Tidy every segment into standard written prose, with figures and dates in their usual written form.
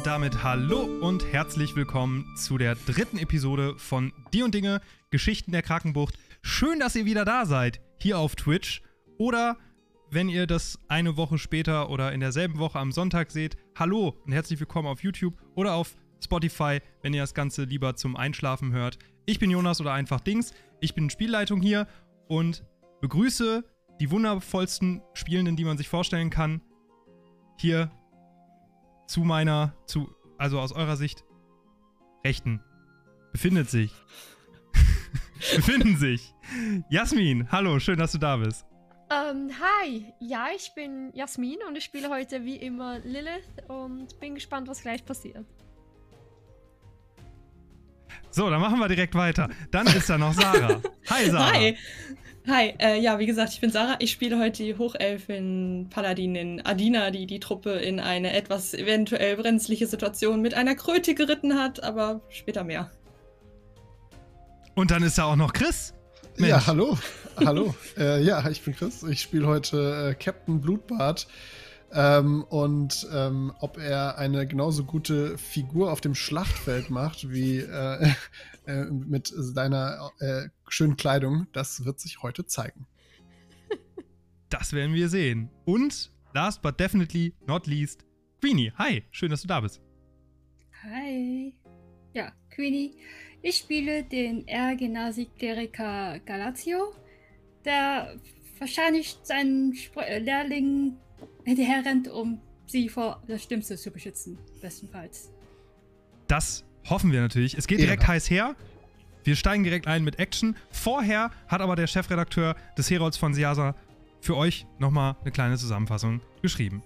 Und damit hallo und herzlich willkommen zu der 3. Episode von Die und Dinge, Geschichten der Krakenbucht. Schön, dass ihr wieder da seid, hier auf Twitch. Oder, wenn ihr das eine Woche später oder in derselben Woche am Sonntag seht, hallo und herzlich willkommen auf YouTube oder auf Spotify, wenn ihr das Ganze lieber zum Einschlafen hört. Ich bin Jonas oder einfach Dings, ich bin Spielleitung hier und begrüße die wundervollsten Spielenden, die man sich vorstellen kann, hier also aus eurer Sicht, Rechten, befinden sich Jasmin. Hallo, schön, dass du da bist. Hi, ja, ich bin Jasmin und ich spiele heute wie immer Lilith und bin gespannt, was gleich passiert. So, dann machen wir direkt weiter. Dann ist da noch Sarah. Hi, Sarah. Hi, ja, wie gesagt, ich bin Sarah. Ich spiele heute die Hochelfin Paladinin Adina, die die Truppe in eine etwas eventuell brenzliche Situation mit einer Kröte geritten hat, aber später mehr. Und dann ist da auch noch Chris. Mensch. Ja, hallo. Hallo. Ja, ich bin Chris. Ich spiele heute Captain Blutbart. Ob er eine genauso gute Figur auf dem Schlachtfeld macht wie mit seiner schönen Kleidung, das wird sich heute zeigen. Das werden wir sehen. Und last but definitely not least, Queenie. Hi, schön, dass du da bist. Hi. Ja, Queenie. Ich spiele den Genasi-Kleriker Galatio, der wahrscheinlich seinen Lehrling hinterherrennt, um sie vor der Schlimmste zu beschützen, bestenfalls. Das hoffen wir natürlich. Es geht direkt heiß her. Wir steigen direkt ein mit Action. Vorher hat aber der Chefredakteur des Herolds von Siasa für euch nochmal eine kleine Zusammenfassung geschrieben.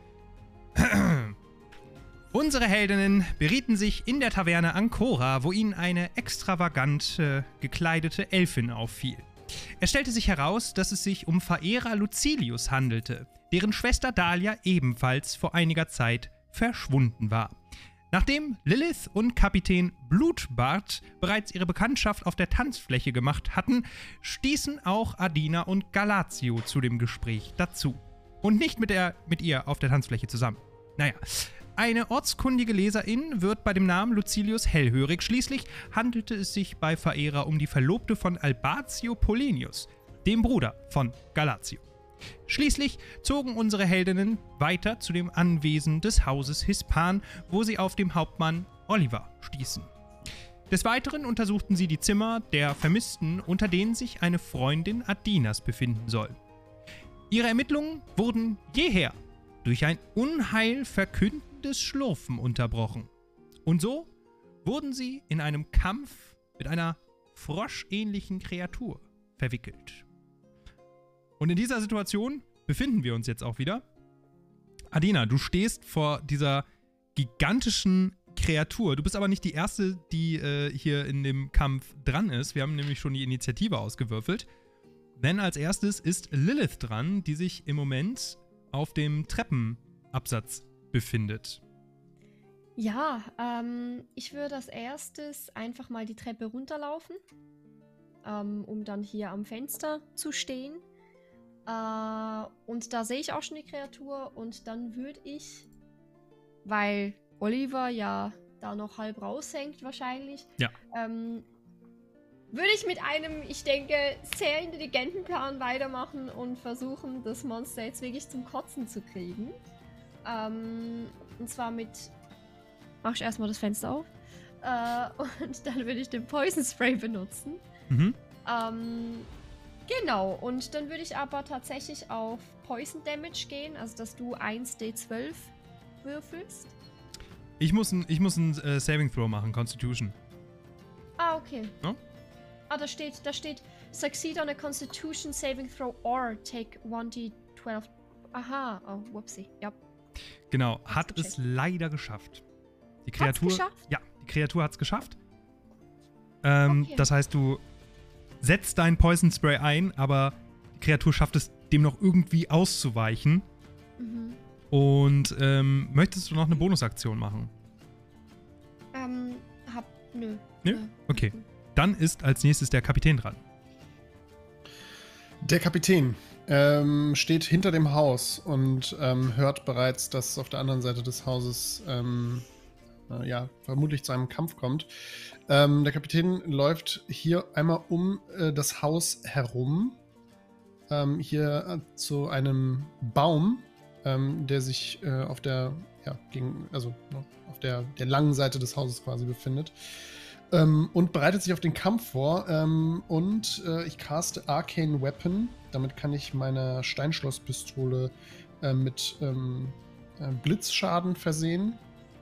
Unsere Heldinnen berieten sich in der Taverne Ancora, wo ihnen eine extravagant gekleidete Elfin auffiel. Es stellte sich heraus, dass es sich um Verehrer Lucilius handelte, deren Schwester Dahlia ebenfalls vor einiger Zeit verschwunden war. Nachdem Lilith und Kapitän Blutbart bereits ihre Bekanntschaft auf der Tanzfläche gemacht hatten, stießen auch Adina und Galatio zu dem Gespräch dazu. Und nicht mit ihr auf der Tanzfläche zusammen. Naja, eine ortskundige Leserin wird bei dem Namen Lucilius hellhörig. Schließlich handelte es sich bei Verehrer um die Verlobte von Albatio Polenius, dem Bruder von Galatio. Schließlich zogen unsere Heldinnen weiter zu dem Anwesen des Hauses Hispan, wo sie auf den Hauptmann Oliver stießen. Des Weiteren untersuchten sie die Zimmer der Vermissten, unter denen sich eine Freundin Adinas befinden soll. Ihre Ermittlungen wurden jeher durch ein unheilverkündendes Schlurfen unterbrochen. Und so wurden sie in einem Kampf mit einer froschähnlichen Kreatur verwickelt. Und in dieser Situation befinden wir uns jetzt auch wieder. Adina, du stehst vor dieser gigantischen Kreatur. Du bist aber nicht die Erste, die hier in dem Kampf dran ist. Wir haben nämlich schon die Initiative ausgewürfelt. Denn als erstes ist Lilith dran, die sich im Moment auf dem Treppenabsatz befindet. Ja, ich würde als erstes einfach mal die Treppe runterlaufen, um dann hier am Fenster zu stehen. Und da sehe ich auch schon die Kreatur und dann würde ich, weil Oliver ja da noch halb raushängt wahrscheinlich, ja. Würde ich mit einem, ich denke, sehr intelligenten Plan weitermachen und versuchen, das Monster jetzt wirklich zum Kotzen zu kriegen. Und zwar mach ich erstmal das Fenster auf und dann würde ich den Poison Spray benutzen. Mhm. Genau, und dann würde ich aber tatsächlich auf Poison Damage gehen, also dass du 1d12 würfelst. Ich muss ein Saving Throw machen, Constitution. Ah, okay. No? Ah, da steht, succeed on a Constitution Saving Throw or take 1d12. Aha, oh, whoopsie, ja. Genau, hat es leider geschafft. Die Kreatur, hat's geschafft? Ja, die Kreatur hat es geschafft. Okay. Das heißt, du setzt dein Poison Spray ein, aber die Kreatur schafft es, dem noch irgendwie auszuweichen. Mhm. Und möchtest du noch eine Bonusaktion machen? Nö. Nö? Okay. Dann ist als nächstes der Kapitän dran. Der Kapitän steht hinter dem Haus und hört bereits, dass auf der anderen Seite des Hauses vermutlich zu einem Kampf kommt. Der Kapitän läuft hier einmal um das Haus herum, hier zu einem Baum, der sich auf der der langen Seite des Hauses quasi befindet. Und bereitet sich auf den Kampf vor. Ich caste Arcane Weapon. Damit kann ich meine Steinschlosspistole mit Blitzschaden versehen.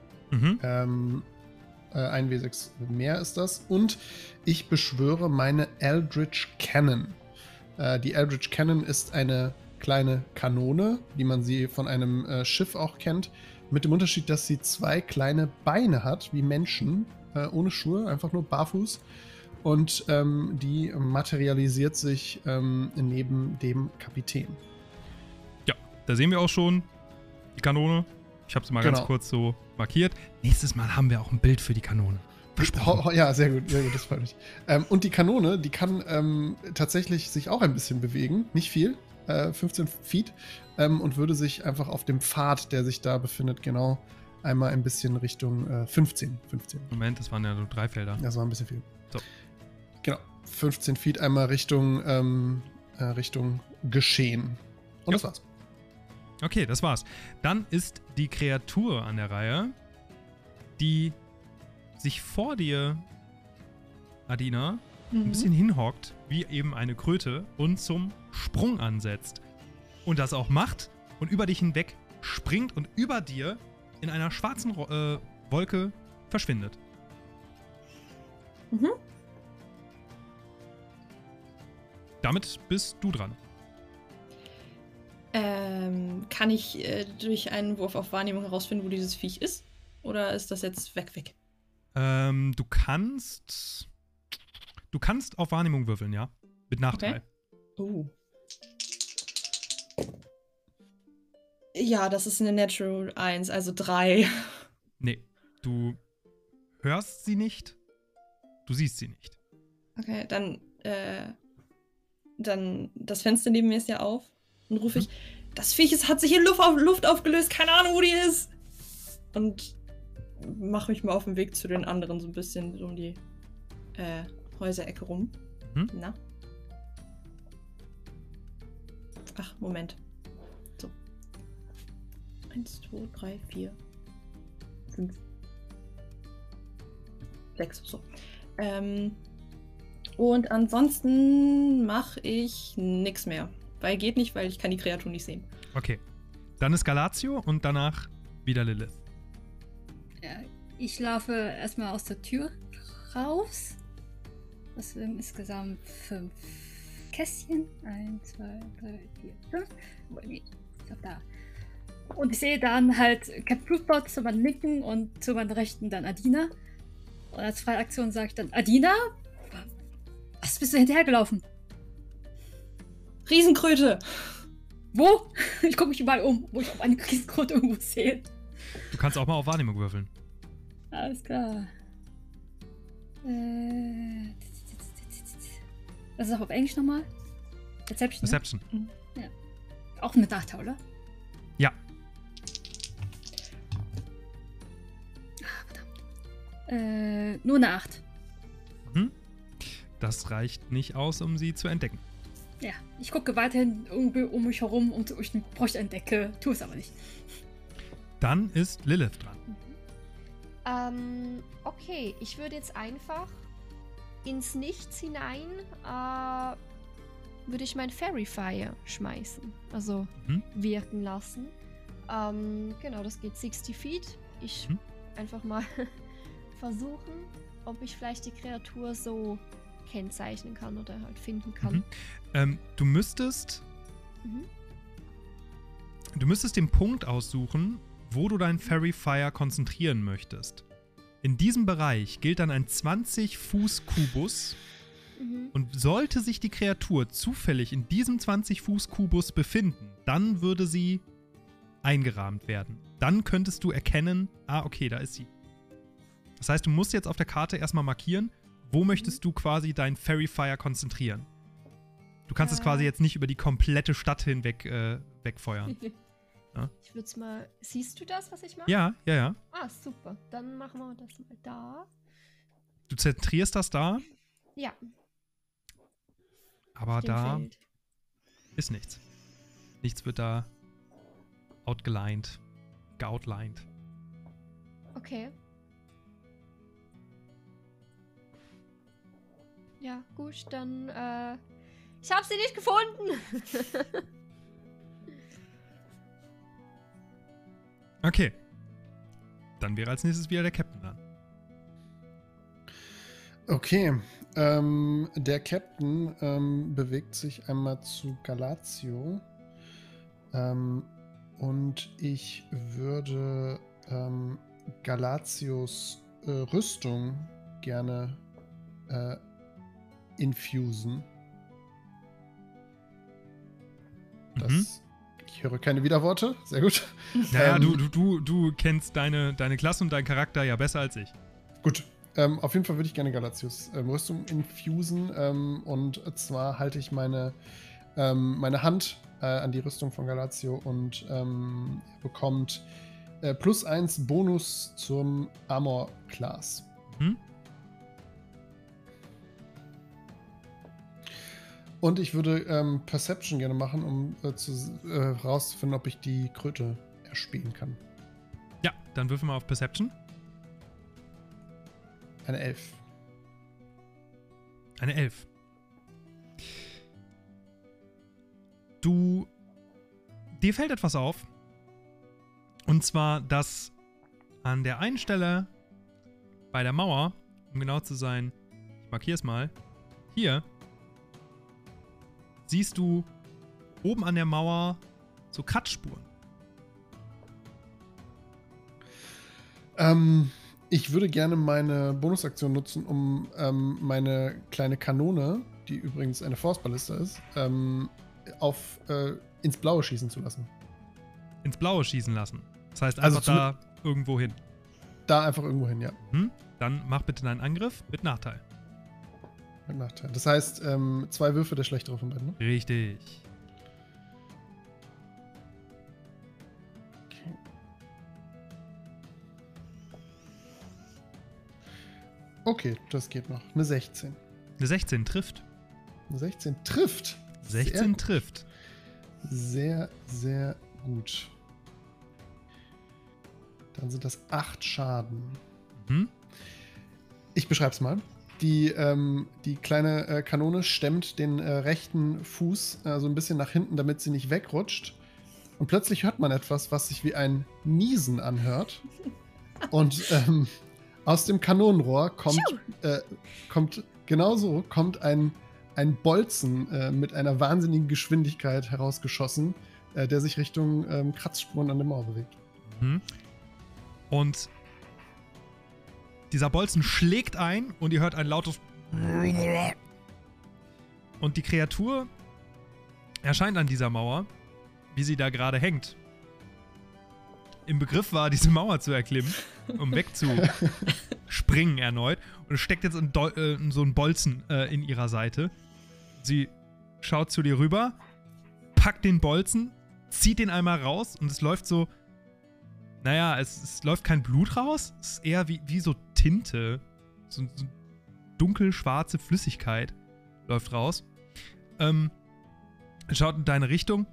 1W6 mehr ist das. Und ich beschwöre meine Eldritch Cannon. Die Eldritch Cannon ist eine kleine Kanone, wie man sie von einem Schiff auch kennt, mit dem Unterschied, dass sie 2 kleine Beine hat, wie Menschen, ohne Schuhe, einfach nur barfuß. Und die materialisiert sich neben dem Kapitän. Ja, da sehen wir auch schon die Kanone. Ich habe sie mal ganz kurz so markiert. Nächstes Mal haben wir auch ein Bild für die Kanone. Versprochen. Ja, sehr gut, das freut mich. Und die Kanone, die kann tatsächlich sich auch ein bisschen bewegen. Nicht viel, 15 Feet. Und würde sich einfach auf dem Pfad, der sich da befindet, genau einmal ein bisschen Richtung 15. Moment, das waren ja so 3 Felder. Das war ein bisschen viel. So. Genau, 15 Feet einmal Richtung Geschehen. Und das war's. Okay, das war's. Dann ist die Kreatur an der Reihe, die sich vor dir, Adina, ein bisschen hinhockt, wie eben eine Kröte, und zum Sprung ansetzt. Und das auch macht und über dich hinweg springt und über dir in einer schwarzen Wolke verschwindet. Damit bist du dran. Kann ich durch einen Wurf auf Wahrnehmung herausfinden, wo dieses Viech ist? Oder ist das jetzt weg? Du kannst auf Wahrnehmung würfeln, ja? Mit Nachteil. Okay. Ja, das ist eine Natural 1, also 3. Nee, du hörst sie nicht, du siehst sie nicht. Okay, dann das Fenster neben mir ist ja auf. Dann rufe ich, das Viech hat sich in Luft aufgelöst, keine Ahnung, wo die ist. Und mache mich mal auf den Weg zu den anderen, so ein bisschen so um die Häuserecke rum. Na? Ach, Moment. So. 1, 2, 3, 4, 5, 6, so. Und ansonsten mache ich nichts mehr. Weil geht nicht, weil ich kann die Kreatur nicht sehen. Okay. Dann ist Galatio und danach wieder Lilith. Ja, ich laufe erstmal aus der Tür raus. Das sind insgesamt 5 Kästchen. 1, 2, 3, 4, 5. Nee, ich glaube da. Und ich sehe dann halt Captain Blutbot zu meinem linken und zu meiner rechten dann Adina. Und als freie Aktion sage ich dann, Adina? Was bist du hinterhergelaufen? Riesenkröte! Wo? Ich gucke mich überall um, wo ich auf eine Riesenkröte irgendwo sehe. Du kannst auch mal auf Wahrnehmung würfeln. Alles klar. Das ist auch auf Englisch nochmal? Deception. Deception. Ne? Ja. Auch mit Nachteil, oder? Ja. Verdammt. Nur eine 8. Das reicht nicht aus, um sie zu entdecken. Ja, ich gucke weiterhin irgendwie um mich herum und ich bräuchte entdecke, tue es aber nicht. Dann ist Lilith dran. Okay, ich würde jetzt einfach ins Nichts hinein würde ich mein Fairy Fire schmeißen. Also wirken lassen. Genau, das geht 60 Feet. Ich einfach mal versuchen, ob ich vielleicht die Kreatur so kennzeichnen kann oder halt finden kann. Du müsstest den Punkt aussuchen, wo du dein Fairy Fire konzentrieren möchtest. In diesem Bereich gilt dann ein 20-Fuß-Kubus und sollte sich die Kreatur zufällig in diesem 20-Fuß-Kubus befinden, dann würde sie eingerahmt werden. Dann könntest du erkennen, okay, da ist sie. Das heißt, du musst jetzt auf der Karte erstmal markieren, wo möchtest du quasi dein Fairy Fire konzentrieren. Du kannst es quasi jetzt nicht über die komplette Stadt hinweg wegfeuern. Ich würde es mal. Siehst du das, was ich mache? Ja. Ah, super. Dann machen wir das mal da. Du zentrierst das da, Ja. aber auf dem da Feld. ist nichts. Nichts wird da outgelined, geoutlined. Okay. Ja, gut, dann, ich habe sie nicht gefunden. Okay. Dann wäre als nächstes wieder der Captain dran. Okay. Der Captain bewegt sich einmal zu Galatio. Und ich würde Galatios Rüstung gerne infusen. Ich höre keine Widerworte. Sehr gut. Naja, du kennst deine Klasse und deinen Charakter ja besser als ich. Gut. Auf jeden Fall würde ich gerne Galatius Rüstung infusen. Und zwar halte ich meine Hand an die Rüstung von Galatio und er bekommt +1 Bonus zum Armor Class. Mhm. Und ich würde Perception gerne machen, um herauszufinden, ob ich die Kröte erspähen kann. Ja, dann würfeln wir auf Perception. Eine 11. Eine 11. Dir fällt etwas auf. Und zwar, dass an der einen Stelle bei der Mauer, um genau zu sein, ich markiere es mal, hier, siehst du oben an der Mauer so Kratzspuren. Ich würde gerne meine Bonusaktion nutzen, um meine kleine Kanone, die übrigens eine Force-Ballista ist, ins Blaue schießen zu lassen. Ins Blaue schießen lassen. Das heißt Also einfach da irgendwo hin. Da einfach irgendwo hin, ja. Dann mach bitte deinen Angriff mit Nachteil. Mit Nachteil. Das heißt, 2 Würfe, der schlechtere von beiden, ne? Richtig. Okay. Okay, das geht noch. Eine 16. Eine 16 trifft. Eine 16 trifft. 16 trifft. Sehr, sehr gut. Dann sind das 8 Schaden. Ich beschreibe es mal. Die kleine Kanone stemmt den rechten Fuß so ein bisschen nach hinten, damit sie nicht wegrutscht. Und plötzlich hört man etwas, was sich wie ein Niesen anhört. Und aus dem Kanonenrohr kommt ein Bolzen mit einer wahnsinnigen Geschwindigkeit herausgeschossen, der sich Richtung Kratzspuren an der Mauer bewegt. Und dieser Bolzen schlägt ein und ihr hört ein lautes und die Kreatur erscheint an dieser Mauer, wie sie da gerade hängt. Im Begriff war, diese Mauer zu erklimmen, um wegzuspringen erneut. Und es steckt jetzt so ein Bolzen in ihrer Seite. Sie schaut zu dir rüber, packt den Bolzen, zieht den einmal raus und es läuft so. Naja, es läuft kein Blut raus. Es ist eher wie so Tinte. So dunkelschwarze Flüssigkeit läuft raus. Schaut in deine Richtung.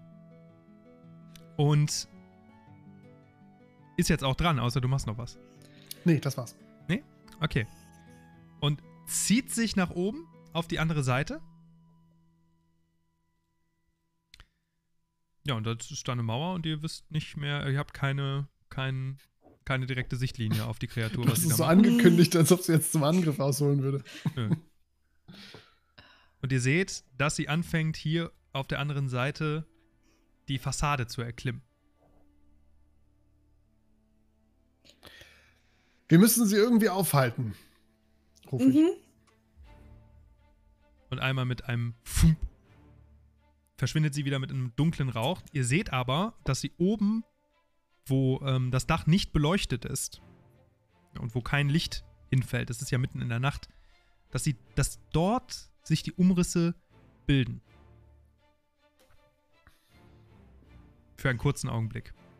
Und ist jetzt auch dran, außer du machst noch was. Nee, das war's. Nee? Okay. Und zieht sich nach oben auf die andere Seite. Ja, und das ist da eine Mauer und ihr wisst nicht mehr, ihr habt keine direkte Sichtlinie auf die Kreatur. Das ist so angekündigt, als ob sie jetzt zum Angriff ausholen würde. Nö. Und ihr seht, dass sie anfängt, hier auf der anderen Seite die Fassade zu erklimmen. Wir müssen sie irgendwie aufhalten, rufe ich. Und einmal mit einem Fump verschwindet sie wieder mit einem dunklen Rauch. Ihr seht aber, dass sie oben, wo das Dach nicht beleuchtet ist und wo kein Licht hinfällt, es ist ja mitten in der Nacht, dass dort sich die Umrisse bilden. Für einen kurzen Augenblick.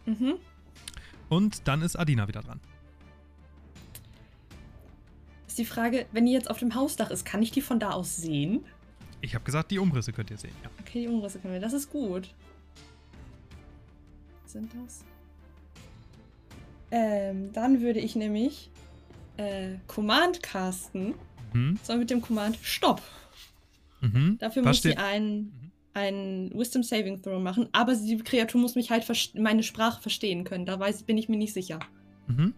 Mhm. Und dann ist Adina wieder dran. Ist die Frage, wenn die jetzt auf dem Hausdach ist, kann ich die von da aus sehen? Ich habe gesagt, die Umrisse könnt ihr sehen, ja. Okay, die Umrisse können wir. Das ist gut. Was sind das? Dann würde ich nämlich Command casten. Mhm. Sondern mit dem Command Stopp. Mhm. Dafür Was muss sie steht- einen Wisdom Saving Throw machen, aber die Kreatur muss mich halt meine Sprache verstehen können. Da bin ich mir nicht sicher. Mhm.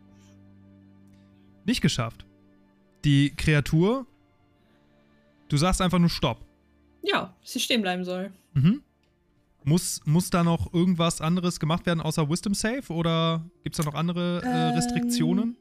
Nicht geschafft. Die Kreatur, du sagst einfach nur Stopp. Ja, dass sie stehen bleiben soll. Mhm. Muss da noch irgendwas anderes gemacht werden außer Wisdom Save oder gibt es da noch andere Restriktionen?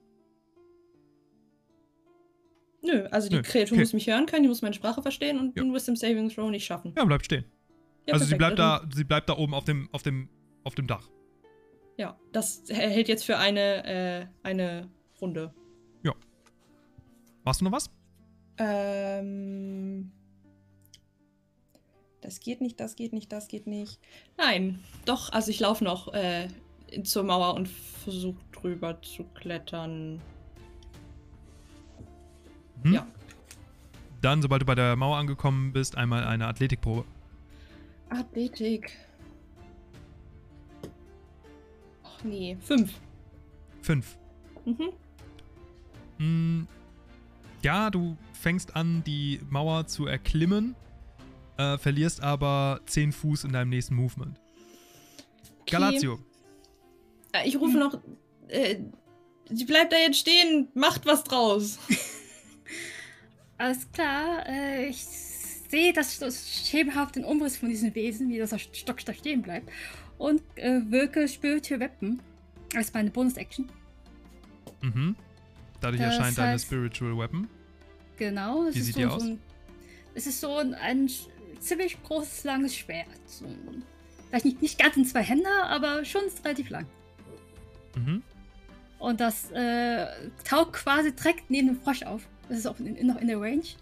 Nö, also die Nö, Kreatur okay. muss mich hören können, die muss meine Sprache verstehen und Ja. den Wisdom Saving Throw nicht schaffen. Ja, bleibt stehen. Ja, also perfekt. sie bleibt da oben auf dem Dach. Ja, das hält jetzt für eine Runde. Machst du noch was? Das geht nicht, das geht nicht, das geht nicht. Nein, doch, also ich laufe noch zur Mauer und versuche drüber zu klettern. Mhm. Ja. Dann, sobald du bei der Mauer angekommen bist, einmal eine Athletikprobe. Athletik. Ach nee, 5. 5. Mhm. Ja, du fängst an, die Mauer zu erklimmen, verlierst aber 10 Fuß in deinem nächsten Movement. Okay. Galatio. Ich rufe noch. Sie bleibt da jetzt stehen, macht was draus. Alles klar, ich sehe das schemenhaften Umriss von diesem Wesen, wie das Stock da stehen bleibt. Und wirke Spiritual Weapon als meine Bonus-Action. Mhm. Dadurch Das erscheint deine heißt- Spiritual Weapon. Genau. Wie sieht die aus? Es ist so ein ziemlich großes, langes Schwert. Vielleicht nicht ganz in 2 Hände, aber schon relativ lang. Mhm. Und das taucht quasi direkt neben dem Frosch auf. Das ist auch noch in der Range.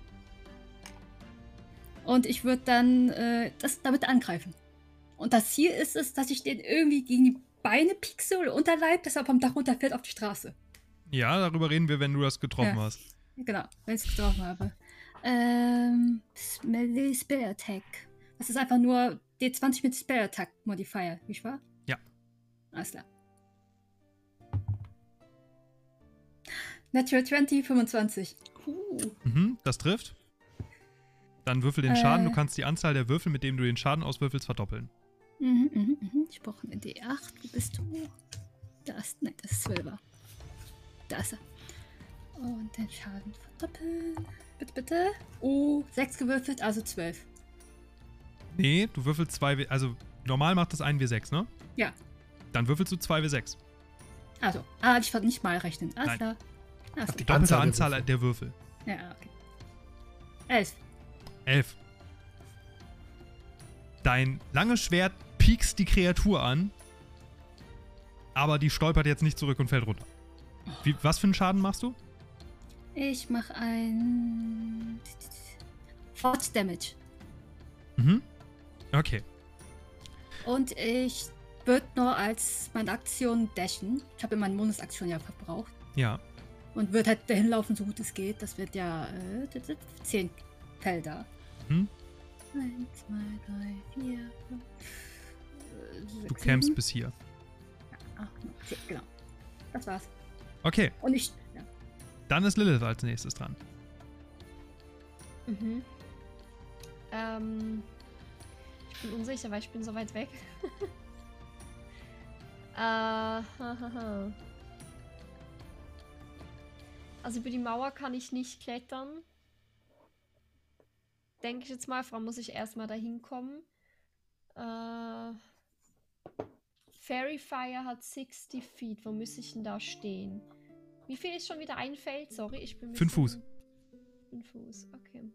Und ich würde dann damit angreifen. Und das Ziel ist es, dass ich den irgendwie gegen die Beine piekse oder Unterleib, dass er vom Dach runterfällt auf die Straße. Ja, darüber reden wir, wenn du das getroffen Ja. hast. Genau, wenn ich es getroffen habe. Melee Spell Attack. Das ist einfach nur D20 mit Spell Attack Modifier, nicht wahr? Ja. Alles klar. Natural 20, 25. Mhm, das trifft. Dann würfel den Schaden. Du kannst die Anzahl der Würfel, mit denen du den Schaden auswürfelst, verdoppeln. Ich brauche eine D8. Wo bist du? Das ist 12er. Da ist er. Und den Schaden verdoppeln. Bitte, bitte. Oh, 6 gewürfelt, also 12. Nee, du würfelst 2W... Also, normal macht das 1W6, ne? Ja. Dann würfelst du 2W6. Also, ich wollte nicht mal rechnen. Alles Nein. klar. Alles Die klar. doppelte Anzahl Anzahl der Würfel. der Würfel. Ja, okay. 11. 11. Dein langes Schwert piekst die Kreatur an, aber die stolpert jetzt nicht zurück und fällt runter. Was für einen Schaden machst du? Ich mache ein Force Damage. Mhm. Okay. Und ich würde nur als meine Aktion dashen. Ich habe meine Bonusaktion ja verbraucht. Ja. Und würde halt dahin laufen, so gut es geht. Das wird ja 10 Felder. Mhm. 1, 2, 3, 4, 5, Du 6, campst 7, bis hier. 8, 9, 10, genau. Das war's. Okay, Und ich, ja. dann ist Lilith als nächstes dran. Mhm. Ich bin unsicher, weil ich bin so weit weg. Also über die Mauer kann ich nicht klettern. Denke ich jetzt mal, vor allem muss ich erstmal dahin kommen. Fairy Fire hat 60 Feet. Wo muss ich denn da stehen? Wie viel ist schon wieder ein Feld? Sorry, ich bin ein 5 Fuß. 5 Fuß, okay.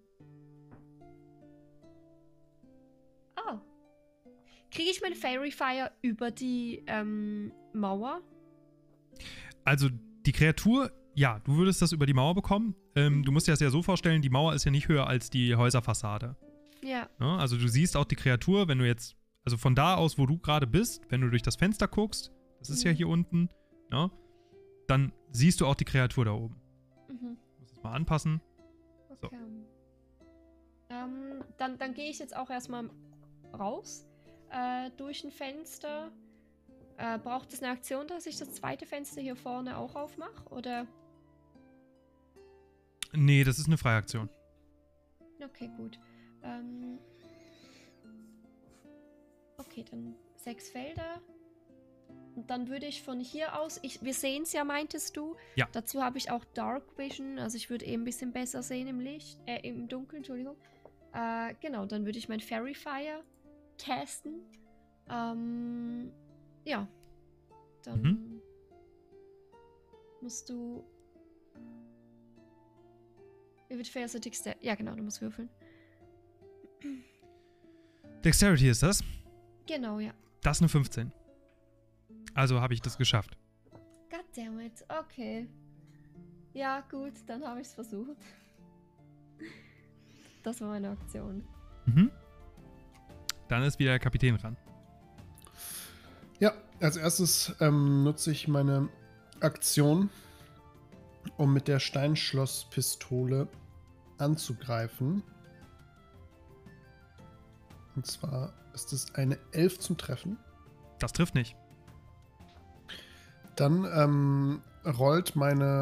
Ah. Kriege ich meine Fairy Fire über die Mauer? Also, die Kreatur, ja, du würdest das über die Mauer bekommen. Du musst dir das ja so vorstellen, die Mauer ist ja nicht höher als die Häuserfassade. Ja. Ne? Also, du siehst auch die Kreatur, wenn du jetzt Also von da aus, wo du gerade bist, wenn du durch das Fenster guckst, das ist ja hier unten, ne? Dann siehst du auch die Kreatur da oben. Mhm. Ich muss das mal anpassen. So. Okay. Dann gehe ich jetzt auch erstmal raus durch ein Fenster. Braucht es eine Aktion, dass ich das zweite Fenster hier vorne auch aufmache? Oder? Nee, das ist eine Freiaktion. Okay, gut. Okay, dann 6 Felder. Und dann würde ich von hier aus, wir sehen es ja, meintest du? Ja. Dazu habe ich auch Dark Vision, also ich würde eben ein bisschen besser sehen im Dunkeln, Entschuldigung. Genau, dann würde ich mein Fairy Fire casten. Ja. Dann musst du... Wie wird Fair Dexterity? Ja, genau, du musst würfeln. Dexterity ist das? Genau, ja. Das ist eine 15. Also habe ich das geschafft. Goddammit, okay. Ja, gut, dann habe ich es versucht. Das war meine Aktion. Mhm. Dann ist wieder der Kapitän dran. Ja, als erstes nutze ich meine Aktion, um mit der Steinschlosspistole anzugreifen. Und zwar ist es eine 11 zum Treffen. Das trifft nicht. Dann läuft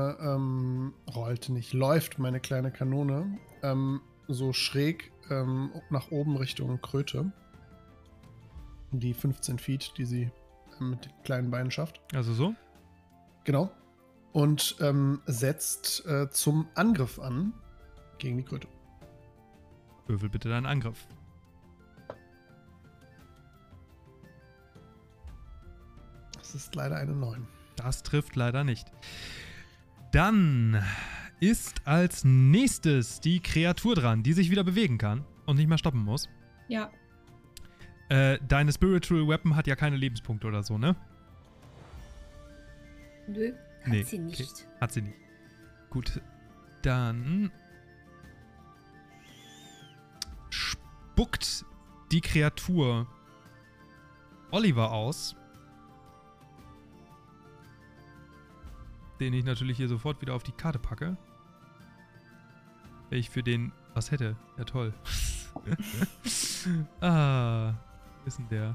meine kleine Kanone so schräg nach oben Richtung Kröte. Die 15 Feet, die sie mit den kleinen Beinen schafft. Also so? Genau. Und setzt zum Angriff an gegen die Kröte. Würfel bitte deinen Angriff. Das ist leider eine 9. Das trifft leider nicht. Dann ist als nächstes die Kreatur dran, die sich wieder bewegen kann und nicht mehr stoppen muss. Ja. Deine Spiritual Weapon hat ja keine Lebenspunkte oder so, ne? Nö, hat sie nicht. Okay. Hat sie nicht. Gut, dann spuckt die Kreatur Oliver aus, den ich natürlich hier sofort wieder auf die Karte packe. Wenn ich für den was hätte. Ja, toll. Ist denn der?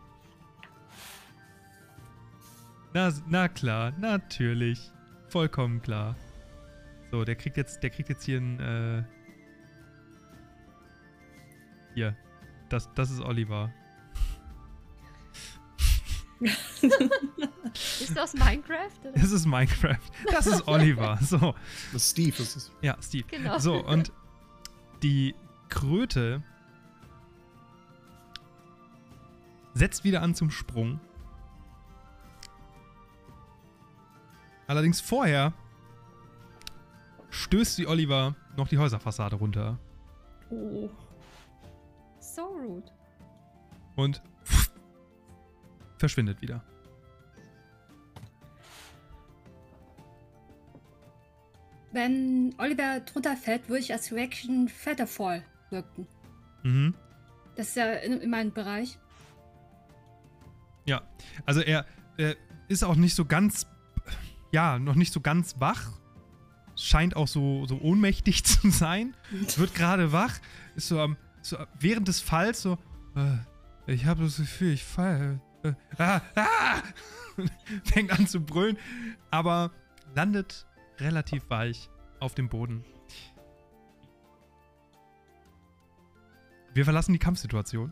Na klar, natürlich. Vollkommen klar. So, der kriegt jetzt hier ein, hier. Das ist Oliver. Ist das Minecraft? Oder? Das ist Minecraft. Das ist Oliver. So. Das ist Steve, ist es. Ja, Steve. Genau. So, und die Kröte setzt wieder an zum Sprung. Allerdings vorher stößt sie Oliver noch die Häuserfassade runter. Oh. So rude. Und verschwindet wieder. Wenn Oliver drunter fällt, würde ich als Reaction Featherfall wirken. Mhm. Das ist ja in meinem Bereich. Ja, also er ist auch nicht so ganz, noch nicht so ganz wach. Scheint auch so ohnmächtig zu sein. Wird gerade wach. Ist so während des Falls so, ich habe das Gefühl, ich falle. Fängt an zu brüllen, aber landet relativ weich auf dem Boden. Wir verlassen die Kampfsituation.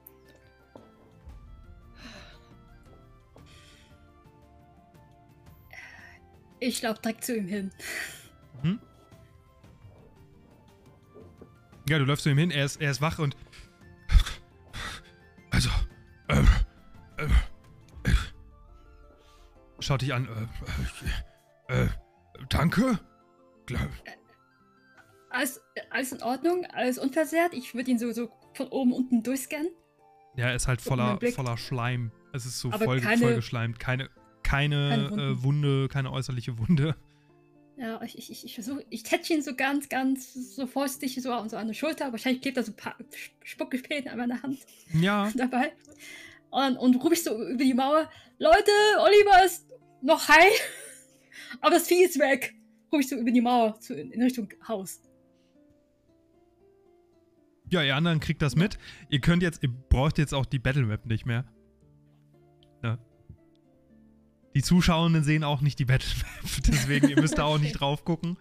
Ich laufe direkt zu ihm hin. Mhm. Ja, du läufst zu ihm hin, er ist wach und also schaut dich an. Danke? Alles in Ordnung, alles unversehrt. Ich würde ihn so von oben unten durchscannen. Ja, er ist halt voller Schleim. Es ist so voll geschleimt. Keine Wunden. Wunde, keine äußerliche Wunde. Ja, ich versuche, ich tätsche ihn so ganz, ganz so vorsichtig so an der Schulter. Wahrscheinlich klebt da so ein paar Spuckgespäten an meiner Hand Ja, dabei. Und rufe ich so über die Mauer: Leute, Oliver ist noch heil, aber das Vieh ist weg. Rufe ich so über die Mauer in Richtung Haus. ja, ihr anderen kriegt das mit. Ihr braucht jetzt auch die Battle Map nicht mehr. Ne? Die Zuschauenden sehen auch nicht die Battle Map, deswegen ihr müsst da auch nicht drauf gucken.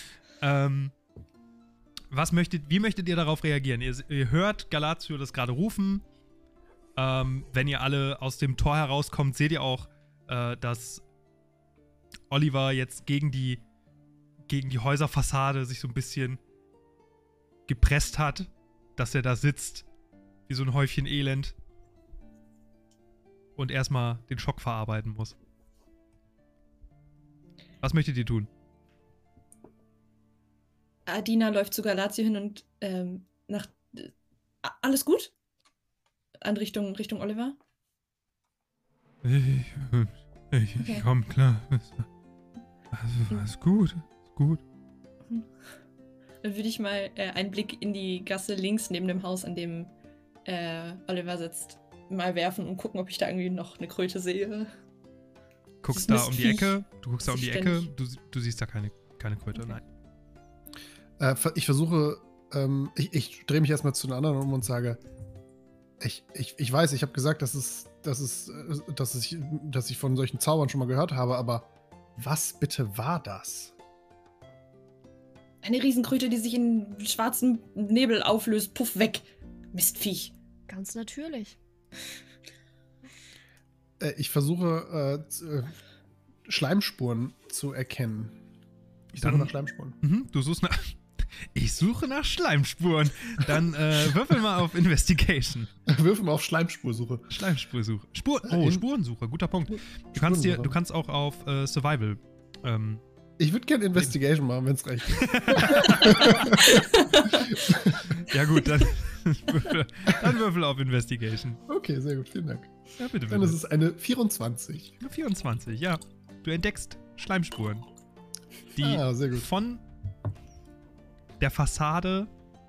Wie möchtet ihr darauf reagieren? Ihr hört Galatio das gerade rufen. Wenn ihr alle aus dem Tor herauskommt, seht ihr auch, dass Oliver jetzt gegen die Häuserfassade sich so ein bisschen gepresst hat, dass er da sitzt, wie so ein Häufchen Elend und erstmal den Schock verarbeiten muss. Was möchtet ihr tun? Adina läuft zu Galatio hin und alles gut? An Richtung Oliver? Ich komm klar. Alles gut. Dann würde ich mal einen Blick in die Gasse links neben dem Haus, an dem Oliver sitzt, mal werfen und gucken, ob ich da irgendwie noch eine Kröte sehe. Guckst da um die Ecke, ständig. du siehst da keine Kröte, Okay. nein. Ich versuche, ich drehe mich erstmal zu den anderen um und sage, ich weiß, ich habe gesagt, dass ich von solchen Zaubern schon mal gehört habe, aber was bitte war das? Eine Riesenkröte, die sich in schwarzen Nebel auflöst. Puff, weg. Mistviech. Ganz natürlich. Ich versuche, Schleimspuren zu erkennen. Ich suche nach Schleimspuren. Du suchst nach... Ich suche nach Schleimspuren. Dann würfel mal auf Investigation. Würfel mal auf Schleimspursuche. Schleimspursuche. Spurensuche, guter Punkt. Du kannst auch auf Survival. Ich würde gerne Investigation machen, wenn es reicht. Ja gut, dann würfel auf Investigation. Okay, sehr gut, vielen Dank. Ja, bitte. Dann ist es eine 24. Eine 24, ja. Du entdeckst Schleimspuren, die sehr gut. von der Fassade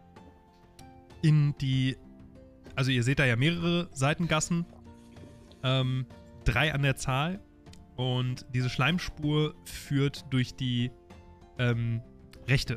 in die... Also ihr seht da ja mehrere Seitengassen, 3 an der Zahl. Und diese Schleimspur führt durch die rechte.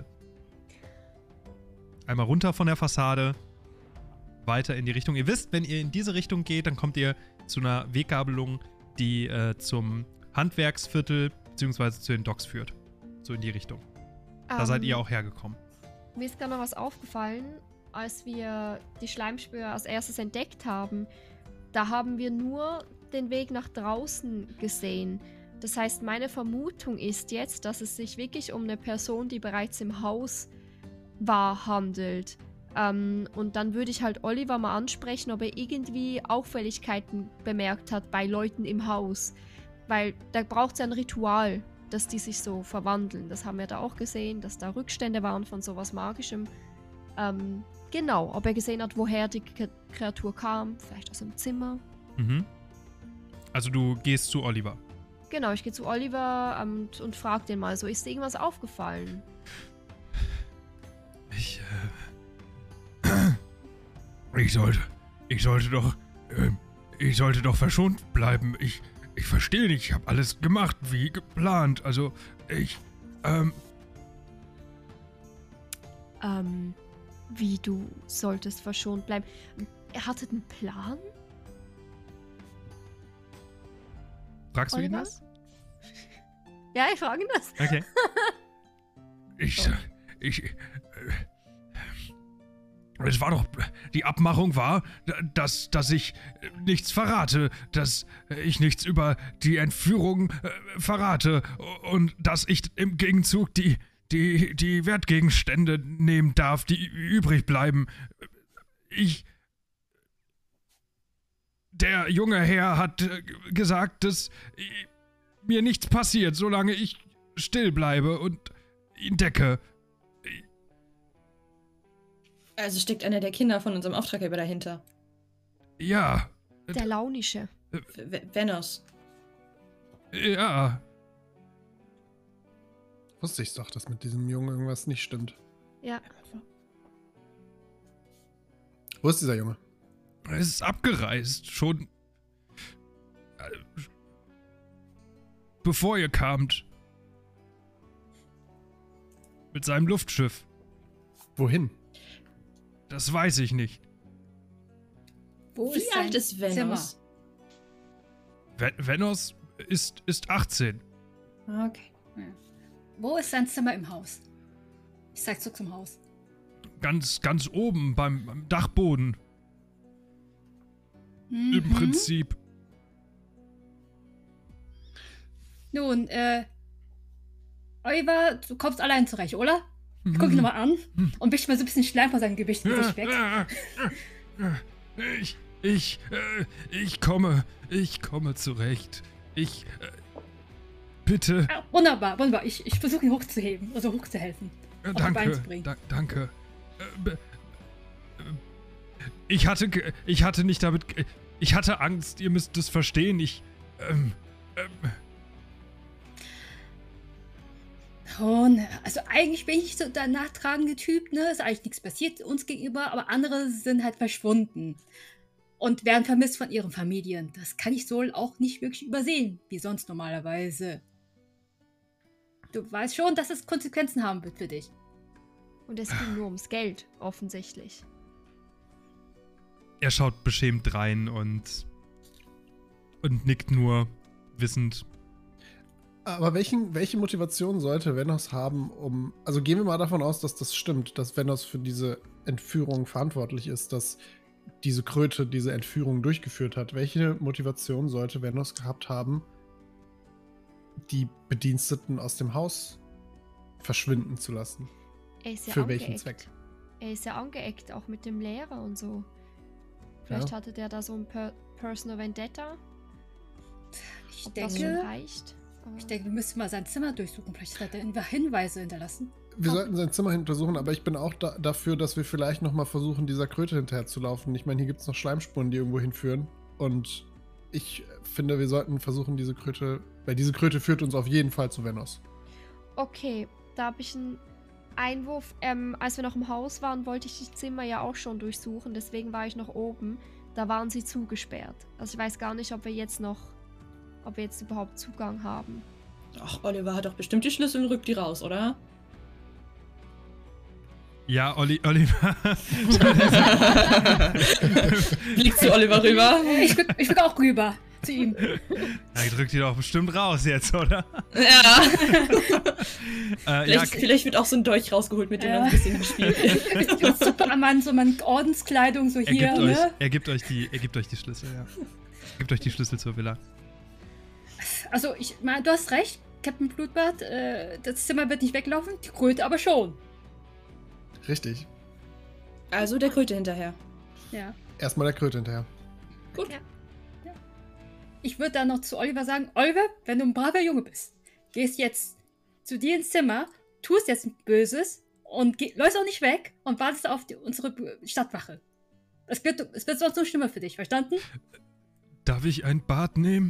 Einmal runter von der Fassade, weiter in die Richtung. Ihr wisst, wenn ihr in diese Richtung geht, dann kommt ihr zu einer Weggabelung, die zum Handwerksviertel bzw. zu den Docks führt. So in die Richtung. Da seid ihr auch hergekommen. Mir ist gerade noch was aufgefallen, als wir die Schleimspur als erstes entdeckt haben. Da haben wir nur den Weg nach draußen gesehen. Das heißt, meine Vermutung ist jetzt, dass es sich wirklich um eine Person, die bereits im Haus war, handelt. Und dann würde ich halt Oliver mal ansprechen, ob er irgendwie Auffälligkeiten bemerkt hat bei Leuten im Haus. Weil da braucht es ja ein Ritual, dass die sich so verwandeln. Das haben wir da auch gesehen, dass da Rückstände waren von sowas Magischem. Genau, ob er gesehen hat, woher die Kreatur kam. Vielleicht aus dem Zimmer. Mhm. Also du gehst zu Oliver. Genau, ich gehe zu Oliver und frage den mal so, ist dir irgendwas aufgefallen? Ich sollte doch verschont bleiben. Ich verstehe nicht, ich habe alles gemacht, wie geplant. Also, Wie du solltest verschont bleiben. Er hatte einen Plan? Fragst du ihn Oliver? das? Ja, ich frage ihn das. Okay. Es war doch, die Abmachung war, dass ich nichts verrate, dass ich nichts über die Entführung verrate und dass ich im Gegenzug die Wertgegenstände nehmen darf, die übrig bleiben. Der junge Herr hat gesagt, dass mir nichts passiert, solange ich still bleibe und ihn decke. Also steckt einer der Kinder von unserem Auftraggeber dahinter. Ja. Der Launische. Venos. Ja. Wusste ich's doch, dass mit diesem Jungen irgendwas nicht stimmt. Ja. Wo ist dieser Junge? Er ist abgereist, schon bevor ihr kamt. Mit seinem Luftschiff. Wohin? Das weiß ich nicht. Wo Wie sein alt ist Venos? Venos ist 18. Okay. Zimmer? Ja. Wo ist sein Zimmer im Haus? Ich zeig zurück zum Haus. Ganz oben beim Dachboden. Im Mhm. Prinzip. Nun, Oliver, du kommst allein zurecht, oder? Ich guck ihn nochmal an und wisch mal so ein bisschen Schleim von seinem Gesicht weg. Ich komme zurecht. Bitte. Ah, wunderbar, wunderbar. Ich versuche ihn hochzuheben, also hochzuhelfen. Auf die Beine zu bringen. Danke. Ich hatte nicht damit. Ich hatte Angst, ihr müsst es verstehen. Und, also eigentlich bin ich so der nachtragende Typ, ne? Ist eigentlich nichts passiert uns gegenüber, aber andere sind halt verschwunden. Und werden vermisst von ihren Familien. Das kann ich so auch nicht wirklich übersehen, wie sonst normalerweise. Du weißt schon, dass es Konsequenzen haben wird für dich. Und es ging nur ums Geld, offensichtlich. Er schaut beschämt rein und nickt nur wissend. Aber welche Motivation sollte Venos haben, um. Also gehen wir mal davon aus, dass das stimmt, dass Venos für diese Entführung verantwortlich ist, dass diese Kröte diese Entführung durchgeführt hat. Welche Motivation sollte Venos gehabt haben, die Bediensteten aus dem Haus verschwinden zu lassen? Er ist ja Für angeeckt. welchen Zweck? Er ist ja angeeckt, auch mit dem Lehrer und so. Vielleicht hatte der da so ein Personal Vendetta. Ich Ob das schon denke, reicht. Aber wir müssen mal sein Zimmer durchsuchen. Vielleicht hat er Hinweise hinterlassen. Wir sollten sein Zimmer untersuchen, aber ich bin auch dafür, dass wir vielleicht nochmal versuchen, dieser Kröte hinterher zu laufen. Ich meine, hier gibt es noch Schleimspuren, die irgendwo hinführen. Und ich finde, wir sollten versuchen, diese Kröte. Weil diese Kröte führt uns auf jeden Fall zu Venos. Okay, da habe ich einen Einwurf. Als wir noch im Haus waren, wollte ich die Zimmer ja auch schon durchsuchen. Deswegen war ich noch oben. Da waren sie zugesperrt. Also ich weiß gar nicht, ob wir jetzt überhaupt Zugang haben. Ach, Oliver hat doch bestimmt die Schlüssel und rückt die raus, oder? Ja, Oliver. Fliegt zu Oliver rüber. Ich guck auch rüber zu ihm. Er drückt die doch bestimmt raus jetzt, oder? Ja. Ja, Vielleicht wird auch so ein Dolch rausgeholt, mit dem er ein bisschen gespielt wird. Superman, so meine Ordenskleidung, so hier, ne? er gibt euch die Schlüssel, ja. Er gibt euch die Schlüssel zur Villa. Also, ich meine, du hast recht, Captain Blutbart. Das Zimmer wird nicht weglaufen, die Kröte aber schon. Richtig. Also der Kröte hinterher. Ja. Erstmal der Kröte hinterher. Gut. Ja. Ich würde dann noch zu Oliver sagen, Oliver, wenn du ein braver Junge bist, gehst jetzt zu dir ins Zimmer, tust jetzt Böses und läufst auch nicht weg und wartest auf unsere Stadtwache. Es wird sonst nur schlimmer für dich, verstanden? Darf ich ein Bad nehmen?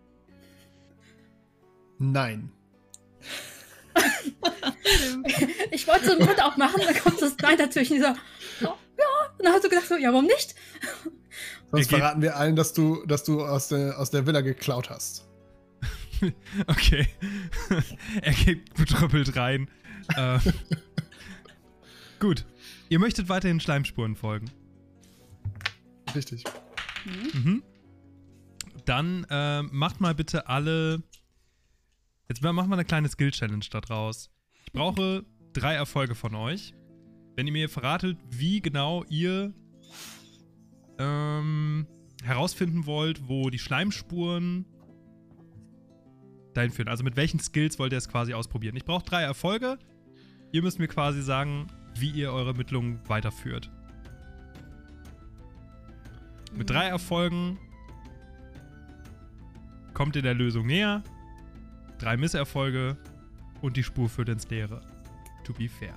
Nein. Ich wollte so einen Mund aufmachen, dann kommt das Nein dazwischen. Ich so, ja. Und dann hast du gedacht, so, ja, warum nicht? Sonst verraten wir allen, dass du aus der Villa geklaut hast. Okay. Er geht betröppelt rein. Gut. Ihr möchtet weiterhin Schleimspuren folgen. Richtig. Mhm. Dann macht mal bitte alle. Jetzt machen wir eine kleine Skill-Challenge da draus. Ich brauche 3 Erfolge von euch. Wenn ihr mir verratet, wie genau ihr herausfinden wollt, wo die Schleimspuren dahin führen. Also mit welchen Skills wollt ihr es quasi ausprobieren. Ich brauche 3 Erfolge. Ihr müsst mir quasi sagen, wie ihr eure Ermittlungen weiterführt. Mit 3 Erfolgen kommt ihr der Lösung näher. 3 Misserfolge und die Spur führt ins Leere. To be fair.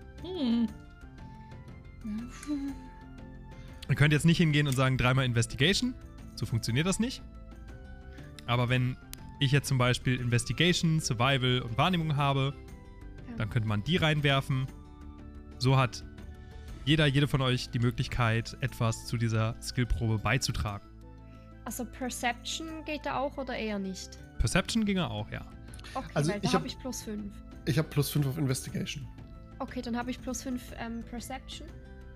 Ihr könnt jetzt nicht hingehen und sagen, 3-mal Investigation. So funktioniert das nicht. Aber wenn ich jetzt zum Beispiel Investigation, Survival und Wahrnehmung habe Dann könnte man die reinwerfen. So hat jede von euch die Möglichkeit, etwas zu dieser Skillprobe beizutragen. Also Perception geht da auch oder eher nicht? Perception ginge auch, ja. Okay, Also weil da habe ich plus 5. Ich habe plus 5 auf Investigation. Okay, dann habe ich plus 5 Perception.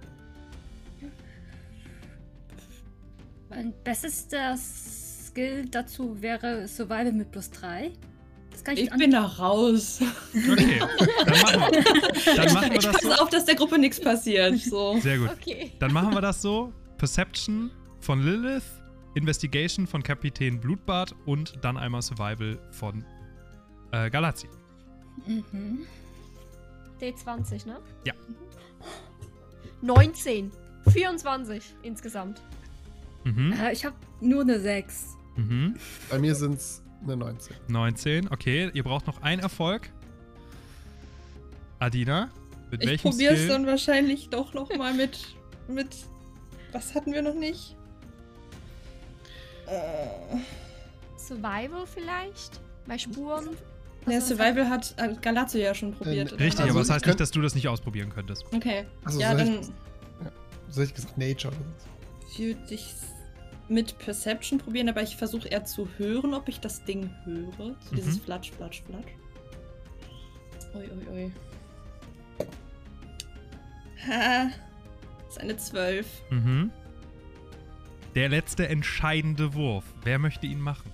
Mein bestester Skill dazu wäre Survival mit plus 3. Das kann Ich bin da raus. Okay, dann machen wir Ich das passe so. auf, dass der Gruppe nichts passiert. So. Sehr gut. Okay. Dann machen wir das so. Perception von Lilith, Investigation von Kapitän Blutbart und dann einmal Survival von Galazi. Mhm. D20, ne? Ja. 19. 24 insgesamt. Mhm. Ich habe nur eine 6. Mhm. Bei mir sind es eine 19. 19, okay. Ihr braucht noch einen Erfolg. Adina, mit Ich welchem probiere es Skill? dann wahrscheinlich doch noch mal mit. Was hatten wir noch nicht? Survival vielleicht? Bei Spuren? Ja, Also, Survival hat Galazio ja schon probiert. oder? Richtig, Also, aber das ich heißt nicht, dass du das nicht ausprobieren könntest. Okay. Also ja, soll dann ich, ich gesagt Nature oder so? würde ich mit Perception probieren, aber ich versuche eher zu hören, ob ich das Ding höre. So dieses Flatsch, Flatsch, Flatsch. Ui, ui, ui. Ha. Das ist eine 12. Mhm. Der letzte entscheidende Wurf. Wer möchte ihn machen?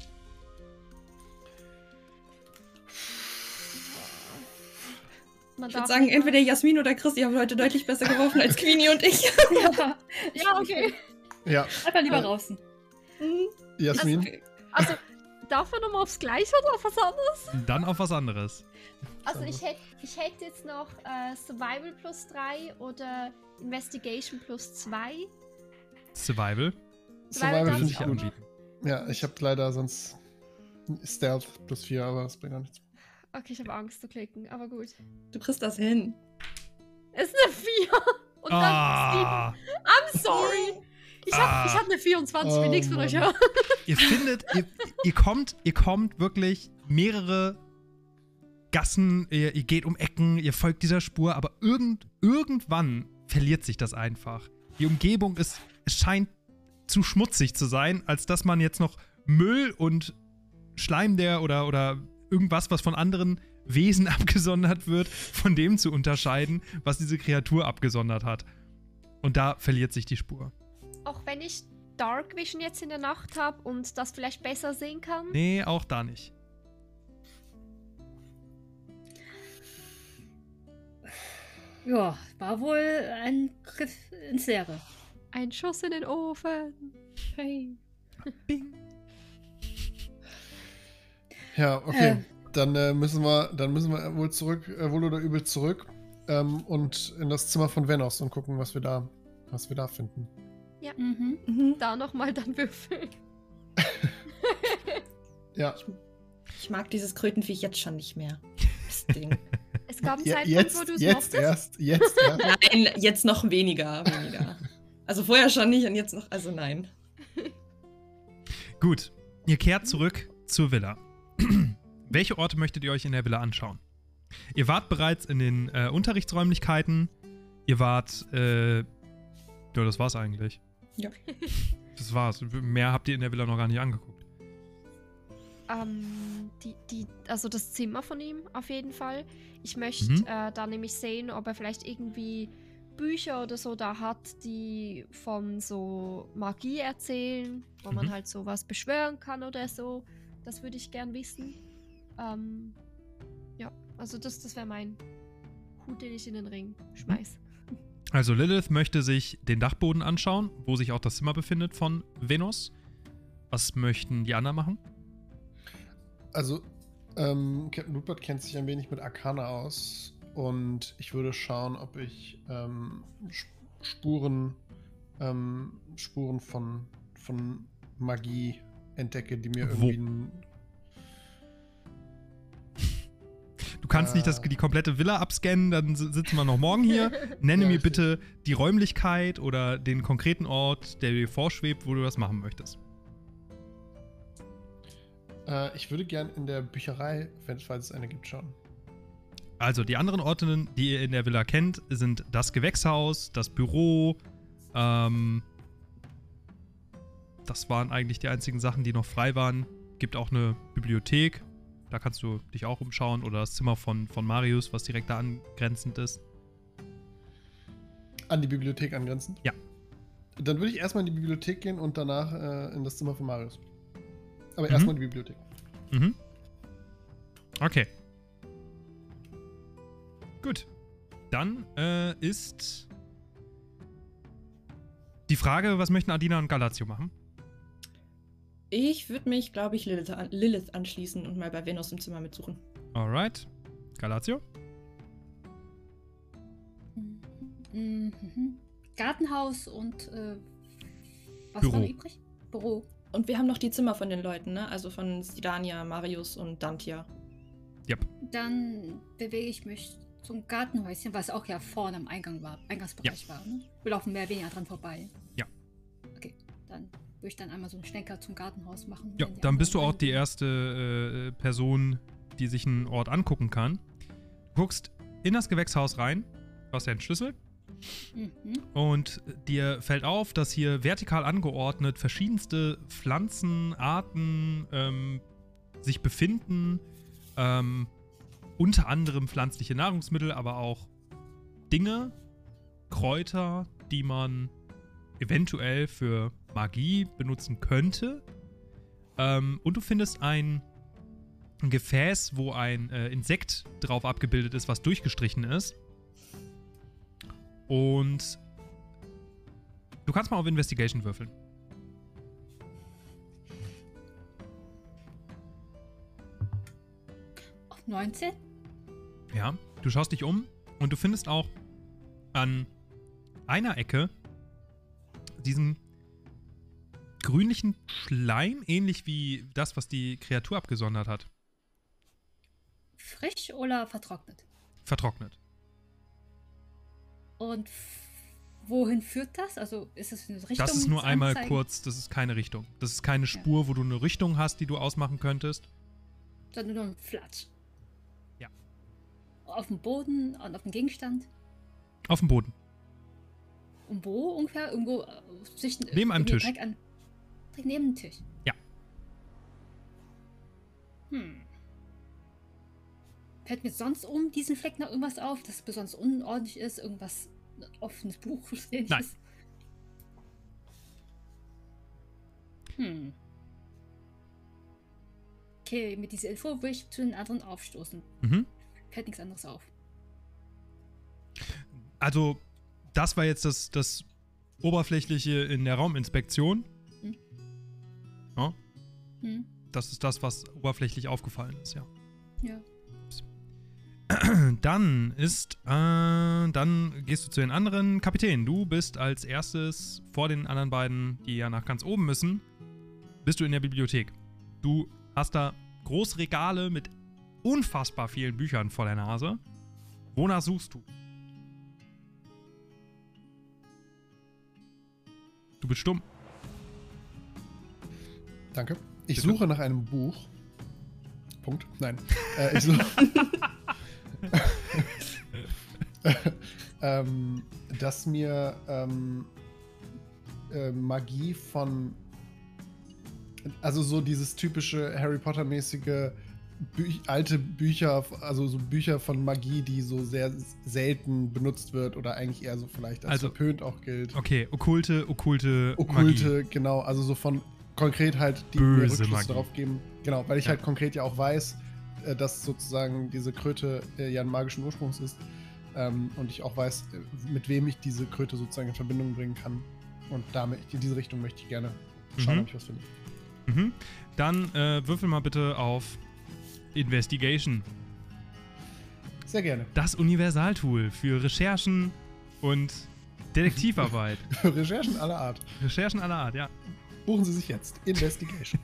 man Ich darf würde sagen, nicht- entweder Jasmin oder Chris, die haben heute deutlich besser geworfen als Queenie und ich. Ja, Ja, okay. Ja, einfach lieber draußen. Jasmin. Also, darf man nochmal aufs Gleiche oder auf was anderes? Dann auf was anderes. Also, ich hätte jetzt noch Survival plus 3 oder Investigation plus 2. Survival. Survival darf finde ich ich auch gut. noch. Ja, ich habe leider sonst Stealth plus 4, aber das bringt auch nichts. Okay, ich habe Angst zu klicken, aber gut. Du kriegst das hin. Es ist eine 4. Und dann Ah, 7. I'm sorry. Ich hab eine 24, will Oh, nichts von euch Mann. hören. ihr findet, ihr kommt wirklich mehrere Gassen, ihr geht um Ecken, ihr folgt dieser Spur, aber irgendwann verliert sich das einfach. Die Umgebung es scheint zu schmutzig zu sein, als dass man jetzt noch Müll und Schleim oder irgendwas, was von anderen Wesen abgesondert wird, von dem zu unterscheiden, was diese Kreatur abgesondert hat. Und da verliert sich die Spur. Auch wenn ich Dark Vision jetzt in der Nacht habe und das vielleicht besser sehen kann. Nee, auch da nicht. Ja, war wohl ein Griff ins Leere. Ein Schuss in den Ofen. Hey. Bing. Ja, okay. Dann müssen wir wohl zurück, wohl oder übel zurück und in das Zimmer von Venos und gucken, was wir da finden. Mhm. Da nochmal dann würfeln. Ja, Ich mag dieses Krötenviech jetzt schon nicht mehr. Das Ding. Es gab einen ja Zeitpunkt, wo du es jetzt mochtest. erst. Nein, jetzt noch weniger. Also vorher schon nicht und jetzt noch. Also nein. Gut, ihr kehrt zurück zur Villa. Welche Orte möchtet ihr euch in der Villa anschauen? Ihr wart bereits in den Unterrichtsräumlichkeiten. Ihr wart, ja, das war's eigentlich. Ja. Das war's. Mehr habt ihr in der Villa noch gar nicht angeguckt. Also das Zimmer von ihm auf jeden Fall. Ich möchte Mhm. da nämlich sehen, ob er vielleicht irgendwie Bücher oder so da hat, die von so Magie erzählen, wo man Mhm. halt sowas beschwören kann oder so. Das würde ich gern wissen. Ja, also das wäre mein Hut, den ich in den Ring schmeiß. Also Lilith möchte sich den Dachboden anschauen, wo sich auch das Zimmer befindet von Venos. Was möchten die anderen machen? Also, Captain Blutbart kennt sich ein wenig mit Arcana aus und ich würde schauen, ob ich Spuren von Magie entdecke, die mir Wo? irgendwie Du kannst nicht die komplette Villa abscannen, dann sitzen wir noch morgen hier. Nenne Ja, mir richtig. bitte die Räumlichkeit oder den konkreten Ort, der dir vorschwebt, wo du das machen möchtest. Ich würde gern in der Bücherei, falls es eine gibt, schauen. Also die anderen Orte, die ihr in der Villa kennt, sind das Gewächshaus, das Büro. Das waren eigentlich die einzigen Sachen, die noch frei waren. Gibt auch eine Bibliothek. Da kannst du dich auch umschauen. Oder das Zimmer von Marius, was direkt da angrenzend ist. An die Bibliothek angrenzend? Ja. Dann würde ich erstmal in die Bibliothek gehen und danach in das Zimmer von Marius. Aber erstmal in die Bibliothek. Mhm. Okay. Gut. Dann ist die Frage, was möchten Adina und Galatio machen? Ich würde mich, glaube ich, Lilith anschließen und mal bei Venus im Zimmer mitsuchen. Alright. Galatio? Gartenhaus und was Büro. war noch übrig? Büro. Und wir haben noch die Zimmer von den Leuten, ne? Also von Sidania, Marius und Dantia. Dann bewege ich mich zum Gartenhäuschen, was auch ja vorne am Eingangsbereich war. Ne? Wir laufen mehr oder weniger dran vorbei. Ja. Okay, dann würde ich dann einmal so einen Schlenker zum Gartenhaus machen. Ja, wenn die dann bist du anderen auch die erste Person, die sich einen Ort angucken kann. Du guckst in das Gewächshaus rein, du hast ja einen Schlüssel. Und dir fällt auf, dass hier vertikal angeordnet verschiedenste Pflanzenarten sich befinden. Unter anderem pflanzliche Nahrungsmittel, aber auch Dinge, Kräuter, die man eventuell für Magie benutzen könnte. Und du findest ein Gefäß, wo ein Insekt drauf abgebildet ist, was durchgestrichen ist. Und du kannst mal auf Investigation würfeln. Auf 19? Ja, du schaust dich um und du findest auch an einer Ecke diesen grünlichen Schleim, ähnlich wie das, was die Kreatur abgesondert hat. Frisch oder vertrocknet? Vertrocknet. Und wohin führt das? Also ist es eine Richtung? Das ist nur einmal anzeigen? kurz, das ist keine Richtung. Das ist keine Spur, wo du eine Richtung hast, die du ausmachen könntest. Sondern nur ein Flatsch. Ja. Auf dem Boden und auf dem Gegenstand? Auf dem Boden. Und wo ungefähr? Irgendwo zwischen... Neben einem Tisch. Direkt neben dem Tisch? Ja. Fällt mir sonst um diesen Fleck noch irgendwas auf, das besonders unordentlich ist? Irgendwas, ein offenes Buch stehen Nein. ist? Okay, mit dieser Info will ich zu den anderen aufstoßen. Mhm. Fällt nichts anderes auf. Also, das war jetzt das Oberflächliche in der Rauminspektion. Ja, das ist das, was oberflächlich aufgefallen ist, ja. Ja. Dann gehst du zu den anderen Kapitänen. Du bist als erstes vor den anderen beiden, die ja nach ganz oben müssen, bist du in der Bibliothek. Du hast da Großregale mit unfassbar vielen Büchern vor der Nase. Wonach suchst du? Du bist stumm. Danke. Ich Bitte? suche nach einem Buch. Punkt. Nein. Ich suche. Dass mir Magie von. Also so dieses typische Harry Potter-mäßige alte Bücher, also so Bücher von Magie, die so sehr selten benutzt wird oder eigentlich eher so vielleicht als verpönt auch gilt. Okay, okkulte Magie. Genau, also so von konkret halt die Böse mir Rückschlüsse Magie. darauf geben. Genau, weil ich Ja. halt konkret ja auch weiß, dass sozusagen diese Kröte ja einen magischen Ursprungs ist und ich auch weiß, mit wem ich diese Kröte sozusagen in Verbindung bringen kann. Und damit in diese Richtung möchte ich gerne schauen, ob ich was finde. Mhm. Dann würfel mal bitte auf Investigation. Sehr gerne. Das Universaltool für Recherchen und Detektivarbeit. Recherchen aller Art. Recherchen aller Art, ja. Buchen Sie sich jetzt. Investigation.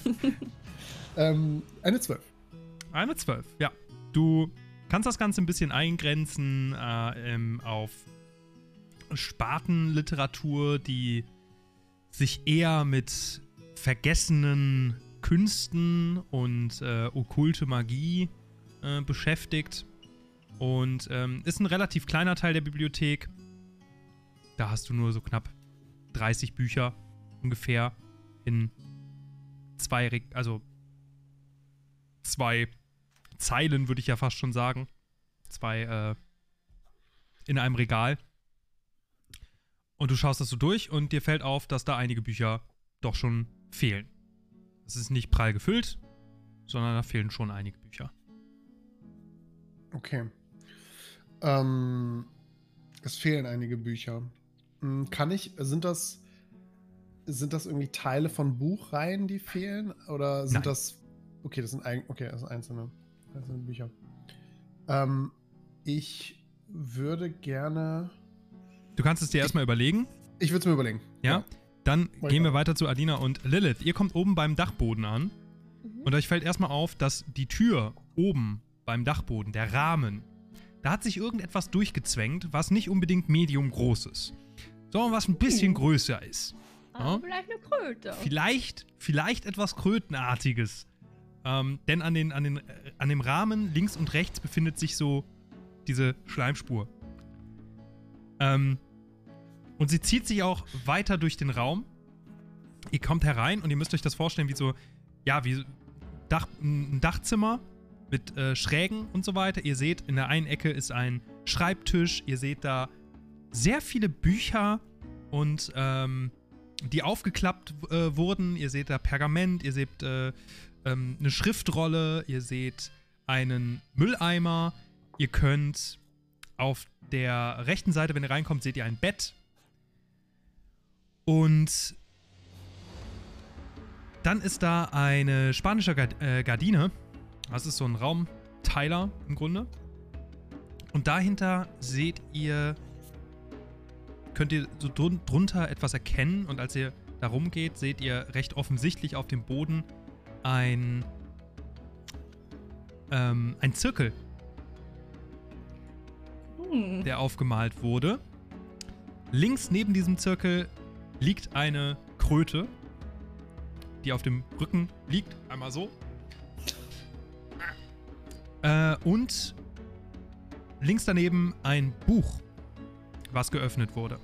Eine 12. Eine 12, ja. Du kannst das Ganze ein bisschen eingrenzen auf Spartenliteratur, die sich eher mit vergessenen Künsten und okkulte Magie beschäftigt. Und ist ein relativ kleiner Teil der Bibliothek. Da hast du nur so knapp 30 Bücher ungefähr in zwei Zeilen, würde ich ja fast schon sagen. Zwei in einem Regal. Und du schaust das so durch und dir fällt auf, dass da einige Bücher doch schon fehlen. Es ist nicht prall gefüllt, sondern da fehlen schon einige Bücher. Okay. Es fehlen einige Bücher. Sind das irgendwie Teile von Buchreihen, die fehlen? Oder sind Nein. das. Okay, das sind einzelne Bücher. Ich würde gerne. Du kannst es dir erstmal überlegen. Ich würde es mir überlegen. Ja? Dann Mach gehen ich wir auch. weiter zu Adina und Lilith. Ihr kommt oben beim Dachboden an. Und euch fällt erstmal auf, dass die Tür oben beim Dachboden, der Rahmen, da hat sich irgendetwas durchgezwängt, was nicht unbedingt medium groß ist, sondern was ein bisschen größer ist. Ja? Vielleicht eine Kröte. Vielleicht etwas Krötenartiges. Denn an dem Rahmen links und rechts befindet sich so diese Schleimspur. Und sie zieht sich auch weiter durch den Raum. Ihr kommt herein und ihr müsst euch das vorstellen wie so, ja, wie ein Dachzimmer mit Schrägen und so weiter. Ihr seht, in der einen Ecke ist ein Schreibtisch. Ihr seht da sehr viele Bücher und die aufgeklappt wurden. Ihr seht da Pergament, ihr seht eine Schriftrolle, ihr seht einen Mülleimer. Ihr könnt auf der rechten Seite, wenn ihr reinkommt, seht ihr ein Bett. Und dann ist da eine spanische Gardine. Das ist so ein Raumteiler im Grunde. Und dahinter könnt ihr so drunter etwas erkennen. Und als ihr da rumgeht, seht ihr recht offensichtlich auf dem Boden ein Zirkel, der aufgemalt wurde. Links neben diesem Zirkel liegt eine Kröte, die auf dem Rücken liegt. Einmal so. Und links daneben ein Buch, was geöffnet wurde.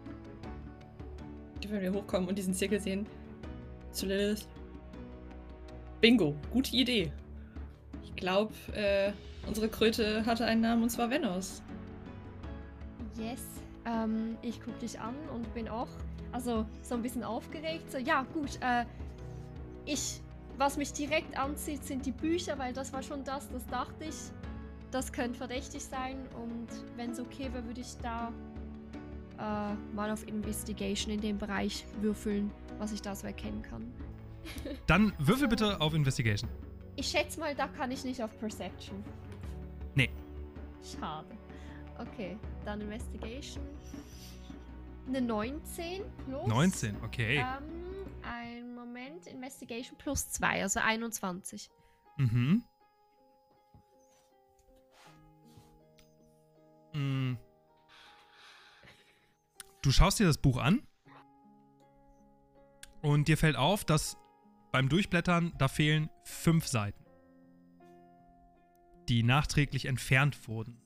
Wenn wir hochkommen und diesen Zirkel sehen, zu Lilith. Bingo, gute Idee. Ich glaube, unsere Kröte hatte einen Namen und zwar Venos. Yes. Ich gucke dich an und bin auch, also so ein bisschen aufgeregt. So, ja, gut, was mich direkt anzieht, sind die Bücher, weil das war schon das dachte ich, das könnte verdächtig sein. Und wenn es okay wäre, würde ich da mal auf Investigation in dem Bereich würfeln, was ich da so erkennen kann. Dann würfel bitte auf Investigation. Ich schätze mal, da kann ich nicht auf Perception. Nee. Schade. Okay, dann Investigation. Eine 19 plus. 19, okay. Ein Moment, Investigation plus 2, also 21. Mhm. Du schaust dir das Buch an und dir fällt auf, dass beim Durchblättern da fehlen 5 Seiten, die nachträglich entfernt wurden.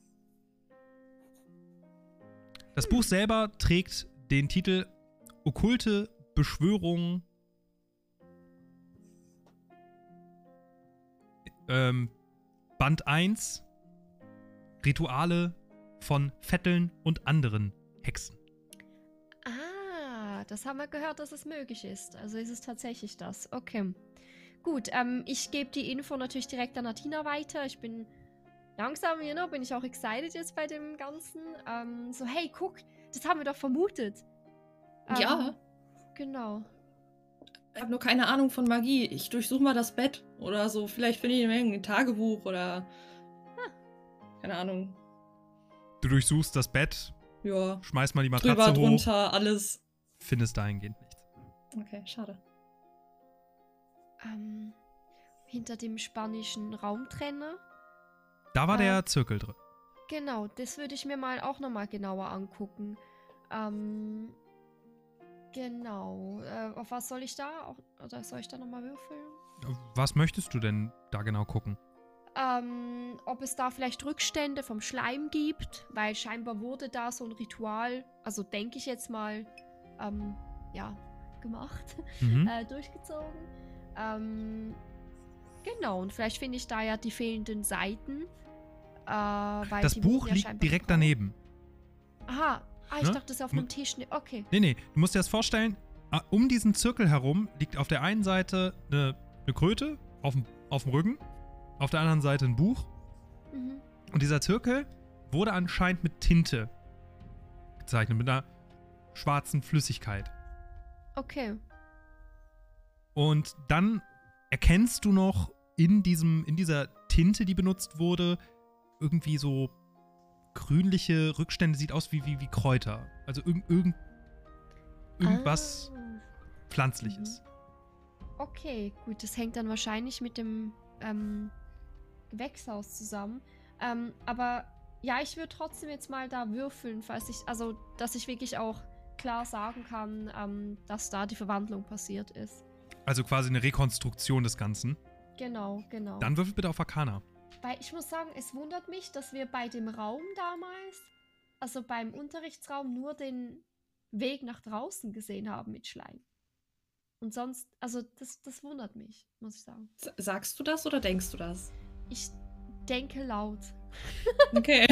Das Buch selber trägt den Titel Okkulte Beschwörung Band 1 Rituale von Vetteln und anderen Hexen. Ah, das haben wir gehört, dass es möglich ist. Also ist es tatsächlich das. Okay. Gut, ich gebe die Info natürlich direkt an Adina weiter. Ich bin langsam, bin ich auch excited jetzt bei dem Ganzen. So, hey, guck, das haben wir doch vermutet. Ja. Genau. Ich habe nur keine Ahnung von Magie. Ich durchsuche mal das Bett oder so. Vielleicht finde ich ein Tagebuch oder keine Ahnung. Du durchsuchst das Bett, Ja. schmeißt mal die Matratze Drüber, hoch, drunter, alles. findest dahingehend nichts. Okay, schade. Hinter dem spanischen Raumtrenner. Da war der Zirkel drin. Genau, das würde ich mir mal auch nochmal genauer angucken. Genau. Auf was soll ich da? Oder soll ich da nochmal würfeln? Was möchtest du denn da genau gucken? ob es da vielleicht Rückstände vom Schleim gibt, weil scheinbar wurde da so ein Ritual, also denke ich jetzt mal, gemacht, durchgezogen. Genau, und vielleicht finde ich da ja die fehlenden Seiten. Weil Das die Buch wurden ja liegt scheinbar direkt gebraucht. daneben. Aha, ich Ne? dachte, das ist auf einem Tisch. Okay. Nee, du musst dir das vorstellen, um diesen Zirkel herum liegt auf der einen Seite eine Kröte auf dem Rücken, auf der anderen Seite ein Buch. Mhm. Und dieser Zirkel wurde anscheinend mit Tinte gezeichnet, mit einer schwarzen Flüssigkeit. Okay. Und dann erkennst du noch in dieser Tinte, die benutzt wurde, irgendwie so grünliche Rückstände, sieht aus wie Kräuter. Also irgendwas Pflanzliches. Okay, gut, das hängt dann wahrscheinlich mit dem Gewächshaus zusammen. Aber ja, ich würde trotzdem jetzt mal da würfeln, dass ich wirklich auch klar sagen kann, dass da die Verwandlung passiert ist. Also quasi eine Rekonstruktion des Ganzen. Genau. Dann würfel bitte auf Arcana. Weil ich muss sagen, es wundert mich, dass wir bei dem Raum damals, also beim Unterrichtsraum, nur den Weg nach draußen gesehen haben mit Schleim. Und sonst, also das wundert mich, muss ich sagen. Sagst du das oder denkst du das? Ich denke laut. Okay.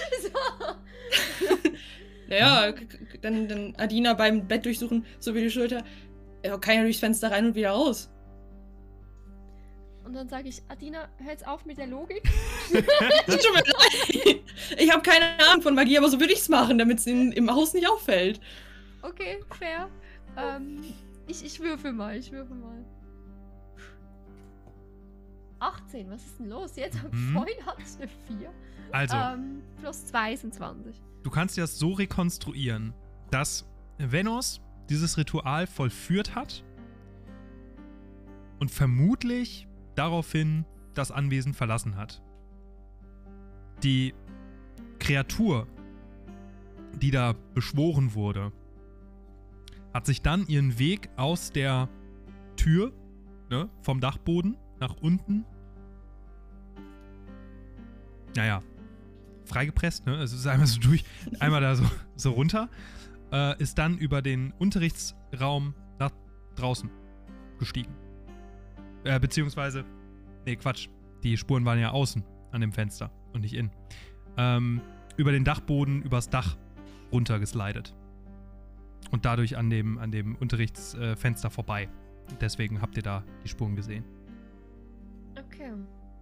Naja, dann Adina beim Bett durchsuchen, so wie die Schulter. Ja, kann ja durchs Fenster rein und wieder raus. Und dann sage ich, Adina, hör jetzt auf mit der Logik. Das tut mir leid. Ich habe keine Ahnung von Magie, aber so würde ich es machen, damit es im Haus nicht auffällt. Okay, fair. Ich würfel mal. 18, was ist denn los? Jetzt vorhin hatte ich eine 4. Also, plus 2 sind 20. du kannst dir das so rekonstruieren, dass Venos dieses Ritual vollführt hat und vermutlich daraufhin das Anwesen verlassen hat. Die Kreatur, die da beschworen wurde, hat sich dann ihren Weg aus der Tür, ne, vom Dachboden nach unten, freigepresst, ne? Es ist einmal so durch, einmal da so runter, ist dann über den Unterrichtsraum nach draußen gestiegen. Beziehungsweise, nee, Quatsch, die Spuren waren ja außen an dem Fenster und nicht innen. Über den Dachboden, übers Dach runtergeslidet. Und dadurch an dem Unterrichtsfenster vorbei. Deswegen habt ihr da die Spuren gesehen. Okay.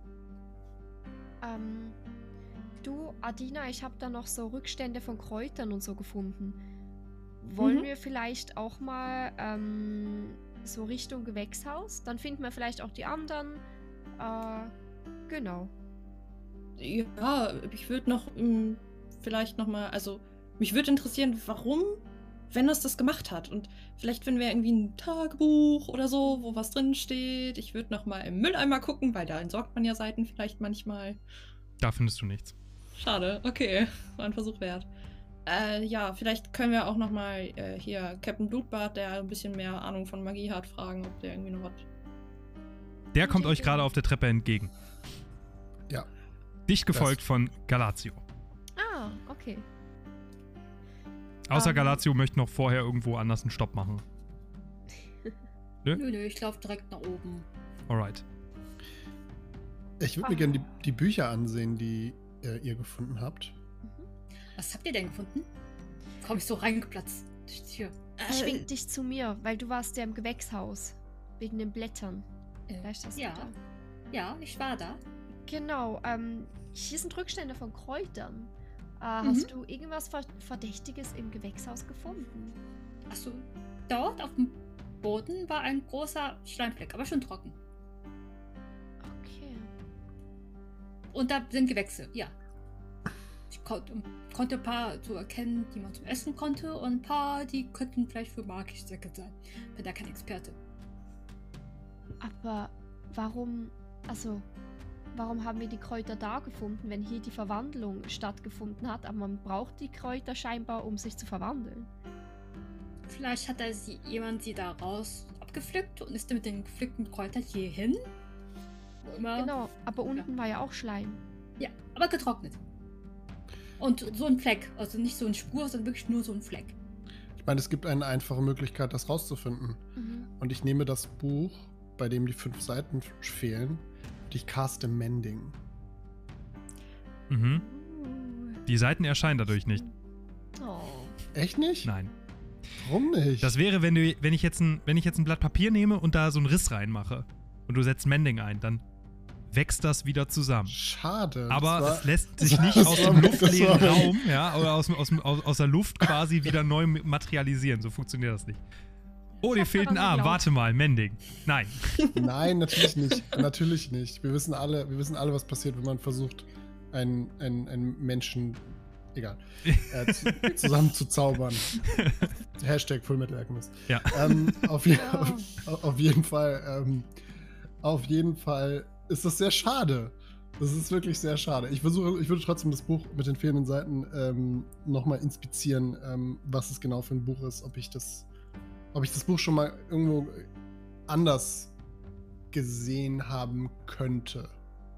Du, Adina, ich habe da noch so Rückstände von Kräutern und so gefunden. Wollen wir vielleicht auch mal so Richtung Gewächshaus? Dann finden wir vielleicht auch die anderen. Genau. Ja, ich würde noch vielleicht nochmal, also mich würde interessieren, warum Venos das gemacht hat. Und vielleicht finden wir irgendwie ein Tagebuch oder so, wo was drin steht. Ich würde nochmal im Mülleimer gucken, weil da entsorgt man ja Seiten vielleicht manchmal. Da findest du nichts. Schade, okay. War ein Versuch wert. Ja, vielleicht können wir auch nochmal hier Captain Blutbart, der ein bisschen mehr Ahnung von Magie hat, fragen, ob der irgendwie noch was... Der kommt euch gerade auf der Treppe entgegen. Ja. Dicht gefolgt von Galatio. Ah, okay. Außer Galatio möchte noch vorher irgendwo anders einen Stopp machen. Nö, ich laufe direkt nach oben. Alright. Ich würde mir gerne die Bücher ansehen, die ihr gefunden habt. Was habt ihr denn gefunden? Komm ich so reingeplatzt durch die Tür. Ich wink dich zu mir, weil du warst ja im Gewächshaus. Wegen den Blättern. Vielleicht hast du ja. da. Ja, ich war da. Genau, hier sind Rückstände von Kräutern. Hast du irgendwas Verdächtiges im Gewächshaus gefunden? Achso, dort auf dem Boden war ein großer Schleimfleck, aber schon trocken. Okay. Und da sind Gewächse, ja. Ich konnte ein paar so erkennen, die man zum Essen konnte, und ein paar, die könnten vielleicht für magische Zwecke sein. Bin da kein Experte. Aber warum haben wir die Kräuter da gefunden, wenn hier die Verwandlung stattgefunden hat? Aber man braucht die Kräuter scheinbar, um sich zu verwandeln. Vielleicht hat jemand sie da raus abgepflückt und ist mit den gepflückten Kräutern hierhin. immer. Genau, aber unten war ja auch Schleim. Ja, aber getrocknet. Und so ein Fleck. Also nicht so eine Spur, sondern wirklich nur so ein Fleck. Ich meine, es gibt eine einfache Möglichkeit, das rauszufinden. Und ich nehme das Buch, bei dem die 5 Seiten fehlen, und ich caste Mending. Mhm. Die Seiten erscheinen dadurch nicht. Oh. Echt nicht? Nein. Warum nicht? Das wäre, wenn ich jetzt ein Blatt Papier nehme und da so einen Riss reinmache und du setzt Mending ein, dann wächst das wieder zusammen. Schade. Aber Das es lässt sich nicht das aus war- dem das luftleeren war- Raum, ja, oder aus der Luft quasi wieder neu materialisieren. So funktioniert das nicht. Oh, dir hab's fehlt ein daran Arm. geglaubt. Warte mal, Mending. Nein. Nein, natürlich nicht. Natürlich nicht. Wir wissen alle, was passiert, wenn man versucht, einen Menschen, egal, zusammen zu zaubern. Hashtag Fullmetal Alchemist. Ja. Auf jeden Fall ist das sehr schade. Das ist wirklich sehr schade. Ich würde trotzdem das Buch mit den fehlenden Seiten nochmal inspizieren, was es genau für ein Buch ist, ob ich das Buch schon mal irgendwo anders gesehen haben könnte.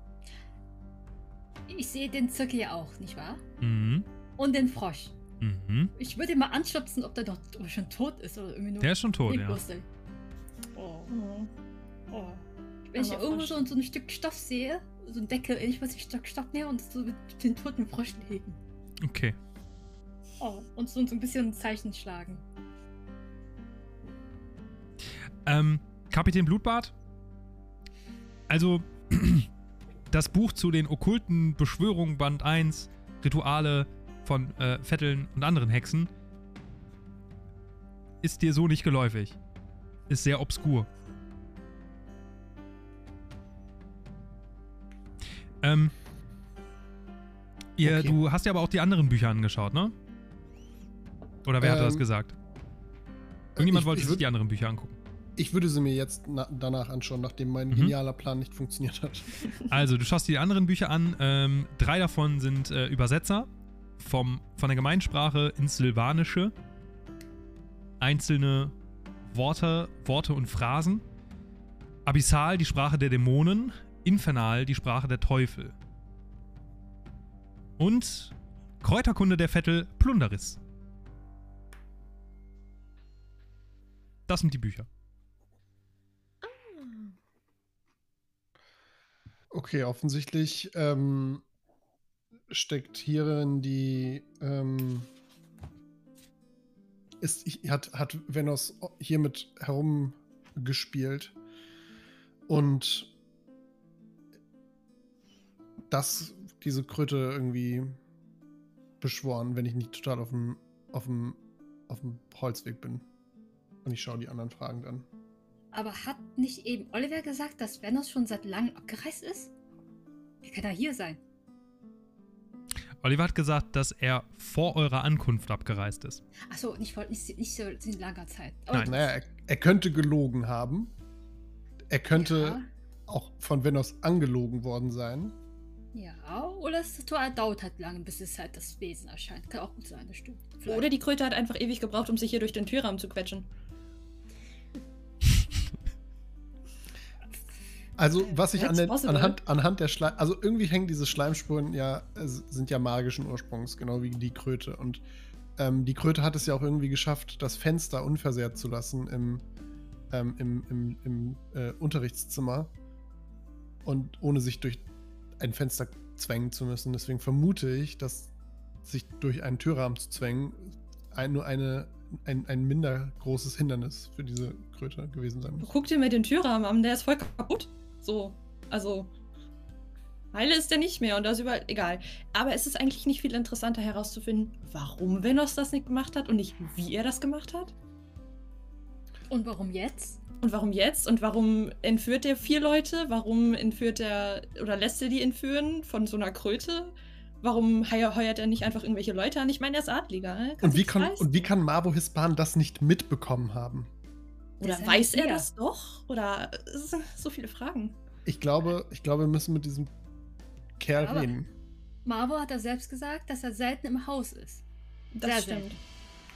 Ich sehe den Zirkel ja auch, nicht wahr? Mhm. Und den Frosch. Mhm. Ich würde ihn mal anstupsen, ob der doch schon tot ist oder irgendwie nur. Der ist schon tot, ja. leblos ist. Oh. Mhm. Oh. Wenn ich Aber irgendwo Frosch. so ein Stück Stoff sehe, so ein Deckel, ich muss ein Stück Stoff nehmen und so mit den toten Frosch legen. Okay. Oh. Und so ein bisschen ein Zeichen schlagen. Kapitän Blutbart? Also, das Buch zu den okkulten Beschwörungen Band 1, Rituale von Vetteln und anderen Hexen, ist dir so nicht geläufig. Ist sehr obskur. Okay. Du hast ja aber auch die anderen Bücher angeschaut, ne? Oder wer hatte das gesagt? Irgendjemand wollte sich die anderen Bücher angucken. Ich würde sie mir jetzt danach anschauen, nachdem mein genialer Plan nicht funktioniert hat. Also, du schaust dir die anderen Bücher an. 3 davon sind Übersetzer von der Gemeinsprache ins Silvanische. Einzelne Worte und Phrasen. Abyssal, die Sprache der Dämonen. Infernal, die Sprache der Teufel. Und Kräuterkunde der Vettel, Plunderis. Das sind die Bücher. Okay, offensichtlich steckt hierin die hat Venos hiermit herumgespielt und diese Kröte irgendwie beschworen, wenn ich nicht total auf dem Holzweg bin. Und ich schaue die anderen fragend an. Aber hat nicht eben Oliver gesagt, dass Venos schon seit langem abgereist ist? Wie kann er hier sein? Oliver hat gesagt, dass er vor eurer Ankunft abgereist ist. Achso, nicht so in langer Zeit. Nein. Naja, er könnte gelogen haben. Er könnte auch von Venos angelogen worden sein. Ja, oder es dauert halt lange, bis es halt das Wesen erscheint. Kann auch gut sein, das stimmt. Vielleicht. Oder die Kröte hat einfach ewig gebraucht, um sich hier durch den Türrahmen zu quetschen. Also, was ich That's possible. anhand der Schleim... Also, irgendwie hängen diese Schleimspuren sind ja magischen Ursprungs, genau wie die Kröte. Und die Kröte hat es ja auch irgendwie geschafft, das Fenster unversehrt zu lassen im Unterrichtszimmer. Und ohne sich durch ein Fenster zwängen zu müssen. Deswegen vermute ich, dass sich durch einen Türrahmen zu zwängen nur ein minder großes Hindernis für diese Kröte gewesen sein muss. Guck dir mal den Türrahmen an, der ist voll kaputt. So, also heile ist der nicht mehr und das überall, egal. Aber es ist eigentlich nicht viel interessanter herauszufinden, warum Venos das nicht gemacht hat und nicht wie er das gemacht hat. Und warum jetzt? Und warum jetzt? Und warum entführt er 4 Leute? Warum entführt er oder lässt er die entführen von so einer Kröte? Warum heuert er nicht einfach irgendwelche Leute an? Ich meine, er ist Adliger. Ne? Und wie kann Mabo Hispan das nicht mitbekommen haben? Oder Das ist weiß ein er Tier. das doch? Oder es sind so viele Fragen. Ich glaube, wir müssen mit diesem Kerl Aber- reden. Marvo hat er selbst gesagt, dass er selten im Haus ist. Das Sehr stimmt.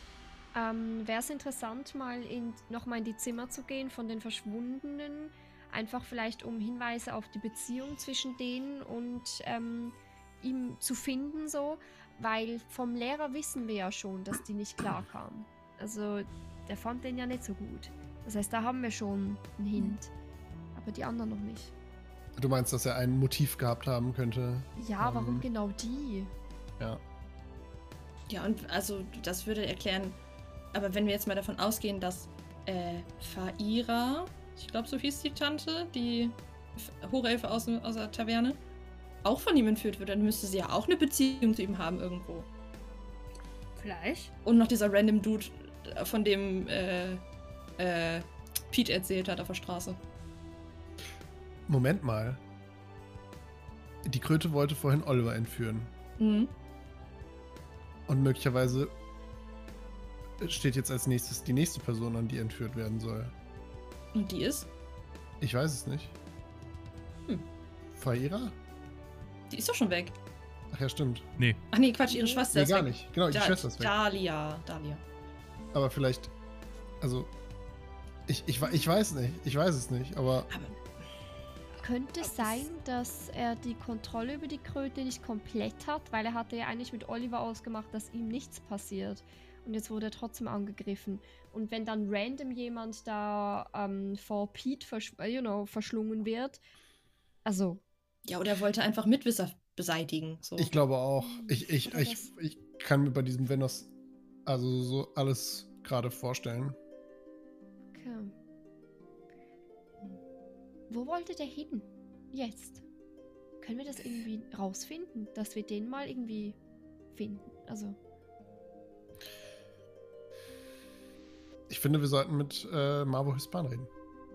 Wäre es interessant, nochmal in die Zimmer zu gehen von den Verschwundenen. Einfach vielleicht um Hinweise auf die Beziehung zwischen denen und ihm zu finden so, weil vom Lehrer wissen wir ja schon, dass die nicht klar kamen. Also der fand den ja nicht so gut. Das heißt, da haben wir schon einen Hint. Aber die anderen noch nicht. Du meinst, dass er ein Motiv gehabt haben könnte? Ja, warum genau die? Ja. Ja, und also das würde erklären, aber wenn wir jetzt mal davon ausgehen, dass Faira, ich glaube, so hieß die Tante, die Hochelfe aus der Taverne, auch von ihm entführt wird, dann müsste sie ja auch eine Beziehung zu ihm haben irgendwo. Vielleicht. Und noch dieser random Dude, von dem Pete erzählt hat auf der Straße. Moment mal. Die Kröte wollte vorhin Oliver entführen. Mhm. Und möglicherweise steht jetzt als nächstes die nächste Person an, die entführt werden soll. Und die ist? Ich weiß es nicht. Faira? Die ist doch schon weg. Ach ja, stimmt. Nee. Ach nee, Quatsch, ihre Schwester Nee, ist gar weg. nicht. Genau, die Schwester ist weg. Dahlia. Aber vielleicht, also, ich weiß nicht. Ich weiß es nicht, aber Könnte es sein, dass er die Kontrolle über die Kröte nicht komplett hat, weil er hatte ja eigentlich mit Oliver ausgemacht, dass ihm nichts passiert. Und jetzt wurde er trotzdem angegriffen. Und wenn dann random jemand da vor Pete verschlungen wird, also... Ja, oder er wollte einfach Mitwisser beseitigen. So. ich glaube auch. Ich Oder das- kann mir bei diesem Venos also so alles gerade vorstellen. Okay. Wo wollte der hin? Jetzt. Können wir das irgendwie rausfinden, dass wir den mal irgendwie finden? Also... Ich finde, wir sollten mit Marvo Hispan reden.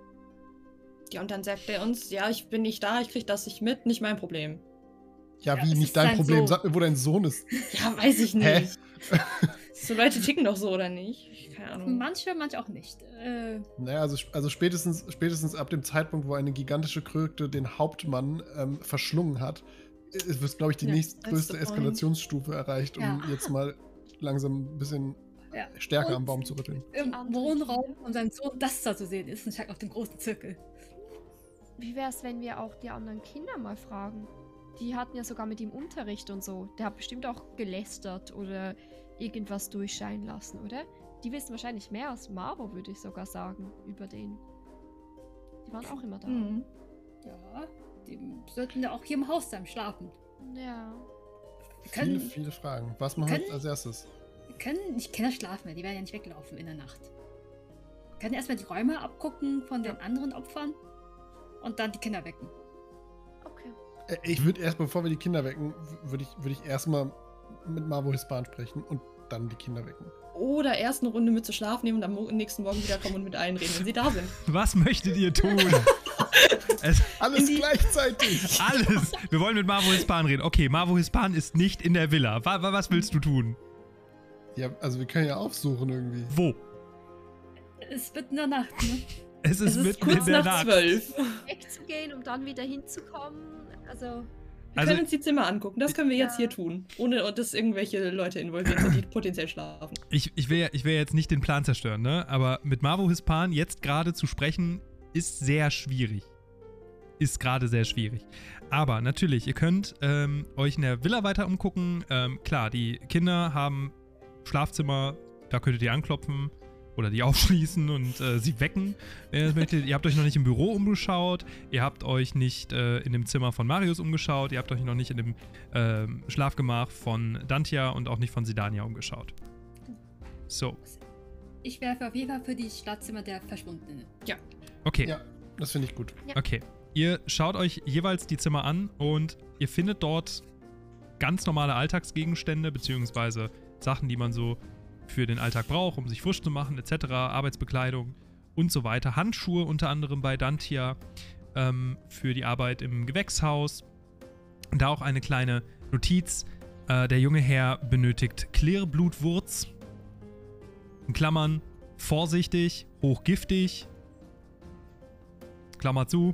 Ja, und dann sagt er uns, ja, ich bin nicht da, ich krieg das nicht mit, nicht mein Problem. Ja, Ja, wie, es nicht ist dein sein Problem? Sohn. Sag mir, wo dein Sohn ist. Ja, weiß ich nicht. Hä? So Leute ticken doch so, oder nicht? Keine Ahnung. Manche auch nicht. Naja, also spätestens ab dem Zeitpunkt, wo eine gigantische Kröte den Hauptmann verschlungen hat, wird, glaube ich, die Ja, nächstgrößte that's the point. Eskalationsstufe erreicht, um Ja. jetzt mal langsam ein bisschen Ja. stärker Und am Baum zu rütteln. Im andere Wohnraum Kinder? von seinem Sohn das da zu sehen ist, und auf dem großen Zirkel. Wie wäre es, wenn wir auch die anderen Kinder mal fragen? Die hatten ja sogar mit ihm Unterricht und so. Der hat bestimmt auch gelästert oder irgendwas durchscheinen lassen, oder? Die wissen wahrscheinlich mehr als Marvo, würde ich sogar sagen, über den. Die waren auch immer da. Mhm. Ja, die sollten ja auch hier im Haus sein, schlafen. Ja. Wir können, Viele Fragen. Was machen wir als erstes? wir können nicht Kinder schlafen mehr, die werden ja nicht weglaufen in der Nacht. Wir können erstmal die Räume abgucken von den anderen Opfern und dann die Kinder wecken. Okay. Ich würde erst, bevor wir die Kinder wecken, würde ich erstmal mit Marvo Hispan sprechen und dann die Kinder wecken. Oder erst eine Runde mit zu schlafen nehmen und am nächsten Morgen wiederkommen und mit allen reden, wenn sie da sind. Was möchtet ihr tun? Alles gleichzeitig! Alles! Wir wollen mit Marvo Hispan reden. Okay, Marvo Hispan ist nicht in der Villa. Was willst du tun? Ja, also wir können ja aufsuchen irgendwie. Wo? Es wird in der Nacht, ne? Es ist mitten kurz in der nach Nacht. 12. Wegzugehen, um dann wieder hinzukommen. Also. Wir Also- können uns die Zimmer angucken. Das können wir jetzt Ja. hier tun. Ohne dass irgendwelche Leute involviert sind, die potenziell schlafen. Ich will jetzt nicht den Plan zerstören, ne? Aber mit Marvo Hispan jetzt gerade zu sprechen, ist sehr schwierig. Ist gerade sehr schwierig. Aber natürlich, ihr könnt euch in der Villa weiter umgucken. Klar, die Kinder haben Schlafzimmer, da könntet ihr anklopfen oder die aufschließen und sie wecken, wenn ihr das möchtet. Ihr habt euch noch nicht im Büro umgeschaut, ihr habt euch nicht in dem Zimmer von Marius umgeschaut, ihr habt euch noch nicht in dem Schlafgemach von Dantia und auch nicht von Sidania umgeschaut. So, Ich werfe auf jeden Fall für die Schlafzimmer der Verschwundenen. okay. Ja, das finde ich gut. Okay. Ihr schaut euch jeweils die Zimmer an und ihr findet dort ganz normale Alltagsgegenstände, beziehungsweise Sachen, die man so für den Alltag braucht, um sich frisch zu machen, etc., Arbeitsbekleidung und so weiter. Handschuhe unter anderem bei Dantia für die Arbeit im Gewächshaus. Da auch eine kleine Notiz. Der junge Herr benötigt Klirrblutwurz. In Klammern, vorsichtig, hochgiftig. Klammer zu.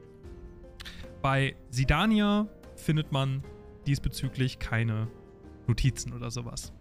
Bei Sidania findet man diesbezüglich keine Notizen oder sowas.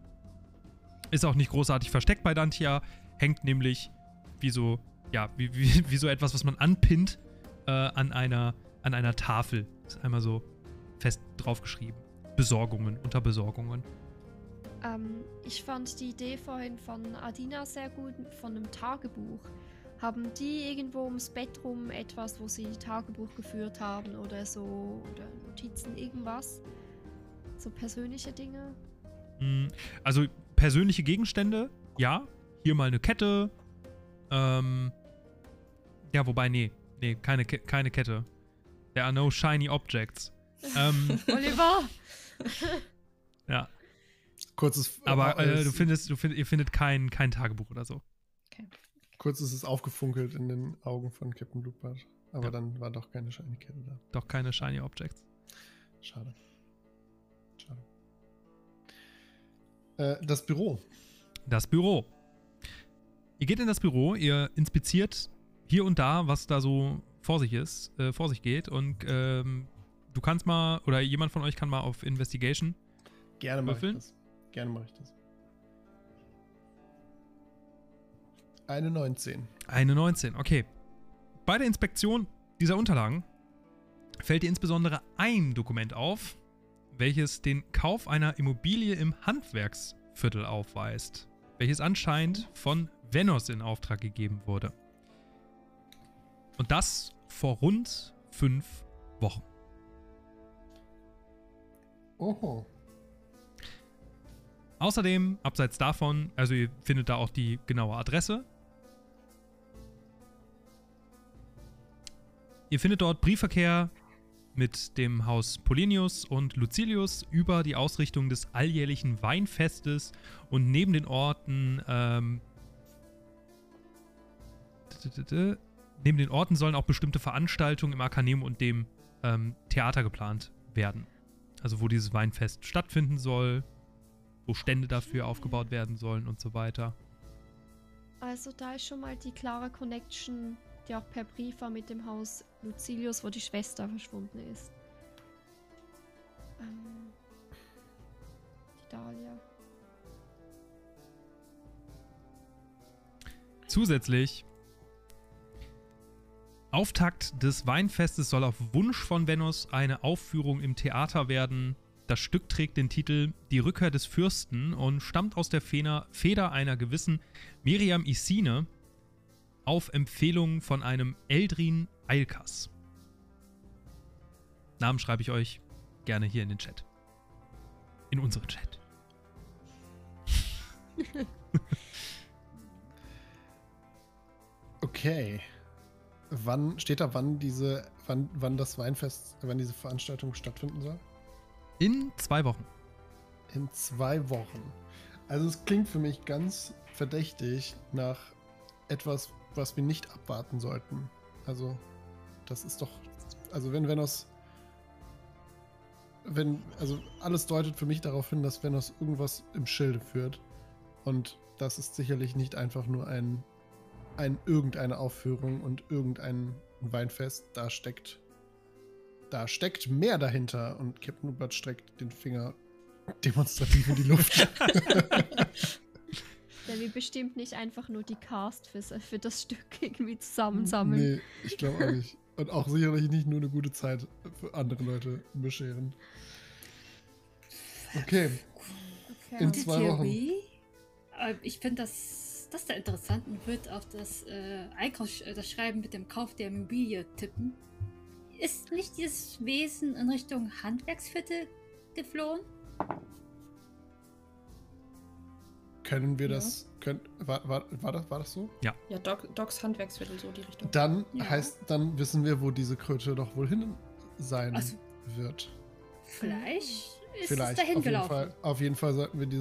Ist auch nicht großartig versteckt bei Dantia, hängt nämlich wie so, ja, wie so etwas, was man anpinnt an einer Tafel. Ist einmal so fest draufgeschrieben. Besorgungen, unter Besorgungen. Ich fand die Idee vorhin von Adina sehr gut, von einem Tagebuch. Haben die irgendwo ums Bett rum etwas, wo sie Tagebuch geführt haben oder so? Oder Notizen, irgendwas? So persönliche Dinge? Also persönliche Gegenstände, ja. Hier mal eine Kette. Ja, wobei, nee, keine Kette. There are no shiny objects. Oliver! Ja. Kurzes. Aber ihr findet kein Tagebuch oder so. Kurz ist es aufgefunkelt in den Augen von Captain Bluebird. Aber Ja. dann war doch keine shiny Kette da. Doch keine shiny objects. Schade. Das Büro. Das Büro. Ihr geht in das Büro, ihr inspiziert hier und da, was da so vor sich geht. Und du kannst mal, oder jemand von euch kann mal auf Investigation Gerne mache würfeln. ich das. Eine 19. Eine 19, okay. Bei der Inspektion dieser Unterlagen fällt dir insbesondere ein Dokument auf, welches den Kauf einer Immobilie im Handwerksviertel aufweist, welches anscheinend von Venos in Auftrag gegeben wurde. Und das vor rund 5 Wochen. Oho. Außerdem, abseits davon, also ihr findet da auch die genaue Adresse. Ihr findet dort Briefverkehr mit dem Haus Polinius und Lucilius über die Ausrichtung des alljährlichen Weinfestes und neben den Orten sollen auch bestimmte Veranstaltungen im Arkaneum und dem Theater geplant werden. Also wo dieses Weinfest stattfinden soll, wo Stände dafür aufgebaut werden sollen und so weiter. Also da ist schon mal die klare Connection, die auch per Brief war mit dem Haus Lucilius, wo die Schwester verschwunden ist. Die Dahlia. Zusätzlich, Auftakt des Weinfestes soll auf Wunsch von Venos eine Aufführung im Theater werden. Das Stück trägt den Titel Die Rückkehr des Fürsten und stammt aus der Feder einer gewissen Miriam Isine auf Empfehlung von einem Eldrin Eilkas. Namen schreibe ich euch gerne hier in den Chat. In unseren Chat. Okay. Wann diese Veranstaltung stattfinden soll? In 2 Wochen. In 2 Wochen. Also es klingt für mich ganz verdächtig nach etwas, was wir nicht abwarten sollten. Also das ist doch, also also alles deutet für mich darauf hin, dass Venos irgendwas im Schilde führt. Und das ist sicherlich nicht einfach nur irgendeine Aufführung und irgendein Weinfest. Da steckt mehr dahinter. Und Captain Bluebird streckt den Finger demonstrativ in die Luft. Der will bestimmt nicht einfach nur die Cast für das Stück irgendwie zusammensammeln. Nee, ich glaube auch nicht. Und auch sicherlich nicht nur eine gute Zeit für andere Leute bescheren. Okay. In Gute 2 Wochen. Theorie. Ich finde, das da interessant und wird auf das das Schreiben mit dem Kauf der Immobilie tippen. Ist nicht dieses Wesen in Richtung Handwerksviertel geflohen? Können wir das. War das so? Ja, Docs Handwerksviertel, so die Richtung. Dann Ja. dann wissen wir, wo diese Kröte doch wohl hin sein Also- wird. Vielleicht ist Vielleicht. es dahin gelaufen. Auf jeden Fall sollten wir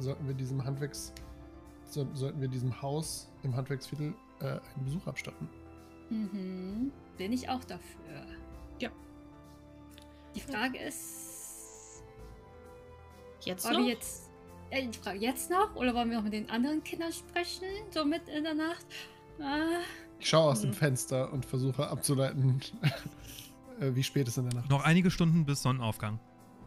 diesem Haus im Handwerksviertel einen Besuch abstatten. Mhm. Bin ich auch dafür. Ja. Die Frage ist, Jetzt wollen noch? wir die Frage jetzt noch oder wollen wir noch mit den anderen Kindern sprechen, so mit in der Nacht? Ich schaue aus dem Fenster und versuche abzuleiten, wie spät es in der Nacht Noch einige Stunden bis Sonnenaufgang.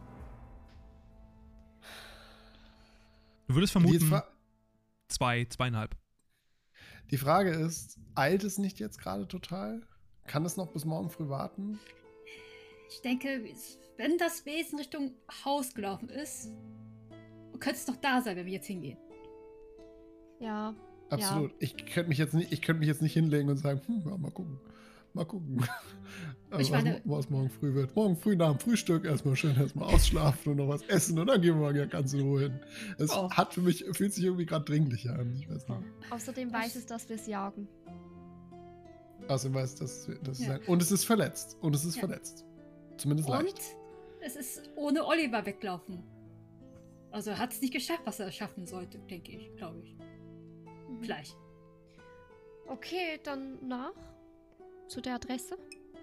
Du würdest ist. vermuten, 2,5. Die Frage ist, eilt es nicht jetzt gerade total? Kann es noch bis morgen früh warten? Ich denke, wenn das Wesen Richtung Haus gelaufen ist, könnte es doch da sein, wenn wir jetzt hingehen. Ja. Absolut. Ich könnte mich jetzt nicht hinlegen und sagen, ja, mal gucken. Mal gucken. Ich meine, was morgen früh wird. Morgen früh nach dem Frühstück erstmal ausschlafen und noch was essen und dann gehen wir mal ganz in Ruhe hin. Es fühlt sich irgendwie gerade dringlicher an. Ich weiß nicht. Außerdem weiß es, dass wir es jagen. Außerdem weiß es, dass und es ist verletzt. Und es ist verletzt. Zumindest leicht. Und es ist ohne Oliver weglaufen. Also er hat es nicht geschafft, was er schaffen sollte, denke ich, glaube ich. Vielleicht. Okay, dann nach. Zu der Adresse.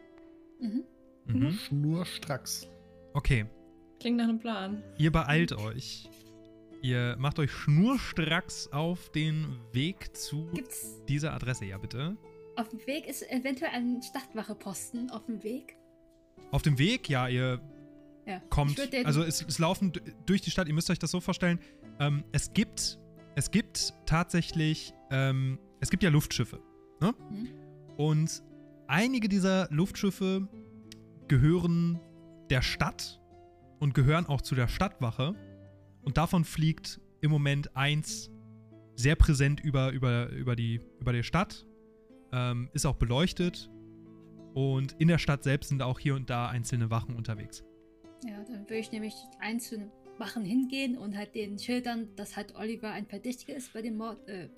Schnurstracks. Okay. Klingt nach einem Plan. Ihr beeilt euch. Ihr macht euch schnurstracks auf den Weg zu dieser Adresse. Ja, bitte. Auf dem Weg ist eventuell ein Stadtwacheposten auf dem Weg. Auf dem Weg, ja, ihr kommt. Also es laufen durch die Stadt, ihr müsst euch das so vorstellen. Es gibt tatsächlich, es gibt ja Luftschiffe. Ne? Und einige dieser Luftschiffe gehören der Stadt und gehören auch zu der Stadtwache. Und davon fliegt im Moment eins sehr präsent über die Stadt. Ist auch beleuchtet. Und in der Stadt selbst sind auch hier und da einzelne Wachen unterwegs. Ja, dann würde ich nämlich einzelne Wachen hingehen und halt denen schildern, dass halt Oliver ein Verdächtiger ist bei den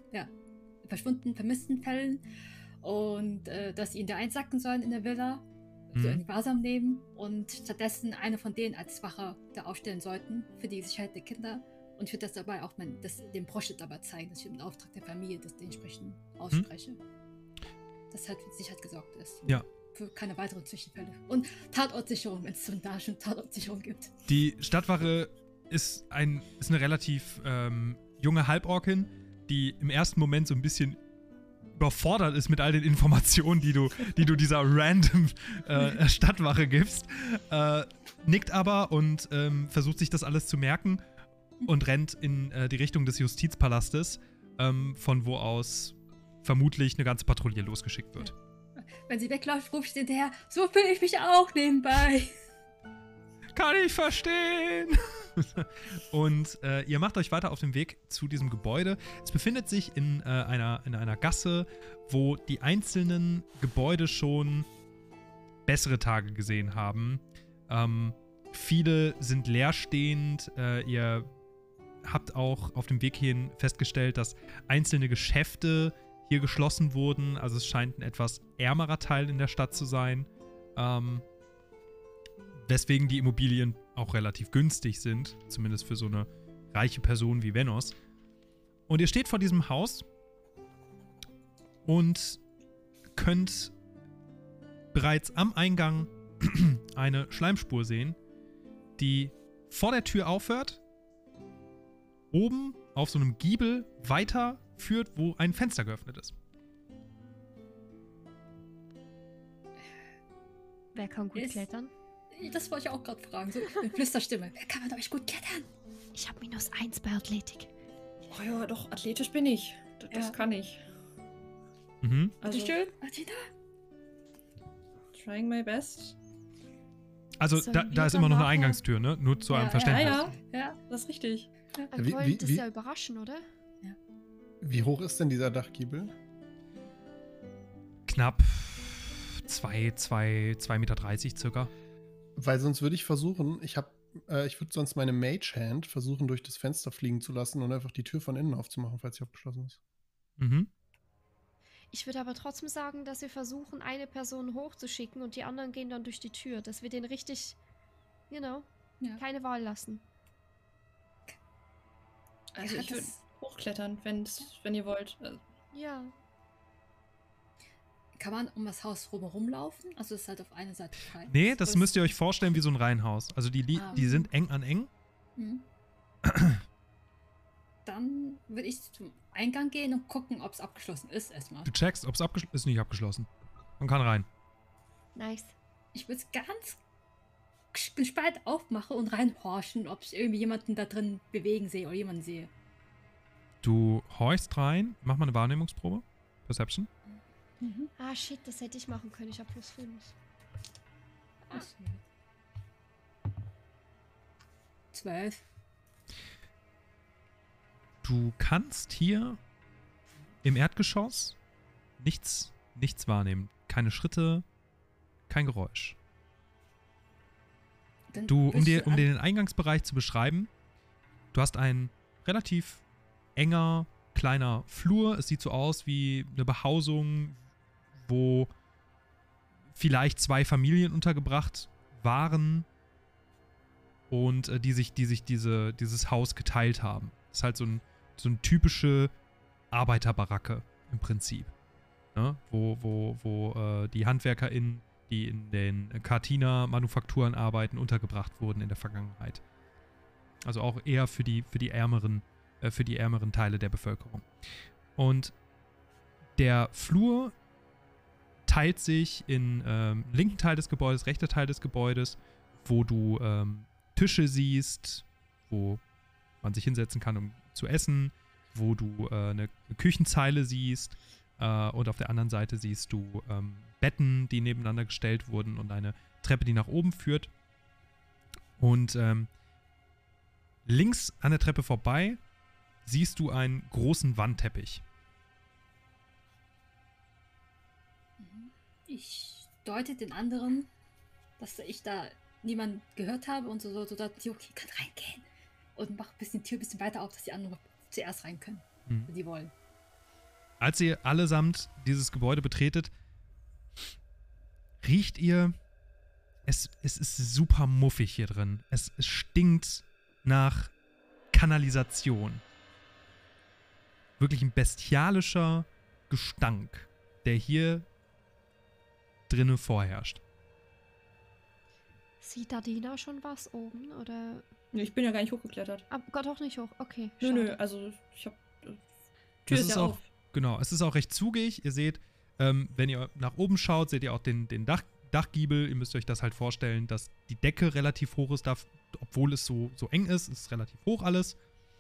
vermissten Fällen. Und dass sie ihn da einsacken sollen in der Villa, so in Gewahrsam nehmen und stattdessen eine von denen als Wache da aufstellen sollten für die Sicherheit der Kinder. Und ich würde das dabei auch den Brosche dabei zeigen, dass ich im Auftrag der Familie das dementsprechend ausspreche. Dass halt für Sicherheit gesorgt ist. Ja. Für keine weiteren Zwischenfälle. Und Tatortsicherung, wenn es so da schon Tatortsicherung gibt. Die Stadtwache ist eine relativ junge Halborkin, die im ersten Moment so ein bisschen überfordert ist mit all den Informationen, die du dieser random Stadtwache gibst, nickt aber und versucht sich das alles zu merken und rennt in die Richtung des Justizpalastes, von wo aus vermutlich eine ganze Patrouille losgeschickt wird. Wenn sie wegläuft, rufe ich sie hinterher, so fühle ich mich auch nebenbei. Kann ich verstehen. Und ihr macht euch weiter auf den Weg zu diesem Gebäude. Es befindet sich in einer Gasse, wo die einzelnen Gebäude schon bessere Tage gesehen haben. Viele sind leerstehend. Ihr habt auch auf dem Weg hierhin festgestellt, dass einzelne Geschäfte hier geschlossen wurden. Also es scheint ein etwas ärmerer Teil in der Stadt zu sein. Weswegen die Immobilien auch relativ günstig sind, zumindest für so eine reiche Person wie Venos. Und ihr steht vor diesem Haus und könnt bereits am Eingang eine Schleimspur sehen, die vor der Tür aufhört, oben auf so einem Giebel weiterführt, wo ein Fenster geöffnet ist. Wer kann gut klettern? Das wollte ich auch gerade fragen, so mit Flüsterstimme. Wer kann man euch gut klettern? Ich habe -1 bei Athletik. Oh ja, doch, athletisch bin ich. Das kann ich. Also schön, Martina. Trying my best. Also da ist immer noch eine Eingangstür, ne? Nur zu eurem Verständnis. Ja, das ist richtig. Wir wollen das ja überraschen, oder? Ja. Wie hoch ist denn dieser Dachgiebel? Knapp 2,30 Meter circa. Weil sonst würde ich versuchen, ich würde sonst meine Mage Hand versuchen, durch das Fenster fliegen zu lassen und einfach die Tür von innen aufzumachen, falls sie abgeschlossen ist. Ich würde aber trotzdem sagen, dass wir versuchen, eine Person hochzuschicken und die anderen gehen dann durch die Tür, dass wir den richtig, keine Wahl lassen. Also ich würde hochklettern, wenn ihr wollt. Ja. Kann man um das Haus rumlaufen? Also ist halt auf eine Seite frei. Nee, das müsst ihr euch vorstellen wie so ein Reihenhaus. Also die sind eng an eng. Dann würde ich zum Eingang gehen und gucken, ob es abgeschlossen ist erstmal. Du checkst, ob es abgeschlossen ist. Nicht abgeschlossen. Man kann rein. Nice. Ich würde es ganz gespannt aufmachen und reinhorchen, ob ich irgendwie jemanden da drin bewegen sehe oder jemanden sehe. Du horchst rein. Mach mal eine Wahrnehmungsprobe. Perception. Mhm. Ah, shit, das hätte ich machen können. Ich habe +5. Das hier. 12. Du kannst hier im Erdgeschoss nichts wahrnehmen. Keine Schritte, kein Geräusch. Dann Um willst dir an- den Eingangsbereich zu beschreiben, du hast ein relativ enger, kleiner Flur. Es sieht so aus wie eine Behausung, wo vielleicht 2 Familien untergebracht waren und die sich dieses Haus geteilt haben. Das ist halt so eine typische Arbeiterbaracke im Prinzip. Ne? Wo die HandwerkerInnen, die in den Cartina-Manufakturen arbeiten, untergebracht wurden in der Vergangenheit. Also auch eher für die ärmeren Teile der Bevölkerung. Und der Flur teilt sich in linken Teil des Gebäudes, rechter Teil des Gebäudes, wo du Tische siehst, wo man sich hinsetzen kann, um zu essen, wo du eine Küchenzeile siehst und auf der anderen Seite siehst du Betten, die nebeneinander gestellt wurden und eine Treppe, die nach oben führt. Und links an der Treppe vorbei siehst du einen großen Wandteppich. Ich deute den anderen, dass ich da niemand gehört habe und so dass die, okay, kann reingehen. Und mach die Tür ein bisschen weiter auf, dass die anderen zuerst rein können, wenn sie wollen. Als ihr allesamt dieses Gebäude betretet, riecht ihr, es ist super muffig hier drin. Es stinkt nach Kanalisation. Wirklich ein bestialischer Gestank, der hier drinnen vorherrscht. Sieht Adina schon was oben, oder? Nee, ich bin ja gar nicht hochgeklettert. Ah, Gott, auch nicht hoch. Okay, Nö, schade. also ich hab. Tür Das ist ist ja auch, auf. genau, es ist auch recht zugig. Ihr seht, wenn ihr nach oben schaut, seht ihr auch den Dachgiebel. Ihr müsst euch das halt vorstellen, dass die Decke relativ hoch ist, obwohl es so eng ist. Es ist relativ hoch alles.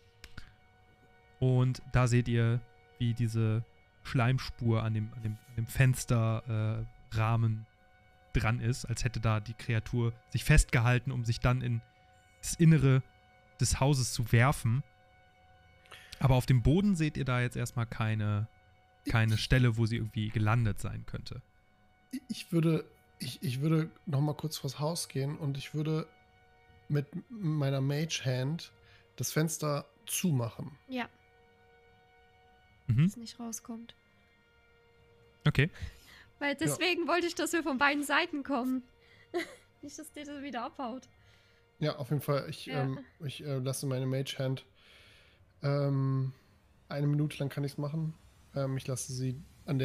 Und da seht ihr, wie diese Schleimspur an dem Fensterrahmen dran ist, als hätte da die Kreatur sich festgehalten, um sich dann in das Innere des Hauses zu werfen. Aber auf dem Boden seht ihr da jetzt erstmal keine Stelle, wo sie irgendwie gelandet sein könnte. Ich würde noch mal kurz vors Haus gehen und ich würde mit meiner Mage Hand das Fenster zumachen. Ja, Mhm. dass es nicht rauskommt. Okay. Weil deswegen wollte ich, dass wir von beiden Seiten kommen. Nicht, dass der das wieder abhaut. Ja, auf jeden Fall. Ich lasse meine Mage Hand 1 Minute lang kann ich es machen. Ich lasse sie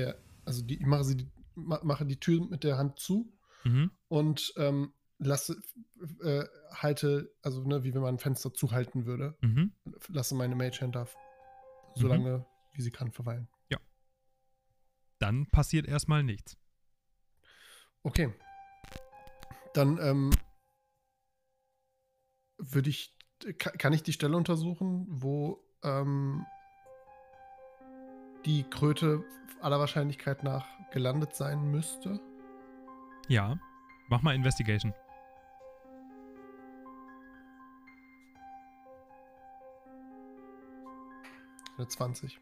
mache die Tür mit der Hand zu Mhm. und halte, also wie wenn man ein Fenster zuhalten würde. Mhm. Lasse meine Mage Hand da so lange, wie sie kann, verweilen. Dann passiert erstmal nichts. Okay. Dann kann ich die Stelle untersuchen, wo die Kröte aller Wahrscheinlichkeit nach gelandet sein müsste? Ja. Mach mal Investigation. Eine 20.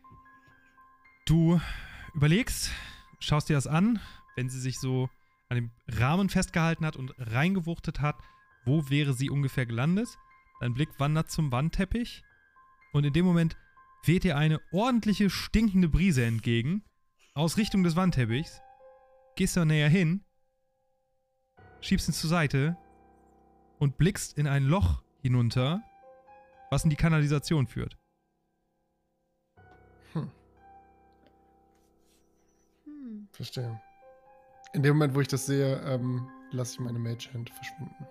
Du überlegst, schaust dir das an, wenn sie sich so an dem Rahmen festgehalten hat und reingewuchtet hat, wo wäre sie ungefähr gelandet? Dein Blick wandert zum Wandteppich und in dem Moment weht dir eine ordentliche, stinkende Brise entgegen, aus Richtung des Wandteppichs, gehst da näher hin, schiebst ihn zur Seite und blickst in ein Loch hinunter, was in die Kanalisation führt. Verstehe. In dem Moment, wo ich das sehe, lasse ich meine Mage Hand verschwinden.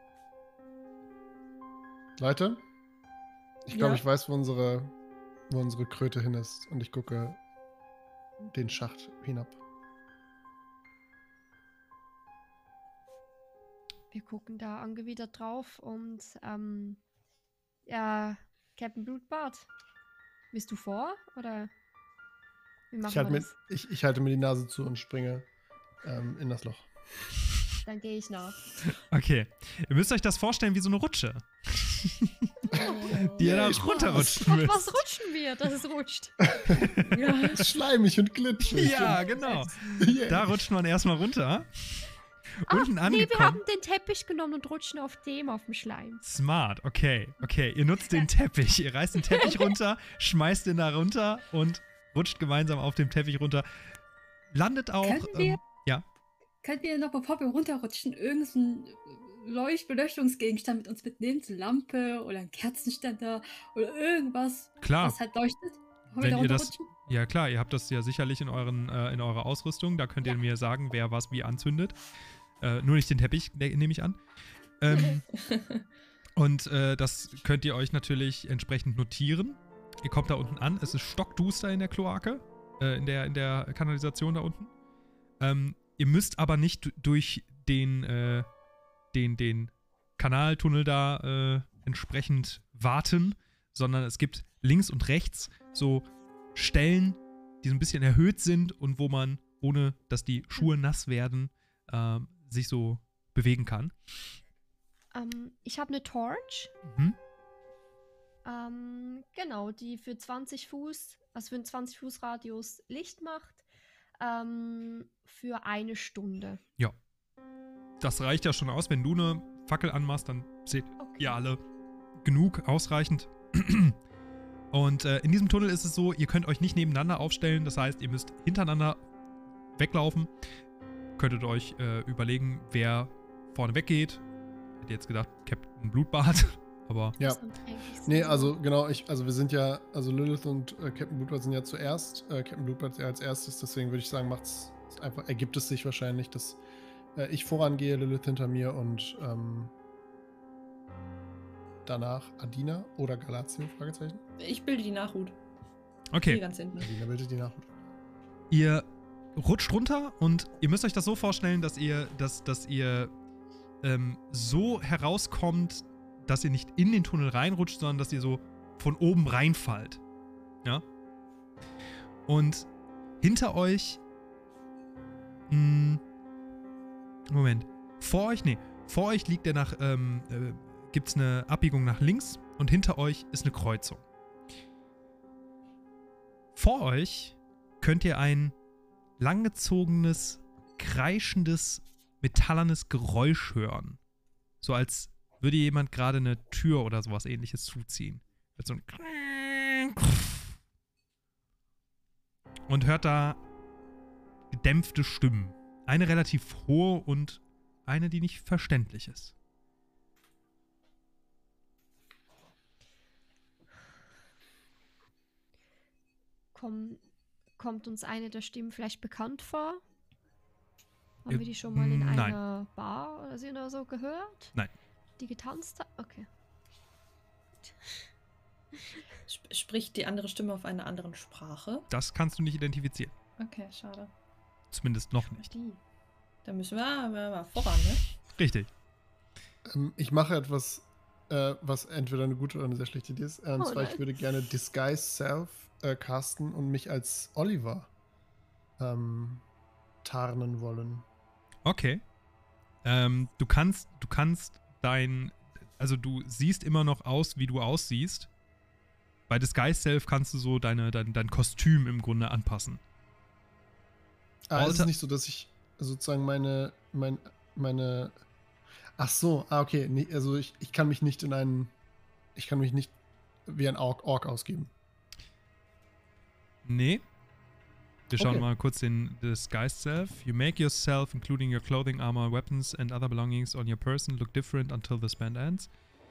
Leute, ich glaube, Ja? ich weiß, wo unsere Kröte hin ist. Und ich gucke den Schacht hinab. Wir gucken da angewidert drauf und ja, Captain Blutbart. Bist du vor, oder? Wie machen wir das? Ich halte mir die Nase zu und springe in das Loch. Dann gehe ich nach. Okay. Ihr müsst euch das vorstellen wie so eine Rutsche. Die ihr da runterrutschen Auf müsst. was rutschen wir, dass es rutscht? Ja. Schleimig und glitschig. Ja, genau. Yeah. Da rutscht man erstmal runter. Unten Nee, wir angekommen. haben den Teppich genommen und rutschen auf dem Schleim. Smart, okay. Okay, ihr nutzt den Teppich. Ihr reißt den Teppich runter, schmeißt den da runter und rutscht gemeinsam auf dem Teppich runter. Landet auch. Können wir noch, bevor wir runterrutschen, irgendeinen Beleuchtungsgegenstand mit uns mitnehmen? So eine Lampe oder ein Kerzenständer oder irgendwas, Klar. was halt leuchtet? Bevor wir Wenn da ihr das. runterrutschen? Ja, klar, ihr habt das ja sicherlich in eurer Ausrüstung. Da könnt ihr mir sagen, wer was wie anzündet. Nur nicht den Teppich, nehme ich an. Und das könnt ihr euch natürlich entsprechend notieren. Ihr kommt da unten an. Es ist stockduster in der Kloake. In der Kanalisation da unten. Ihr müsst aber nicht durch den Kanaltunnel da entsprechend warten, sondern es gibt links und rechts so Stellen, die so ein bisschen erhöht sind und wo man, ohne dass die Schuhe nass werden, sich so bewegen kann. Ich habe eine Torch. Mhm. Genau, die für 20 Fuß, also für einen 20 Fuß Radius Licht macht. Für 1 Stunde. Ja. Das reicht ja schon aus. Wenn du eine Fackel anmachst, dann seht ihr alle genug, ausreichend. Und in diesem Tunnel ist es so, ihr könnt euch nicht nebeneinander aufstellen. Das heißt, ihr müsst hintereinander weglaufen. Könntet euch überlegen, wer vorne weggeht. Hätte jetzt gedacht, Captain Blutbart. Aber Ja. Das macht eigentlich Sinn. Nee, also genau, wir sind ja, also Lilith und Captain Blutbart sind ja zuerst, Captain Blutbart ja als erstes, deswegen würde ich sagen, ergibt es sich wahrscheinlich, dass ich vorangehe, Lilith hinter mir und danach Adina oder Galatio, Fragezeichen. Ich bilde die Nachhut. okay. Hier ganz hinten. Adina bildet die Nachhut. Ihr rutscht runter und ihr müsst euch das so vorstellen, dass ihr so herauskommt, dass ihr nicht in den Tunnel reinrutscht, sondern dass ihr so von oben reinfallt. Ja? Und hinter euch Moment. Vor euch liegt gibt's eine Abbiegung nach links und hinter euch ist eine Kreuzung. Vor euch könnt ihr ein langgezogenes, kreischendes, metallernes Geräusch hören. So als würde jemand gerade eine Tür oder sowas Ähnliches zuziehen. Mit so ein und hört da gedämpfte Stimmen. Eine relativ hohe und eine, die nicht verständlich ist. Kommt uns eine der Stimmen vielleicht bekannt vor? Haben wir die schon mal in nein. einer Bar oder so gehört? Nein. Die getanzt hat? Okay. Spricht die andere Stimme auf einer anderen Sprache? Das kannst du nicht identifizieren. Okay, schade. Zumindest noch nicht. Die. Dann müssen wir mal voran, ne? Richtig. Ich mache etwas, was entweder eine gute oder eine sehr schlechte Idee ist. Und zwar, nein. ich würde gerne Disguise Self casten und mich als Oliver tarnen wollen. Okay. Du kannst also du siehst immer noch aus, wie du aussiehst. Bei Disguise Self kannst du so dein Kostüm im Grunde anpassen. Ist es nicht so, dass ich sozusagen meine ach so, okay, nee, also ich kann mich nicht wie ein Ork ausgeben. Nee. Wir schauen Okay. mal kurz den Disguised Self. You make yourself, including your clothing, armor, weapons and other belongings on your person, look different until the spell ends.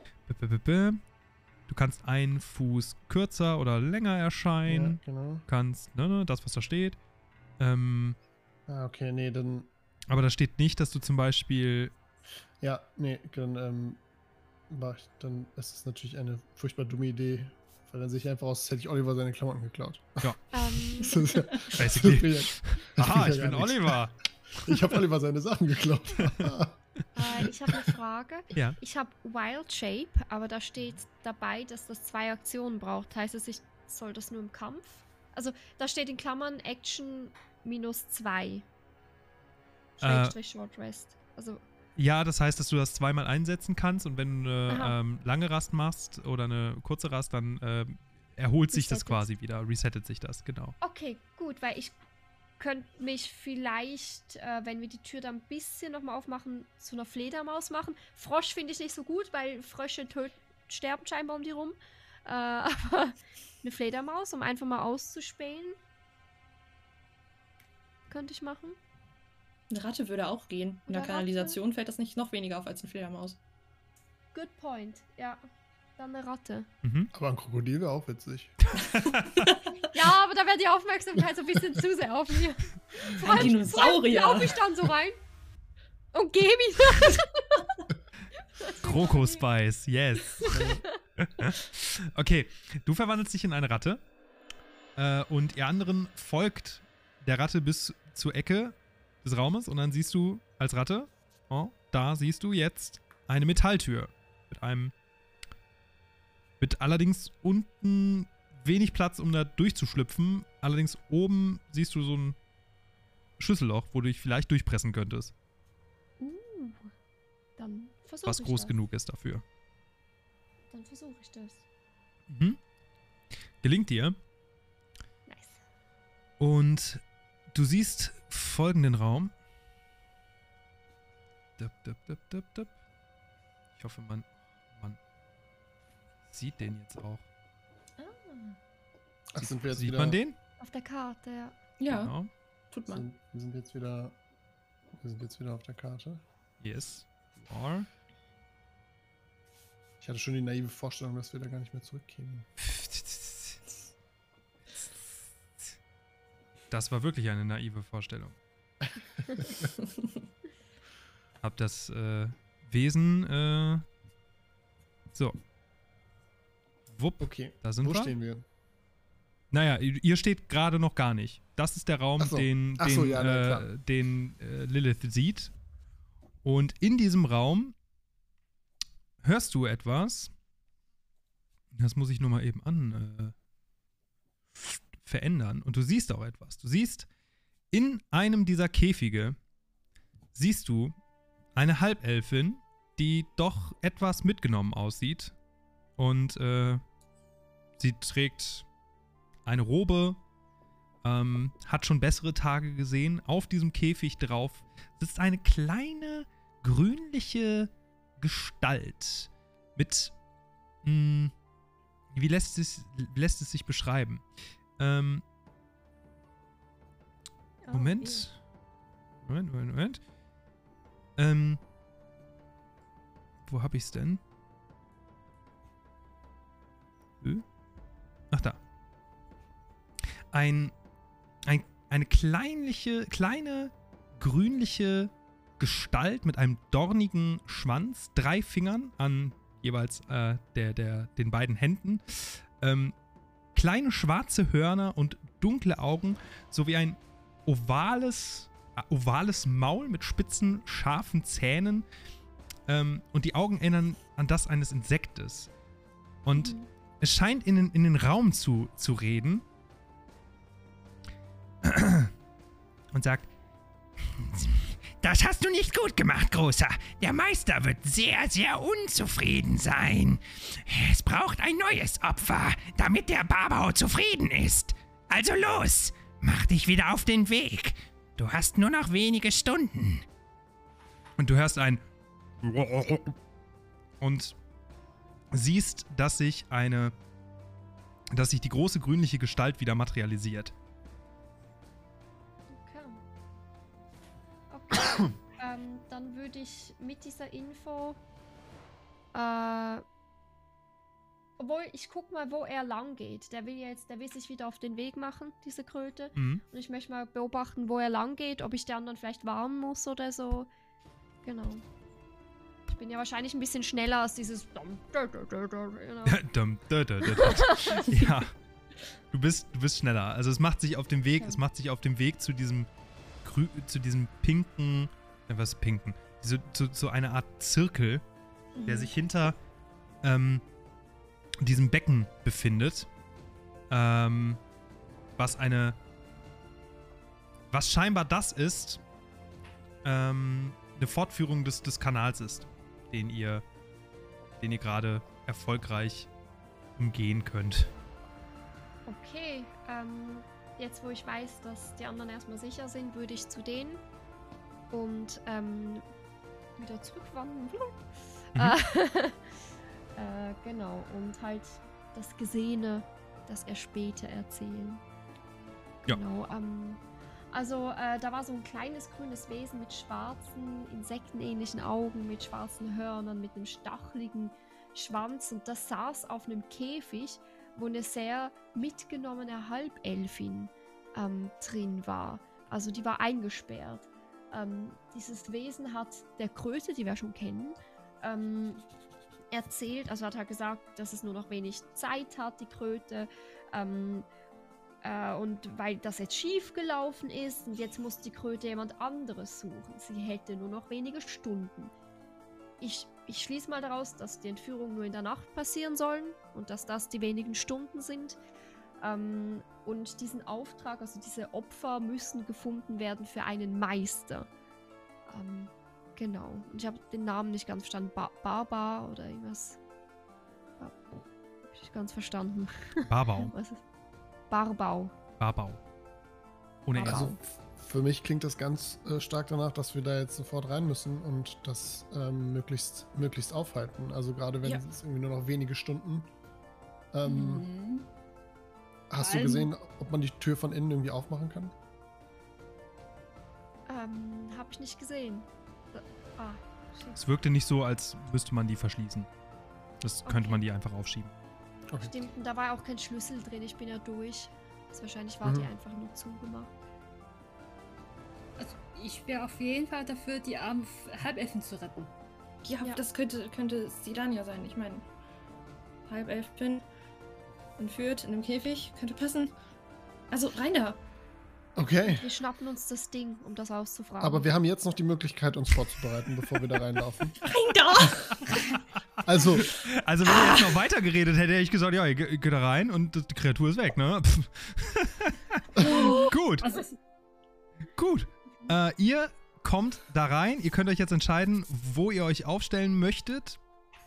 Du kannst 1 Fuß kürzer oder länger erscheinen. Ja, genau. Du kannst, das, was da steht. Okay, nee, dann Aber da steht nicht, dass du zum Beispiel. ja, nee, dann dann ist es natürlich eine furchtbar dumme Idee, weil dann sehe ich einfach aus, als hätte ich Oliver seine Klamotten geklaut. Das ist ja- Basically. Aha, ich ja bin gar nichts. Oliver. Ich habe Oliver seine Sachen geklaut. Ich habe eine Frage. Ja. Ich habe Wild Shape, aber da steht dabei, dass das 2 Aktionen braucht. Heißt es, ich soll das nur im Kampf Also, da steht in Klammern Action -2. Short Rest. Also, Ja, das heißt, dass du das zweimal einsetzen kannst und wenn du Aha. eine lange Rast machst oder eine kurze Rast, dann erholt sich das Resettet. quasi wieder, resettet sich das, genau. okay, gut, weil ich könnte mich vielleicht, wenn wir die Tür dann ein bisschen nochmal aufmachen, zu einer Fledermaus machen. Frosch finde ich nicht so gut, weil Frösche sterben scheinbar um die rum. Aber eine Fledermaus, um einfach mal auszuspähen, könnte ich machen. Eine Ratte würde auch gehen. In der Oder Kanalisation fällt das nicht noch weniger auf als eine Fledermaus. Good point, ja. Dann eine Ratte. Mhm. Aber ein Krokodil wäre auch witzig. Ja, aber da wäre die Aufmerksamkeit so ein bisschen zu sehr auf mir. Ein Dinosaurier. Laufe ich dann so rein und gebe ihn. Krokospice, yes. Okay, du verwandelst dich in eine Ratte und ihr anderen folgt der Ratte bis zur Ecke des Raumes und dann siehst du als Ratte, da siehst du jetzt eine Metalltür mit allerdings unten wenig Platz, um da durchzuschlüpfen. Allerdings oben siehst du so ein Schlüsselloch, wo du dich vielleicht durchpressen könntest, Dann versuche was ich groß das. genug ist dafür. Dann versuche ich das. Mhm. Gelingt dir. Nice. Und du siehst folgenden Raum. Ich hoffe, man sieht den jetzt auch. Ah, Ach, sind wir jetzt Sieht wieder, man den? auf der Karte, ja. Ja, Genau. tut man. Wir sind jetzt wieder auf der Karte. Yes, you are. Ich hatte schon die naive Vorstellung, dass wir da gar nicht mehr zurückkämen. Das war wirklich eine naive Vorstellung. Hab das Wesen so. Wupp, Okay, da sind wo wir. stehen wir? Naja, ihr steht gerade noch gar nicht. Das ist der Raum, Ach so. den Ach so, ja, na klar. Lilith sieht. Und in diesem Raum hörst du etwas. Das muss ich nur mal eben verändern. Und du siehst auch etwas. Du siehst in einem dieser Käfige siehst du eine Halbelfin, die doch etwas mitgenommen aussieht. Und sie trägt eine Robe, hat schon bessere Tage gesehen. Auf diesem Käfig drauf sitzt eine kleine, grünliche Gestalt mit, wie lässt es sich beschreiben? Moment. Wo hab ich's denn? Ach, da. Eine kleine, grünliche Gestalt mit einem dornigen Schwanz, 3 Fingern an jeweils den beiden Händen, kleine schwarze Hörner und dunkle Augen sowie ein ovales Maul mit spitzen, scharfen Zähnen und die Augen erinnern an das eines Insektes. Und es scheint in den Raum zu reden und sagt: Das hast du nicht gut gemacht, Großer. Der Meister wird sehr, sehr unzufrieden sein. Es braucht ein neues Opfer, damit der Barbau zufrieden ist. Also los, mach dich wieder auf den Weg. Du hast nur noch wenige Stunden. Und du hörst ein und siehst, dass sich die große grünliche Gestalt wieder materialisiert. Okay. Dann würde ich mit dieser Info, obwohl ich guck mal, wo er lang geht. Der will sich wieder auf den Weg machen, diese Kröte. Mhm. Und ich möchte mal beobachten, wo er lang geht, ob ich die anderen vielleicht warnen muss oder so. Genau. Ich bin ja wahrscheinlich ein bisschen schneller als dieses Ja. Du bist schneller. Also es macht sich auf dem Weg, zu diesem pinken, was pinken? Zu einer Art Zirkel, der sich hinter diesem Becken befindet. was scheinbar das ist, eine Fortführung des Kanals ist, den ihr gerade erfolgreich umgehen könnt. Okay, jetzt wo ich weiß, dass die anderen erstmal sicher sind, würde ich zu denen und wieder zurückwandern. Genau, und halt das Gesehene, das er später erzählen. Ja. Genau, also da war so ein kleines grünes Wesen mit schwarzen, insektenähnlichen Augen, mit schwarzen Hörnern, mit einem stacheligen Schwanz und das saß auf einem Käfig, wo eine sehr mitgenommene Halbelfin drin war. Also die war eingesperrt. Dieses Wesen hat der Kröte, die wir schon kennen, erzählt, also hat er gesagt, dass es nur noch wenig Zeit hat, die Kröte, und weil das jetzt schief gelaufen ist und jetzt muss die Kröte jemand anderes suchen. Sie hätte nur noch wenige Stunden. Ich schließe mal daraus, dass die Entführungen nur in der Nacht passieren sollen und dass das die wenigen Stunden sind. Und diesen Auftrag, also diese Opfer müssen gefunden werden für einen Meister. Genau. Und ich habe den Namen nicht ganz verstanden. Barbar oder irgendwas. Hab ich nicht ganz verstanden. Barbau. Was ist? Barbau. Barbau. Ohne R. Also für mich klingt das ganz stark danach, dass wir da jetzt sofort rein müssen und das möglichst aufhalten. Also gerade wenn es irgendwie nur noch wenige Stunden. Hast du gesehen, ob man die Tür von innen irgendwie aufmachen kann? Hab ich nicht gesehen. Es wirkte nicht so, als müsste man die verschließen. Das könnte man die einfach aufschieben. Okay. Stimmt, und da war auch kein Schlüssel drin, ich bin ja durch. Also wahrscheinlich war die einfach nur zugemacht. Also ich wäre auf jeden Fall dafür, die armen Halbelfen zu retten. Ja, das könnte Sidania sein. Ich meine, Halbelfin entführt in einem Käfig, könnte passen. Also rein da. Okay. Wir schnappen uns das Ding, um das auszufragen. Aber wir haben jetzt noch die Möglichkeit, uns vorzubereiten, bevor wir da reinlaufen. Rein da! Also, wenn ihr jetzt noch weiter geredet hätte, hätte ich gesagt, ja, ihr geht da rein und die Kreatur ist weg, ne? Gut. Also, Gut. Ihr kommt da rein. Ihr könnt euch jetzt entscheiden, wo ihr euch aufstellen möchtet.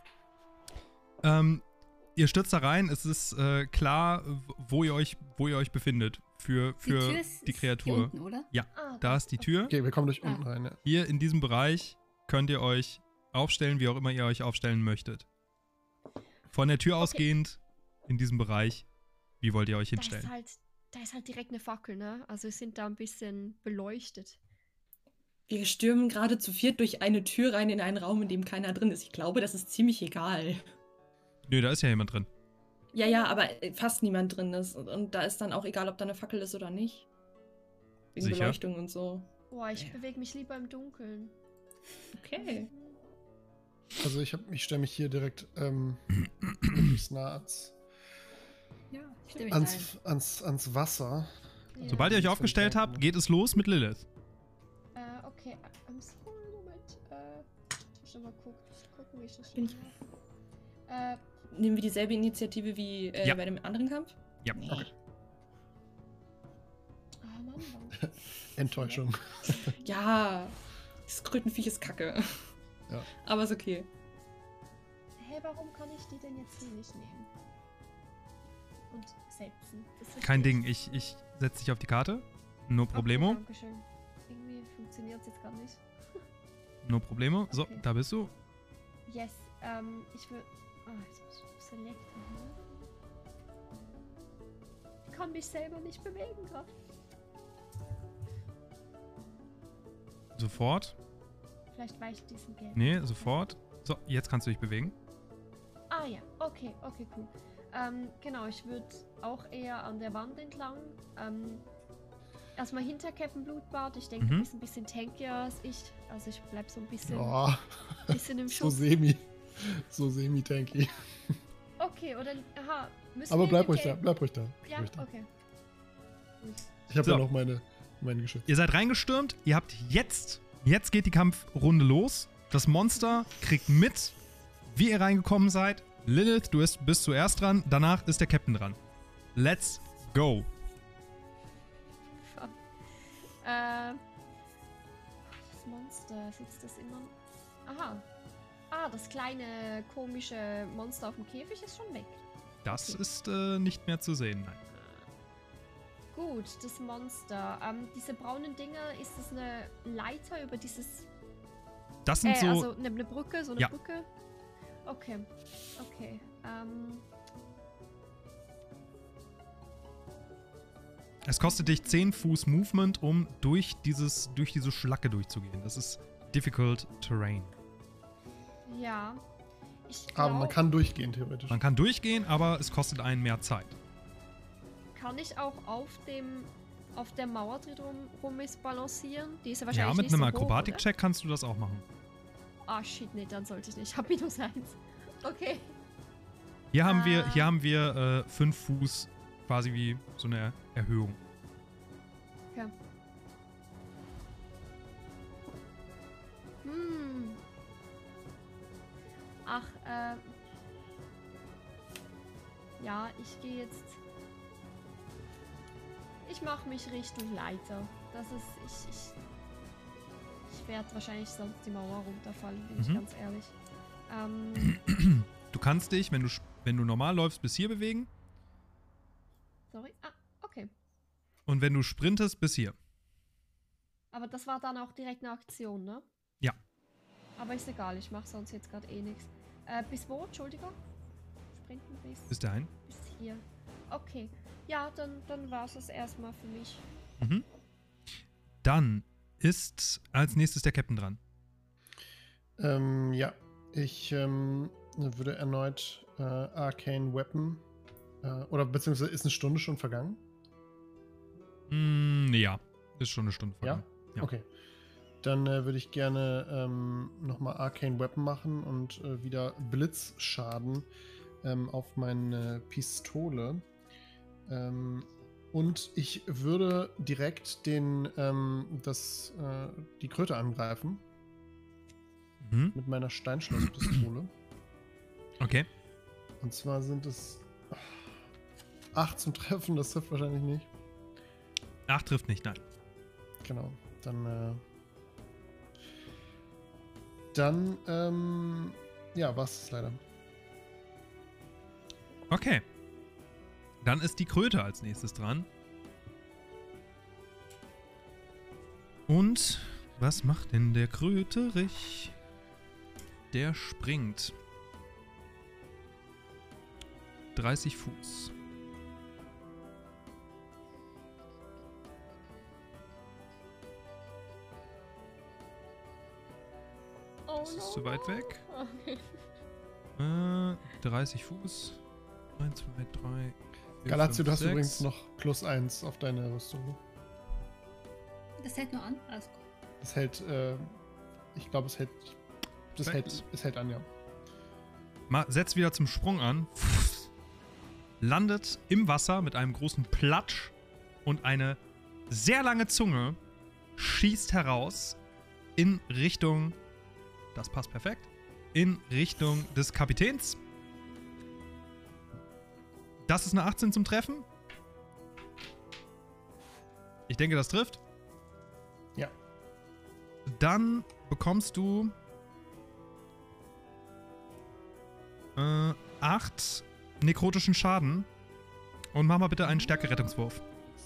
Ihr stürzt da rein. Es ist klar, wo ihr euch befindet für die Kreatur. Hier unten, oder? Ja, da ist die Tür. okay, wir kommen durch unten rein. Ja. Hier in diesem Bereich könnt ihr euch aufstellen, wie auch immer ihr euch aufstellen möchtet. Von der Tür ausgehend in diesem Bereich, wie wollt ihr euch hinstellen? Da ist halt direkt eine Fackel, ne? Also wir sind da ein bisschen beleuchtet. Wir stürmen gerade zu viert durch eine Tür rein in einen Raum, in dem keiner drin ist. Ich glaube, das ist ziemlich egal. Nö, da ist ja jemand drin. Ja, aber fast niemand drin ist. Und da ist dann auch egal, ob da eine Fackel ist oder nicht. Wegen Sicher? Beleuchtung und so. Boah, ich bewege mich lieber im Dunkeln. Okay. Also ich stelle mich hier direkt möglichst nah Ja, ich stelle mich ein. ans Wasser. Ja. Sobald ihr euch aufgestellt habt, geht es los mit Lilith. Okay, Moment. Ich muss mal gucken, wie ich das Bin ich- mache. Nehmen wir dieselbe Initiative wie Ja. bei dem anderen Kampf? Ja. Nee. Okay. Mann. Enttäuschung. Ja, das Krötenviech ist kacke. Ja. Aber ist okay. Hä, warum kann ich die denn jetzt hier nicht nehmen? Und setzen? Das verstehe Kein ich Ding, nicht. ich setze dich auf die Karte. No problemo. Okay, dankeschön. Irgendwie funktioniert es jetzt gar nicht. No problemo. So, Okay. da bist du. Yes, ich will... jetzt muss ich selecten, ne? Ich kann mich selber nicht bewegen gerade. Sofort. Vielleicht weicht diesen Gelb. Nee, sofort. So, jetzt kannst du dich bewegen. Ah ja, okay, cool. Genau, ich würde auch eher an der Wand entlang. Erstmal hinter Captain Blutbart. Ich denke, du bist ein bisschen tankier als ich. Also ich bleib so ein bisschen, Ja, bisschen im so Schuss. so semi-tanky. Okay, oder... Aha, müssen Aber wir bleib mit ruhig da, Gelb- bleib ruhig da. Ja, Ruhig da. okay. Ich habe So. ja noch meine Geschütze. Ihr seid reingestürmt. Ihr habt jetzt geht die Kampfrunde los. Das Monster kriegt mit, wie ihr reingekommen seid. Lilith, du bist zuerst dran. Danach ist der Captain dran. Let's go. Das Monster, sitzt das immer... Aha. Ah, das kleine, komische Monster auf dem Käfig ist schon weg. Das Okay. ist nicht mehr zu sehen, nein. Gut, das Monster. Diese braunen Dinger, ist das eine Leiter über dieses... Das sind so... also eine Brücke, so eine Ja. Brücke? Okay, okay. Es kostet dich 10 Fuß Movement, um durch diese Schlacke durchzugehen. Das ist difficult terrain. Ja. Ich Aber man glaub, kann durchgehen, theoretisch. Man kann durchgehen, aber es kostet einen mehr Zeit. kann ich auch auf der Mauer drum balancieren? Die ist ja Ja, wahrscheinlich mit nicht einem so hoch, oder? Akrobatik-Check kannst du das auch machen. Ah, shit, nee, dann sollte ich nicht. Ich hab minus 1. Okay. Hier haben wir 5 Fuß quasi wie so eine Erhöhung. Okay. Ach, ja, ich gehe jetzt... Ich mache mich Richtung Leiter. Das ist... Ich werde wahrscheinlich sonst die Mauer runterfallen, bin ich ganz ehrlich. Du kannst dich, wenn du normal läufst, bis hier bewegen. Sorry. Ah, okay. Und wenn du sprintest, bis hier. Aber das war dann auch direkt eine Aktion, ne? Ja. Aber ist egal, ich mache sonst jetzt gerade eh nichts. Bis wo? Entschuldigung? Sprinten Bis dahin. bis hier. Okay. Ja, dann war es das erstmal für mich. Mhm. Dann ist als nächstes der Captain dran. Ja, ich würde erneut Arcane Weapon oder beziehungsweise ist eine Stunde schon vergangen? Ja, ist schon eine Stunde vergangen. Ja. Okay. Dann würde ich gerne nochmal Arcane Weapon machen und wieder Blitzschaden auf meine Pistole. Und ich würde direkt die Kröte angreifen. Mhm. Mit meiner Steinschlosspistole. Okay. Und zwar sind es 8 zum Treffen, das trifft wahrscheinlich nicht. 8 trifft nicht, nein. Genau. Dann ja, war's das leider. Okay. Dann ist die Kröte als nächstes dran. Und was macht denn der Kröterich? Der springt 30 Fuß. Oh Das ist no. zu weit weg. Okay. 30 Fuß. 1, 2, 3. 4, Galazio, 5, du hast 6. übrigens noch +1 auf deine Rüstung. Das hält nur an. Alles gut. Das hält, ich glaube, es hält an, ja. Setzt wieder zum Sprung an. Landet im Wasser mit einem großen Platsch und eine sehr lange Zunge schießt heraus in Richtung, das passt perfekt, in Richtung des Kapitäns. Das ist eine 18 zum Treffen. Ich denke, das trifft. Ja. Dann bekommst du 8 nekrotischen Schaden. Und mach mal bitte einen Stärke-Rettungswurf.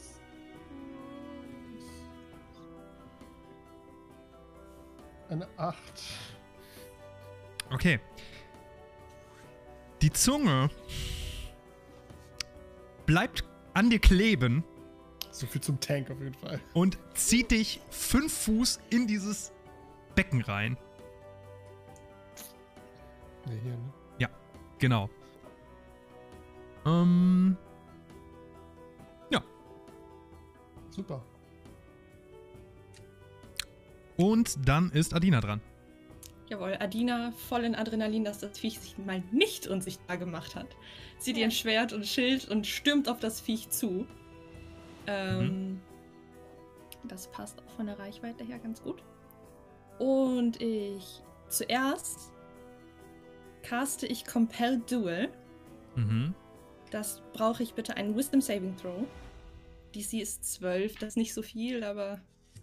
Eine 8. Okay. Die Zunge bleibt an dir kleben So viel zum Tank auf jeden Fall. und zieht dich 5 Fuß in dieses Becken rein. Ne, hier, ne? Genau. Ja. Super. Und dann ist Adina dran. Jawohl, Adina voll in Adrenalin, dass das Viech sich mal nicht unsichtbar gemacht hat. Zieht ihr ein Schwert und Schild und stürmt auf das Viech zu. Das passt auch von der Reichweite her ganz gut. Und zuerst caste ich Compel Duel. Mhm. Das brauche ich bitte einen Wisdom Saving Throw. DC ist 12, das ist nicht so viel, aber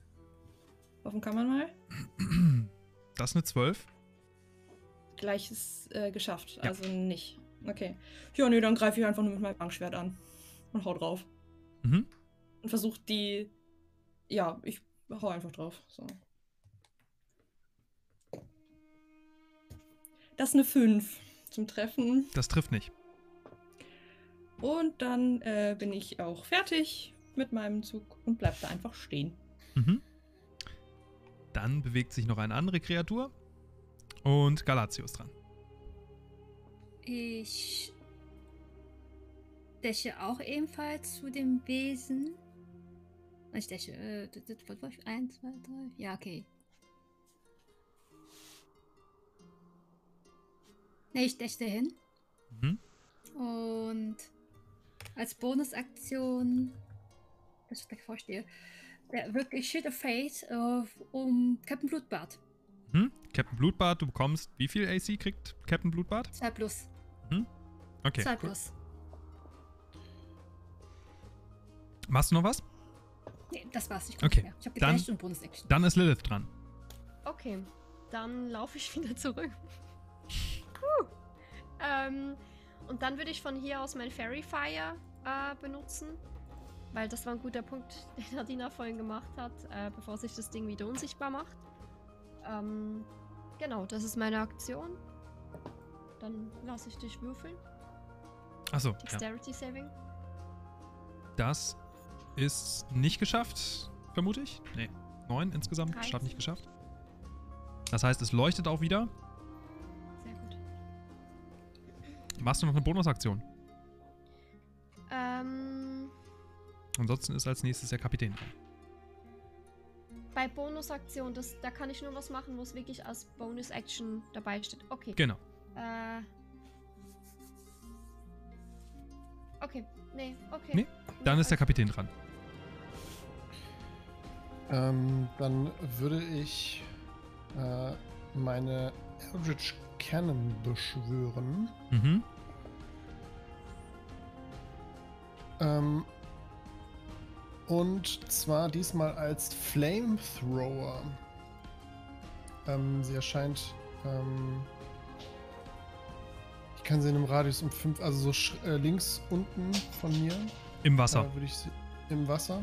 Hoffen kann man mal. Das ist eine 12. Gleiches geschafft, Ja. also nicht. Okay. Ja, nee, dann greife ich einfach nur mit meinem Langschwert an. Und hau drauf. Mhm. Und versuche die... Ja, ich hau einfach drauf. So. Das ist eine 5 zum Treffen. Das trifft nicht. Und dann bin ich auch fertig mit meinem Zug und bleib da einfach stehen. Mhm. Dann bewegt sich noch eine andere Kreatur. Und Galatio ist dran. Ich däche auch ebenfalls zu dem Wesen. Ich däche, was war ich? 1, 2, 3. Ja, okay. Ne, ich däche hin. Mhm. Und als Bonusaktion, dass ich da vorstehe, wirklich Shield of Fate um Captain Blutbart. Mhm. Captain Blutbart, du bekommst, wie viel AC kriegt Captain Blutbart? 2 plus. Okay. 2 plus. Machst du noch was? Nee, das war's. Ich Okay, nicht mehr. Ich habe dann- gedasht und Bonus-Action. Dann ist Lilith dran. Okay, dann laufe ich wieder zurück. Und dann würde ich von hier aus mein Fairy Fire benutzen. Weil das war ein guter Punkt, den Adina vorhin gemacht hat, bevor sich das Ding wieder unsichtbar macht. Genau, das ist meine Aktion. Dann lasse ich dich würfeln. Achso, ja. Dexterity Saving. Das ist nicht geschafft, vermute ich. Nee, 9 insgesamt. 13. Statt nicht geschafft. Das heißt, es leuchtet auch wieder. Sehr gut. Machst du noch eine Bonusaktion? Ansonsten ist als nächstes der Kapitän dran. Bei Bonusaktion, da kann ich nur was machen, wo es wirklich als Bonus-Action dabei steht. Okay. Genau. Okay. Nee, okay. Nee, Dann ist der Kapitän dran. Dann würde ich meine Eldritch Cannon beschwören. Mhm. Und zwar diesmal als Flamethrower. Sie erscheint. Ich kann sie in einem Radius um 5, also so links unten von mir. Im Wasser. Würde ich sie im Wasser.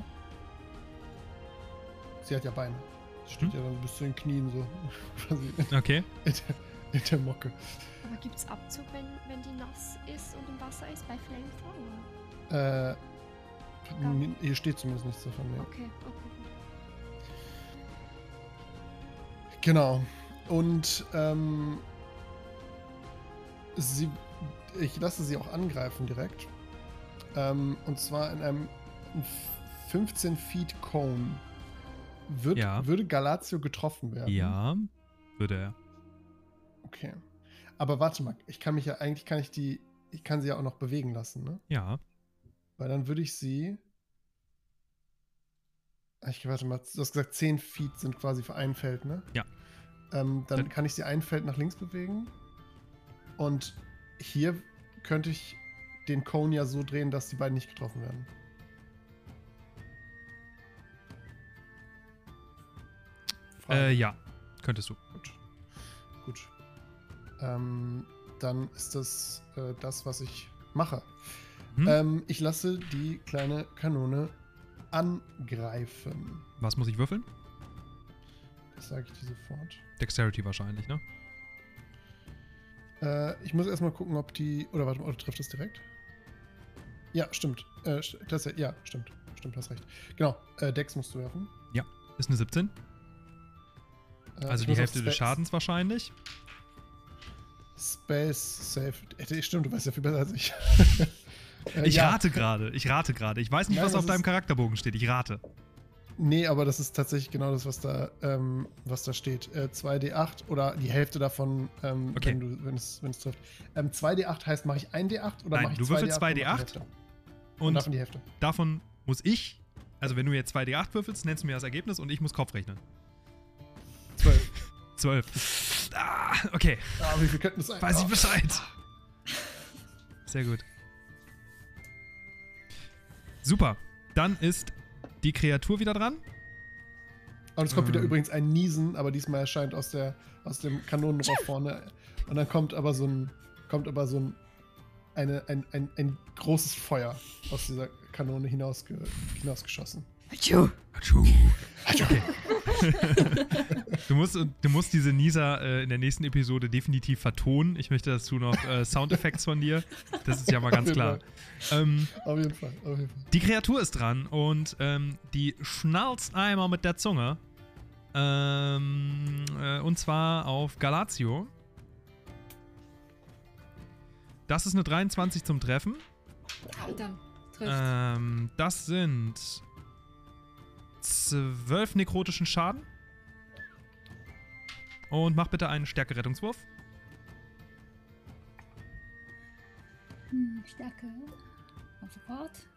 Sie hat ja Beine. Sie steht ja dann bis zu den Knien so. Quasi Okay. in der Mocke. Aber gibt's Abzug, wenn die nass ist und im Wasser ist bei Flamethrower? Hier steht zumindest nichts davon. Nee. Okay. Genau. Und ich lasse sie auch angreifen direkt. Und zwar in einem 15 Feet Cone. Würde Galatio getroffen werden? Ja, würde er. Okay. Aber warte mal, ich kann sie ja auch noch bewegen lassen, ne? Ja. Weil dann würde ich sie. Warte mal, du hast gesagt, 10 Feet sind quasi für ein Feld, ne? Ja. Dann kann ich sie ein Feld nach links bewegen. Und hier könnte ich den Cone ja so drehen, dass die beiden nicht getroffen werden. Ja, könntest du. Gut. Dann ist das das, was ich mache. Ich lasse die kleine Kanone angreifen. Was muss ich würfeln? Das sage ich dir sofort. Dexterity wahrscheinlich, ne? Ich muss erstmal gucken, ob die. Oder warte mal, trifft das direkt? Ja, stimmt. Ja, stimmt. Stimmt, hast recht. Genau. Dex musst du werfen. Ja, ist eine 17. Also die Hälfte des Schadens wahrscheinlich. Space Save. Stimmt, du weißt ja viel besser als ich. Ich rate gerade. Ich weiß nicht, Nein, was auf das deinem ist- Charakterbogen steht. Ich rate. Nee, aber das ist tatsächlich genau das, was da steht. 2d8 oder die Hälfte davon, Okay. wenn es trifft. 2d8 heißt, mache ich 1d8 oder Nein, mache ich du würfelst 2d8 2d8 und mache die Hälfte? Und Und davon die Hälfte. davon muss ich, also wenn du jetzt 2d8 würfelst, nennst du mir das Ergebnis und ich muss Kopf rechnen. 12. Okay. Wie viel könnten es sein? Weiß ich Bescheid. Sehr gut. Super. Dann ist die Kreatur wieder dran. Und es kommt wieder übrigens ein Niesen, aber diesmal erscheint aus dem Kanonenrohr vorne. Und dann kommt aber ein großes Feuer aus dieser Kanone hinausgeschossen. Okay. Du musst diese Nieser in der nächsten Episode definitiv vertonen. Ich möchte dazu noch Soundeffekte von dir. Das ist ja mal ganz klar. Auf jeden Fall. Die Kreatur ist dran und die schnalzt einmal mit der Zunge. Und zwar auf Galatio. Das ist eine 23 zum Treffen. Verdammt, trifft. Das sind 12 nekrotischen Schaden. Und mach bitte einen Stärke-Rettungswurf. Stärke. Komm sofort.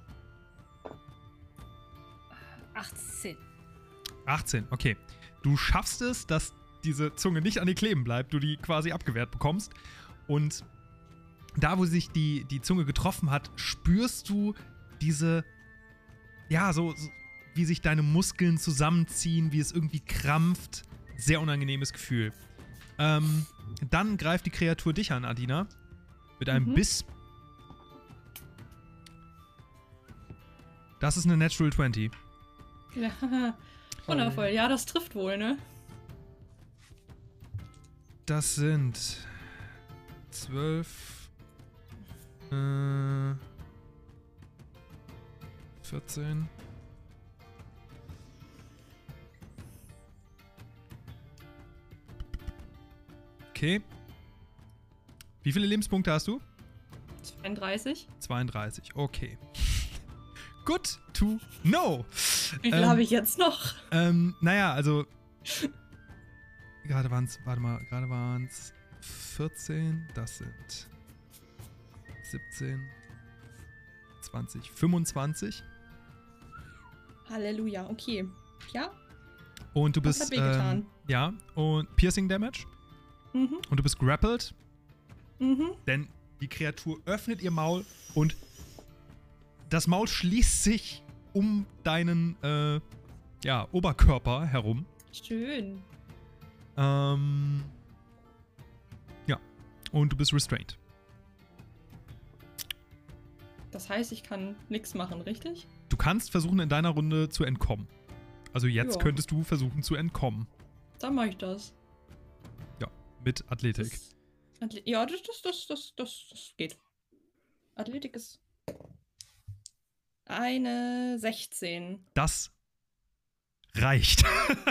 18. 18, okay. Du schaffst es, dass diese Zunge nicht an dir kleben bleibt, du die quasi abgewehrt bekommst. Und da, wo sich die Zunge getroffen hat, spürst du diese, ja, so wie sich deine Muskeln zusammenziehen, wie es irgendwie krampft. Sehr unangenehmes Gefühl. Dann greift die Kreatur dich an, Adina. Mit einem Biss. Das ist eine Natural 20. Ja, wundervoll. Ja, das trifft wohl, ne? Das sind 12, 14. Okay. Wie viele Lebenspunkte hast du? 32. 32, okay. Good to know. Wie viel habe ich jetzt noch? Naja, also gerade waren es 14, das sind 17, 20, 25. Halleluja, okay. Ja. Und du Das bist, hat wehgetan. ja, und Piercing Damage. Mhm. Und du bist grappled, Mhm. denn die Kreatur öffnet ihr Maul und das Maul schließt sich um deinen, Oberkörper herum. Schön. Ja. Und du bist restrained. Das heißt, ich kann nichts machen, richtig? Du kannst versuchen, in deiner Runde zu entkommen. Also jetzt Ja. könntest du versuchen zu entkommen. Dann mache ich das. Ja, mit Athletik. Ja, das geht. Athletik ist eine 16. Das reicht.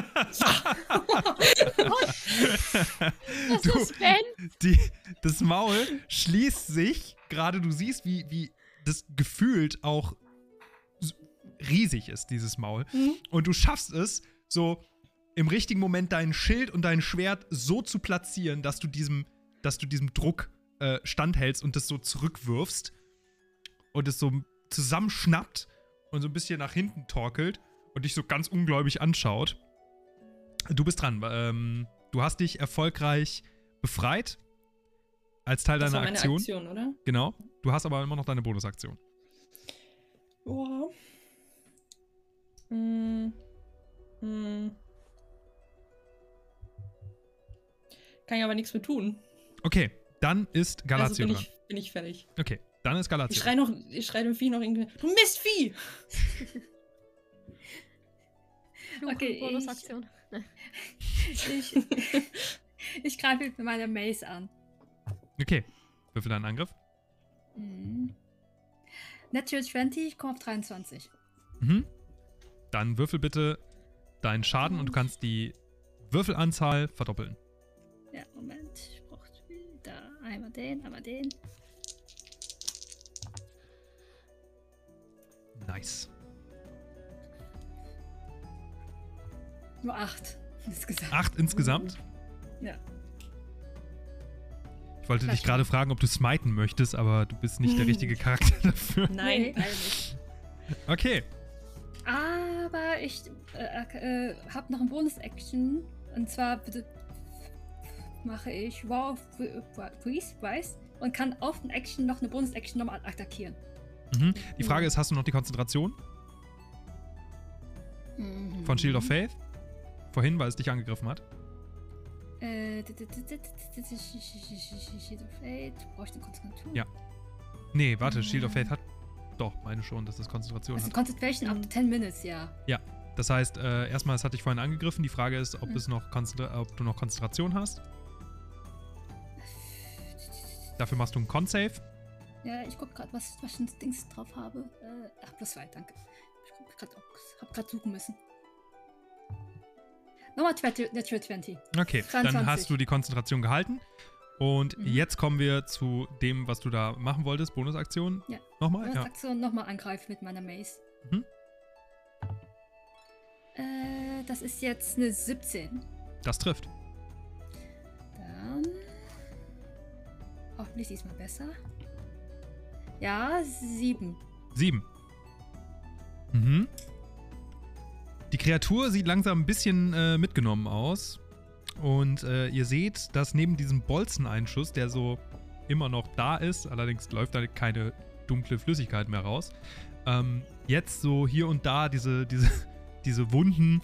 Was ist Ben? Das Maul schließt sich, gerade du siehst, wie das gefühlt auch riesig ist, dieses Maul. Mhm. Und du schaffst es, so im richtigen Moment dein Schild und dein Schwert so zu platzieren, dass du diesem Druck standhältst und das so zurückwirfst und es so zusammenschnappt und so ein bisschen nach hinten torkelt und dich so ganz ungläubig anschaut. Du bist dran. Du hast dich erfolgreich befreit als Teil Das deiner war meine Aktion. Aktion, oder? Genau. Du hast aber immer noch deine Bonusaktion. Boah. Kann ich aber nichts mehr tun. Okay, dann ist Galatio also dran. bin ich fertig. Okay, dann ist Galatio. Ich schrei dem Vieh noch irgendwie. Du Mistvieh! Okay, Bonusaktion. Ich greife mit meiner Mace an. Okay, würfel deinen Angriff. Natural 20, ich komme auf 23. Mhm. Dann würfel bitte deinen Schaden und du kannst die Würfelanzahl verdoppeln. Ja, Moment. Ich brauche wieder einmal den. Nice. Nur 8 insgesamt. 8 insgesamt? Ja. Ich wollte dich Vielleicht gerade fragen, ob du smiten möchtest, aber du bist nicht der richtige Charakter dafür. Nein. Nee, leider nicht. Okay. Aber ich habe noch eine Bonus-Action. Und zwar mache ich Wow Freeze und kann auf eine Action noch eine Bonus-Action nochmal attackieren. Mhm. Die Frage ist, hast du noch die Konzentration von Shield of Faith? vorhin, weil es dich angegriffen hat. Shield of Fate. Brauche ich eine Konzentration? Ja. Nee, warte, Shield of Fate hat... Doch, meine schon, dass das Konzentration Also hat. Concentration up to 10 minutes, ja. Ja, das heißt, erstmal, es hat dich vorhin angegriffen. Die Frage ist, ob du noch Konzentration hast. Dafür machst du einen Con-Save. Ja, ich guck gerade, was ich ein Dings drauf habe. +2, danke. Ich hab grad suchen müssen. Nochmal Natural 20. Okay, 22. dann hast du die Konzentration gehalten. Und jetzt kommen wir zu dem, was du da machen wolltest. Bonusaktion. Ja. Nochmal? Ja. Aktion nochmal angreifen mit meiner Mace. Mhm. Das ist jetzt eine 17. Das trifft. Dann. Hoffentlich diesmal besser. Ja, 7. 7. Mhm. Die Kreatur sieht langsam ein bisschen mitgenommen aus. Und ihr seht, dass neben diesem Bolzeneinschuss, der so immer noch da ist, allerdings läuft da keine dunkle Flüssigkeit mehr raus, jetzt so hier und da diese Wunden,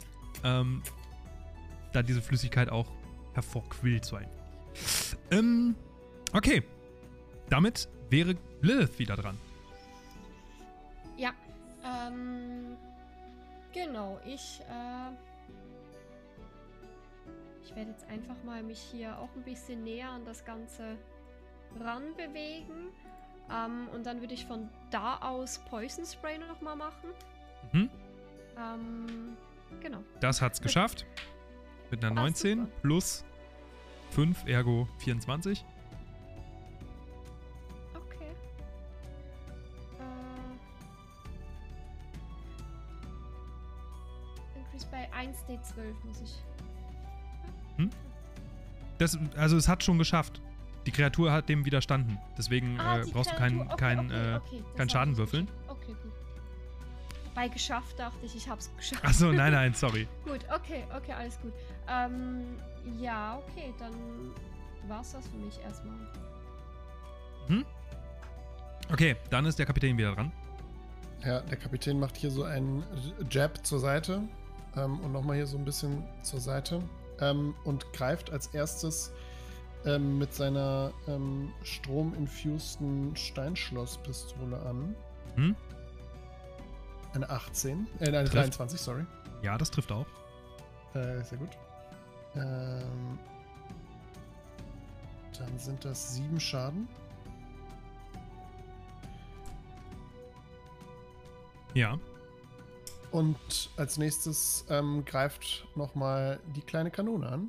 da diese Flüssigkeit auch hervorquillt so ein. Okay. Damit wäre Lilith wieder dran. Ja, genau, ich werde jetzt einfach mal mich hier auch ein bisschen näher an das Ganze ranbewegen. Und dann würde ich von da aus Poison Spray nochmal machen. Mhm. Genau. Das hat's geschafft. Mit einer 19 super. plus 5, ergo 24. Okay. Increase bei 1d12 muss ich. Also es hat schon geschafft. Die Kreatur hat dem widerstanden. Deswegen Die brauchst du Kreatur. keinen Das Schaden hab ich würfeln. geschafft. Okay, gut. Bei geschafft dachte ich hab's geschafft. Achso, nein, sorry. Gut, okay, alles gut. Ja, okay, dann war's das für mich erstmal. Okay, dann ist der Kapitän wieder dran. Ja, der Kapitän macht hier so einen Jab zur Seite und nochmal hier so ein bisschen zur Seite und greift als erstes mit seiner strominfusten Steinschlosspistole an. Hm? Eine 18, eine 23, sorry. Ja, das trifft auch. Sehr gut. Dann sind das 7 Schaden. Ja. Und als nächstes greift nochmal die kleine Kanone an.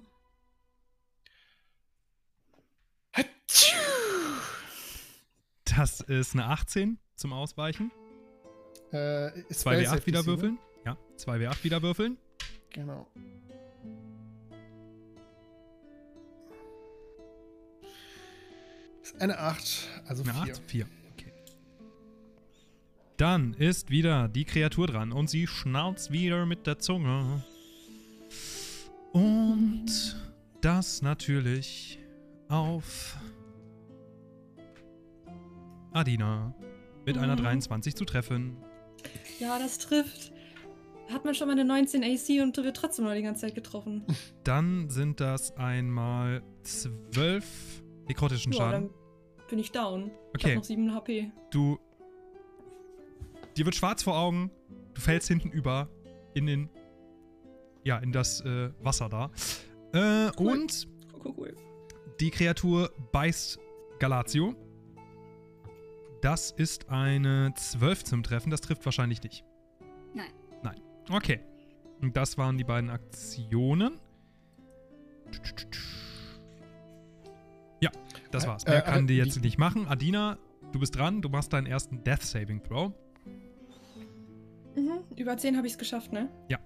Das ist eine 18 zum Ausweichen. 2W8 wieder würfeln. Ja, 2W8 wieder würfeln. Genau. Das ist eine 8, also 4. Eine 8, 4. Okay. Dann ist wieder die Kreatur dran und sie schnauzt wieder mit der Zunge. Und das natürlich auf Adina mit einer 23 zu treffen. Ja, das trifft. Hat man schon mal eine 19 AC und wird trotzdem mal die ganze Zeit getroffen. Dann sind das einmal 12 nekrotischen Ja, Schaden. dann bin ich down. Ich Okay. hab noch 7 HP. Dir wird schwarz vor Augen, du fällst hinten über in das Wasser da. Cool. Und Cool. die Kreatur beißt Galatio. Das ist eine 12 zum Treffen, das trifft wahrscheinlich nicht. Nein. Okay. Und das waren die beiden Aktionen. Ja, das war's. Mehr kann die jetzt nicht machen. Adina, du bist dran, du machst deinen ersten Death Saving Throw. Mhm. Über 10 habe ich es geschafft, ne? Ja.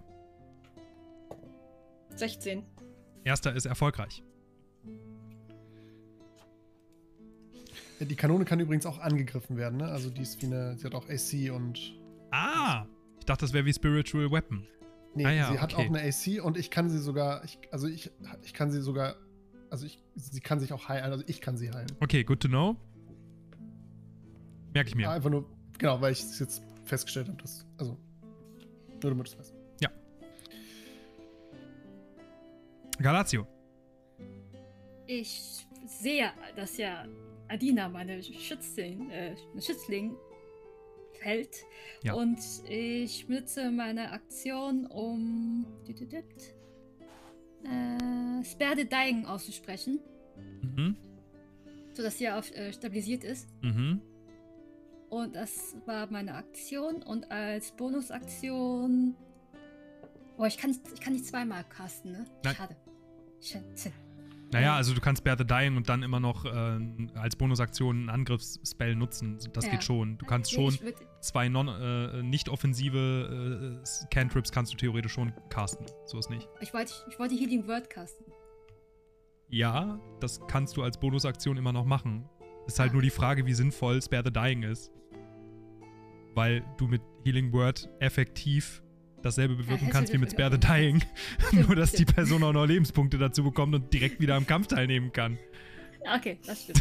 16. Erster ist erfolgreich. Die Kanone kann übrigens auch angegriffen werden, ne? Also die ist wie sie hat auch AC und... Ah! Ich dachte, das wäre wie Spiritual Weapon. Nee, Ah ja, sie hat okay. auch eine AC und ich kann sie sogar, sie kann sich auch heilen, also ich kann sie heilen. Okay, good to know. Merke ich mir. Einfach nur, genau, weil ich es jetzt festgestellt habe, nur damit du es weißt. Ja. Galatio. Ich sehe, dass ja Adina, meine Schützling fällt. Ja. Und ich nutze meine Aktion, um Spare the Dying auszusprechen, Mhm. sodass sie auf stabilisiert ist. Mhm. Und das war meine Aktion. Und als Bonusaktion... Oh, ich kann nicht zweimal casten, ne? Nein. Schade. Schätze. Naja, also du kannst Bear the Dying und dann immer noch als Bonusaktion einen Angriffsspell nutzen. Das Ja. geht schon. Du kannst Nee, schon 2 nicht offensive Cantrips kannst du theoretisch schon casten. So ist nicht. ich wollte Healing Word casten. Ja, das kannst du als Bonusaktion immer noch machen. Ist halt nur die Frage, wie sinnvoll Spare the Dying ist. Weil du mit Healing Word effektiv dasselbe bewirken hätte kannst wie mit das Spare the auch. Dying. Nur, dass die stimmt. Person auch noch Lebenspunkte dazu bekommt und direkt wieder am Kampf teilnehmen kann. Okay, das stimmt.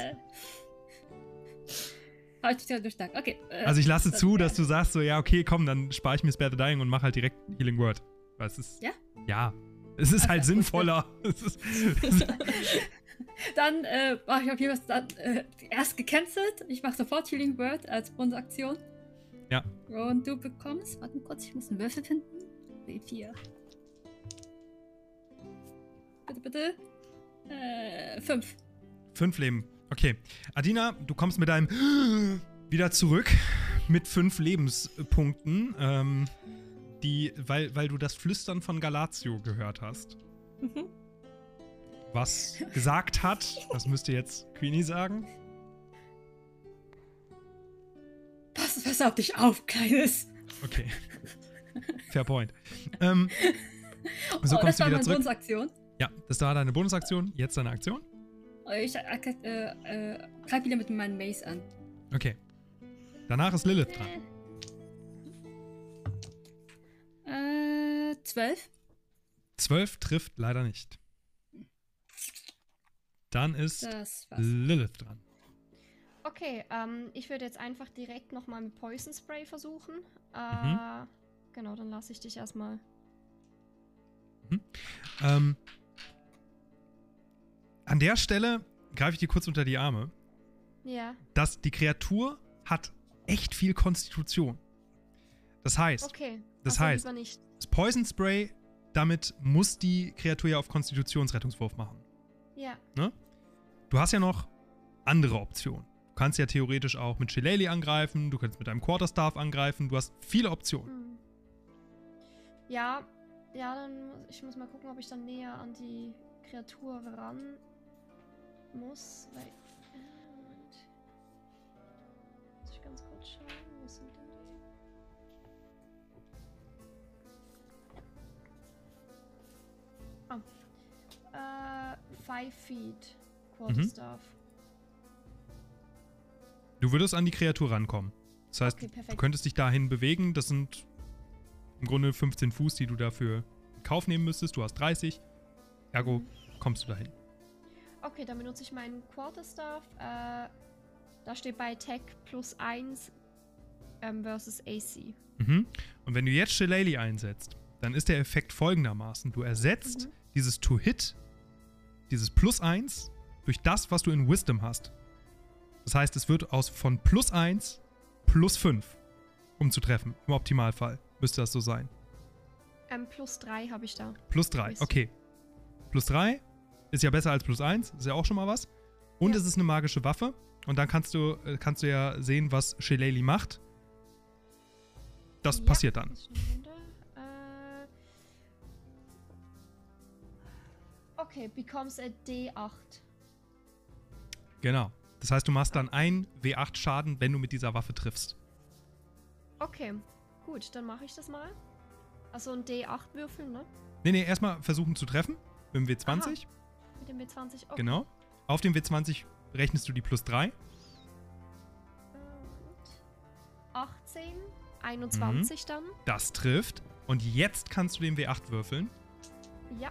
Habe ich total durchdacht. Okay. Also ich lasse zu, dass ja. du sagst so, ja, okay, komm, dann spare ich mir Spare the Dying und mach halt direkt Healing Word. Weil es ist, Ja? Ja. Es ist Also, halt gut, sinnvoller. Es ist, Dann mache ich auf jeden Fall erst gecancelt. Ich mache sofort Healing Word als Bonusaktion. Ja. Und du bekommst, warte kurz, ich muss einen Würfel finden. W4. Bitte. 5. 5 Leben. Okay. Adina, du kommst mit deinem wieder zurück mit 5 Lebenspunkten, weil du das Flüstern von Galatio gehört hast. Mhm. Was gesagt hat, das müsste jetzt Queenie sagen. Pass auf dich auf, Kleines. Okay. Fair point. So das kommst du war wieder meine zurück. Bonusaktion. Ja, das war deine Bonusaktion. Jetzt deine Aktion. Ich greife wieder mit meinem Mace an. Okay. Danach ist Lilith dran. 12. 12 trifft leider nicht. Dann ist Das war's. Lilith dran. Okay, ich würde jetzt einfach direkt nochmal mit Poison Spray versuchen. Genau, dann lasse ich dich erstmal. An der Stelle greife ich dir kurz unter die Arme. Ja. Die Kreatur hat echt viel Konstitution. Das heißt, Okay. Das Also heißt- lieber nicht. das Poison Spray, damit muss die Kreatur ja auf Konstitutionsrettungswurf machen. Ja. Du hast ja noch andere Optionen. Du kannst ja theoretisch auch mit Shillelagh angreifen, du kannst mit deinem Quarterstaff angreifen, du hast viele Optionen. Hm. Ja, dann ich muss mal gucken, ob ich dann näher an die Kreatur ran muss. Weil, Moment. Muss ich ganz kurz schauen, wo sind denn die? 5 feet Quarterstaff. Du würdest an die Kreatur rankommen. Das heißt, Okay, du perfekt. könntest dich dahin bewegen. Das sind im Grunde 15 Fuß, die du dafür in Kauf nehmen müsstest. Du hast 30. Ergo kommst du dahin. Okay, dann benutze ich meinen Quarterstaff. Da steht bei Attack +1 versus AC. Mhm. Und wenn du jetzt Shillelagh einsetzt, dann ist der Effekt folgendermaßen. Du ersetzt dieses To-Hit, dieses +1, durch das, was du in Wisdom hast. Das heißt, es wird von +1 +5, um zu treffen. Im Optimalfall müsste das so sein. +3 habe ich da. +3, okay. +3 ist ja besser als +1, ist ja auch schon mal was. Und Ja. es ist eine magische Waffe. Und dann kannst du ja sehen, was Shillelagh macht. Das Ja, passiert dann. das ist eine Runde. Okay, becomes a D8. Genau. Das heißt, du machst dann ein W8 Schaden, wenn du mit dieser Waffe triffst. Okay, gut, dann mache ich das mal. Also ein D8 würfeln, ne? Nee, erstmal versuchen zu treffen. Mit dem W20. Mit dem W20. Okay. Genau. Auf dem W20 rechnest du die +3. Und 18, 21 dann. Das trifft. Und jetzt kannst du den W8 würfeln. Ja.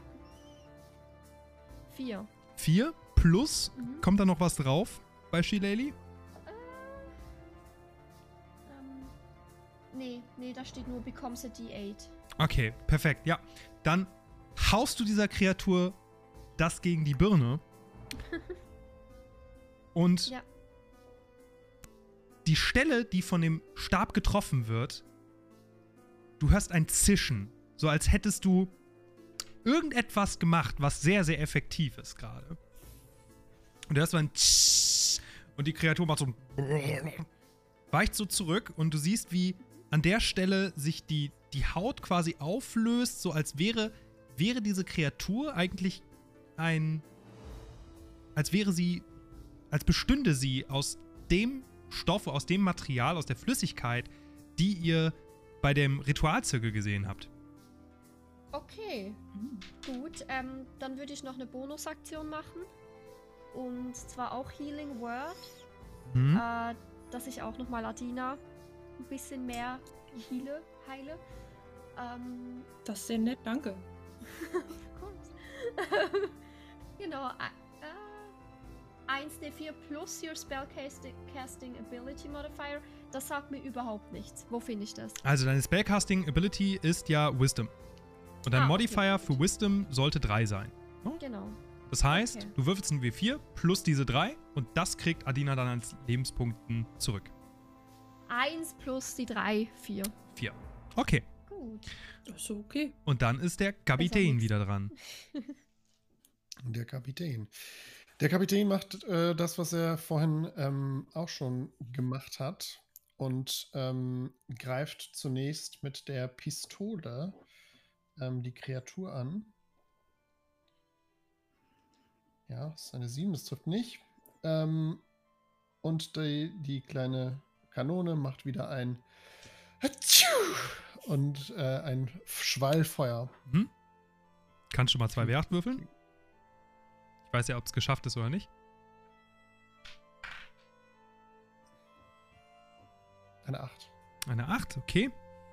4. 4 plus, Mhm. kommt da noch was drauf bei Shillelagh? Nee, da steht nur becomes a D8. Okay, perfekt. Ja, dann haust du dieser Kreatur das gegen die Birne. Und Ja. die Stelle, die von dem Stab getroffen wird, du hörst ein Zischen. So als hättest du irgendetwas gemacht, was sehr, sehr effektiv ist gerade. Und du hörst so ein Tsch und die Kreatur macht so ein weicht so zurück und du siehst, wie an der Stelle sich die Haut quasi auflöst, so als wäre diese Kreatur eigentlich als bestünde sie aus dem Stoff, aus dem Material, aus der Flüssigkeit, die ihr bei dem Ritualzirkel gesehen habt. Okay, gut. Dann würde ich noch eine Bonusaktion machen. Und zwar auch Healing Word. Mhm. Dass ich auch nochmal Adina ein bisschen mehr heile. Das ist sehr nett, danke. Of course. Genau. 1d4 plus your Spellcasting Ability Modifier. Das sagt mir überhaupt nichts. Wo finde ich das? Also deine Spellcasting Ability ist ja Wisdom. Und dein Okay, Modifier gut. für Wisdom sollte 3 sein. Genau. Das heißt, Okay. du würfelst einen W4 plus diese 3 und das kriegt Adina dann als Lebenspunkten zurück. 1 plus die 3, 4. 4. Okay. Gut. Das ist okay. Und dann ist der Kapitän nix. wieder dran. Der Kapitän. Der Kapitän macht das, was er vorhin auch schon gemacht hat und greift zunächst mit der Pistole die Kreatur an. Ja, das ist eine 7, das trifft nicht. Und die kleine Kanone macht wieder ein und ein Schwall Feuer. Mhm. Kannst du mal 2 W8 würfeln? Ich weiß ja, ob es geschafft ist oder nicht. Eine 8. Eine 8, okay.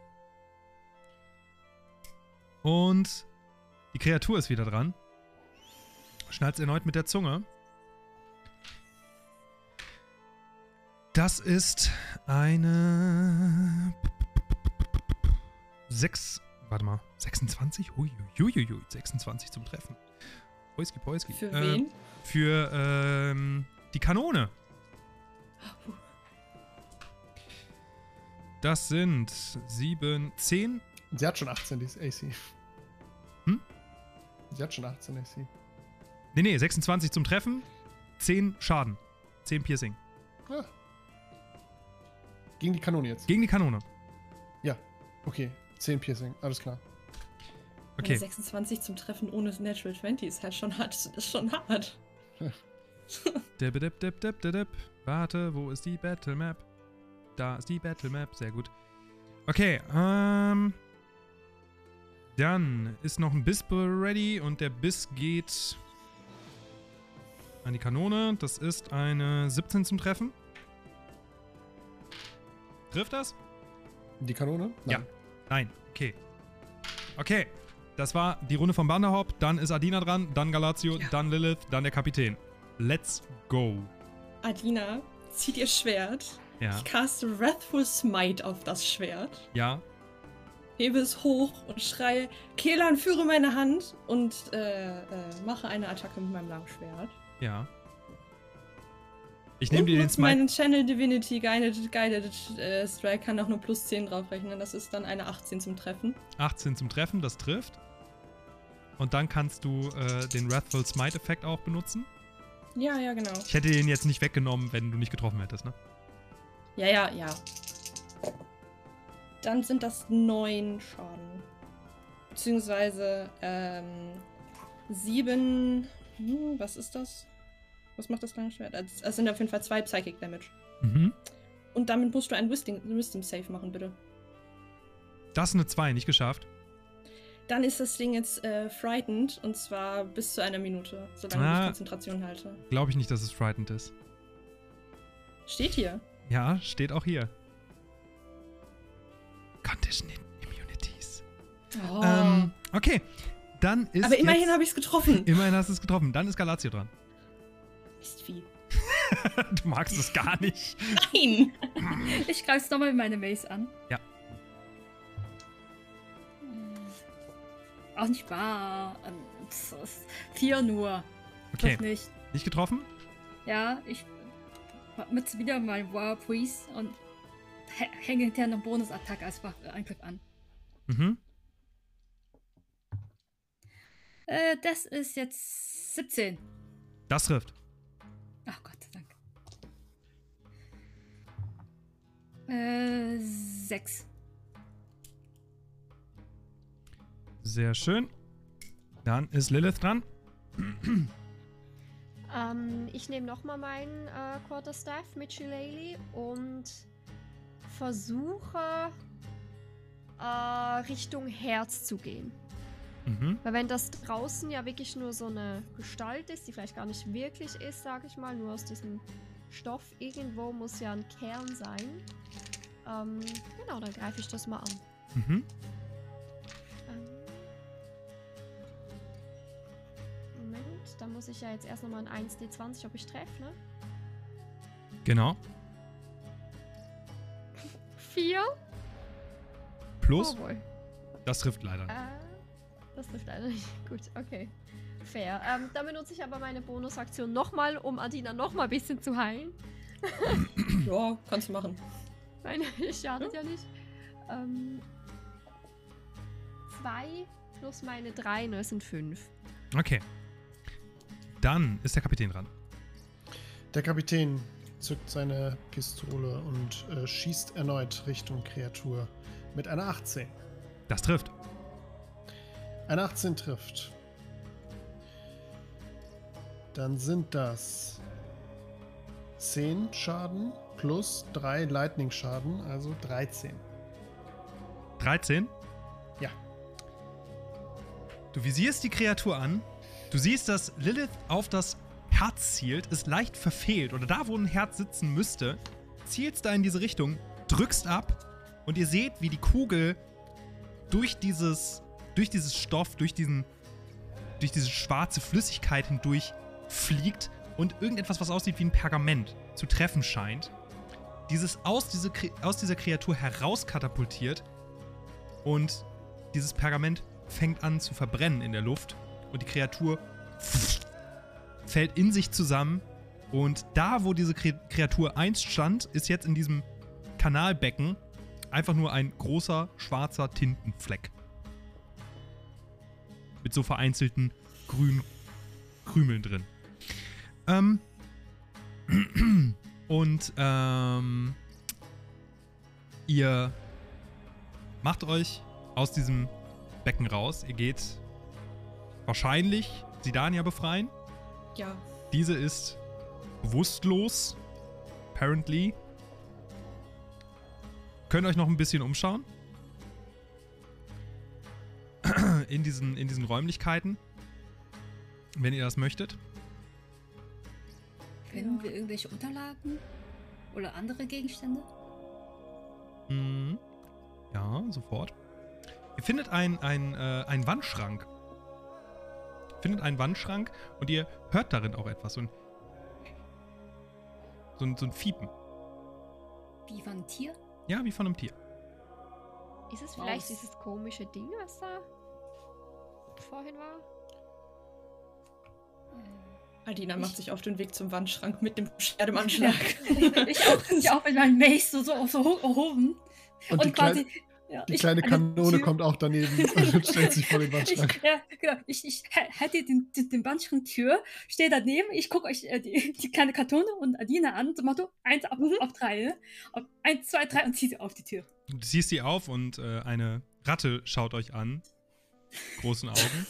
Und die Kreatur ist wieder dran. Schnalzt erneut mit der Zunge. Das ist eine 26? Huiuiui, 26 zum Treffen. Poiski, Poiski. Für wen? Für die Kanone. Das sind 7, 10. Sie hat schon 18 die AC. Hm? Sie hat schon 18 AC. Nee, 26 zum Treffen, 10 Schaden, 10 Piercing. Ah. Gegen die Kanone jetzt. Gegen die Kanone. Ja, okay. 10 Piercing, alles klar. Okay. 26 zum Treffen ohne Natural 20 ist halt schon hart. Das ist schon hart. Dip, dip, dip, dip, dip, dip. Warte, wo ist die Battle Map? Da ist die Battle Map, sehr gut. Okay, dann ist noch ein Biss ready und der Biss geht an die Kanone. Das ist eine 17 zum Treffen. Trifft das? Die Kanone? Ja. Nein, okay. Okay, das war die Runde von Banderhop. Dann ist Adina dran, dann Galatio, Ja. dann Lilith, dann der Kapitän. Let's go. Adina zieht ihr Schwert. Ja, Ich caste Wrathful Smite auf das Schwert. ja. Hebe es hoch und schreie, Kelan, führe meine Hand und mache eine Attacke mit meinem Langschwert. Ja. Ich nehme dir den nutze meinen Smite. Channel Divinity Guided Strike, kann auch nur plus 10 draufrechnen. Das ist dann eine 18 zum Treffen. 18 zum Treffen, das trifft. Und dann kannst du den Wrathful Smite-Effekt auch benutzen. Ja, ja, genau. Ich hätte den jetzt nicht weggenommen, wenn du nicht getroffen hättest, ne? Ja. Dann sind das 9 Schaden. Beziehungsweise 7. Was ist das? Was macht das Langschwert? Es sind auf jeden Fall 2 Psychic Damage. Mhm. Und damit musst du einen Wisdom Save machen, bitte. Das ist eine 2, nicht geschafft. Dann ist das Ding jetzt frightened, und zwar bis zu einer Minute, solange ich Konzentration halte. Glaube ich nicht, dass es frightened ist. Steht hier. Ja, steht auch hier. Condition Immunities. Oh. Okay, dann ist Aber immerhin jetzt- habe ich es getroffen. Immerhin hast du es getroffen. Dann ist Galatio dran. Mistvieh. Du magst es gar nicht. Nein! Ich greife nochmal meine Mace an. Ja. auch nicht wahr. 4 nur. Okay. Doch nicht. Nicht getroffen? Ja, ich nutze wieder mein War Priest und hänge hinterher noch Bonusattacke als Angriff an. Mhm. Das ist jetzt 17. Das trifft. Ach Gott sei Dank. 6. Sehr schön. Dann ist Lilith dran. Ich nehme nochmal meinen Quarterstaff mit Shillelagh und versuche Richtung Herz zu gehen. Mhm. Weil wenn das draußen ja wirklich nur so eine Gestalt ist, die vielleicht gar nicht wirklich ist, sag ich mal, nur aus diesem Stoff irgendwo muss ja ein Kern sein. Genau, dann greife ich das mal an. Mhm. Moment, da muss ich ja jetzt erst nochmal ein 1d20, ob ich treffe, ne? Genau. 4. Plus. Oh boy. Das trifft leider. Das trifft leider nicht. Gut, okay. Fair. Dann benutze ich aber meine Bonusaktion nochmal, um Adina nochmal ein bisschen zu heilen. Ja, kannst du machen. Meine, schadet ja nicht. 2 plus meine 3, ne, sind 5. Okay. Dann ist der Kapitän dran. Der Kapitän zückt seine Pistole und schießt erneut Richtung Kreatur mit einer 18. Das trifft. Eine 18 trifft. Dann sind das 10 Schaden plus 3 Lightning-Schaden, also 13. 13. Ja. Du visierst die Kreatur an. Du siehst, dass Lilith auf das Herz zielt, es leicht verfehlt oder da, wo ein Herz sitzen müsste, zielst da in diese Richtung, drückst ab und ihr seht, wie die Kugel durch diese schwarze Flüssigkeit hindurch fliegt und irgendetwas, was aussieht wie ein Pergament, zu treffen scheint. Dieses aus dieser Kreatur herauskatapultiert und dieses Pergament fängt an zu verbrennen in der Luft und die Kreatur fällt in sich zusammen und da, wo diese Kreatur einst stand, ist jetzt in diesem Kanalbecken einfach nur ein großer, schwarzer Tintenfleck. Mit so vereinzelten grünen Krümeln drin. Ihr macht euch aus diesem Becken raus. Ihr geht wahrscheinlich Sidania befreien. Ja. Diese ist bewusstlos. Apparently. Könnt euch noch ein bisschen umschauen. In diesen Räumlichkeiten. Wenn ihr das möchtet. Finden wir irgendwelche Unterlagen? Oder andere Gegenstände? Mhm. Ja, sofort. Ihr findet einen Wandschrank. Findet einen Wandschrank und ihr hört darin auch etwas. So ein Fiepen. Wie von einem Tier? Ja, wie von einem Tier. Ist es vielleicht dieses komische Ding, was da vorhin war? Adina macht sich auf den Weg zum Wandschrank mit dem Schwert im Anschlag. Ich auch mit meinem Mace so hoch erhoben. Und quasi... Die kleine Kanone kommt auch daneben und stellt sich vor den Wandschrank. Genau. Ich halte den Wandschranktür, stehe daneben, ich gucke euch die kleine Kanone und Adina an, so Motto 1 auf 3, ne? 1, 2, 3 und ziehe sie auf die Tür. Du ziehst sie auf und eine Ratte schaut euch an. Großen Augen.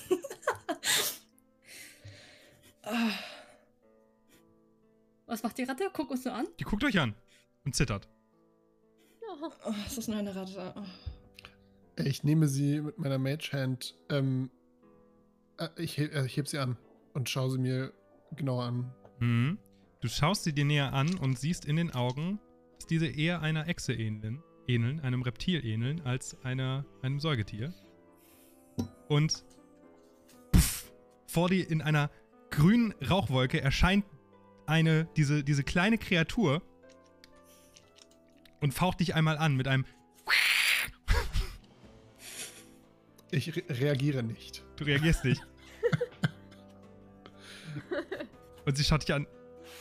Was macht die Ratte? Guck uns so an. Die guckt euch an und zittert. Oh, ist das nur eine Ratte? Oh. Ich nehme sie mit meiner Mage Hand. Ich heb sie an und schaue sie mir genauer an. Mhm. Du schaust sie dir näher an und siehst in den Augen, dass diese eher einer Echse ähneln, einem Reptil ähneln, als einem Säugetier. Und vor dir in einer grünen Rauchwolke erscheint diese kleine Kreatur und faucht dich einmal an mit einem Ich reagiere nicht. Du reagierst nicht. Und sie schaut dich an.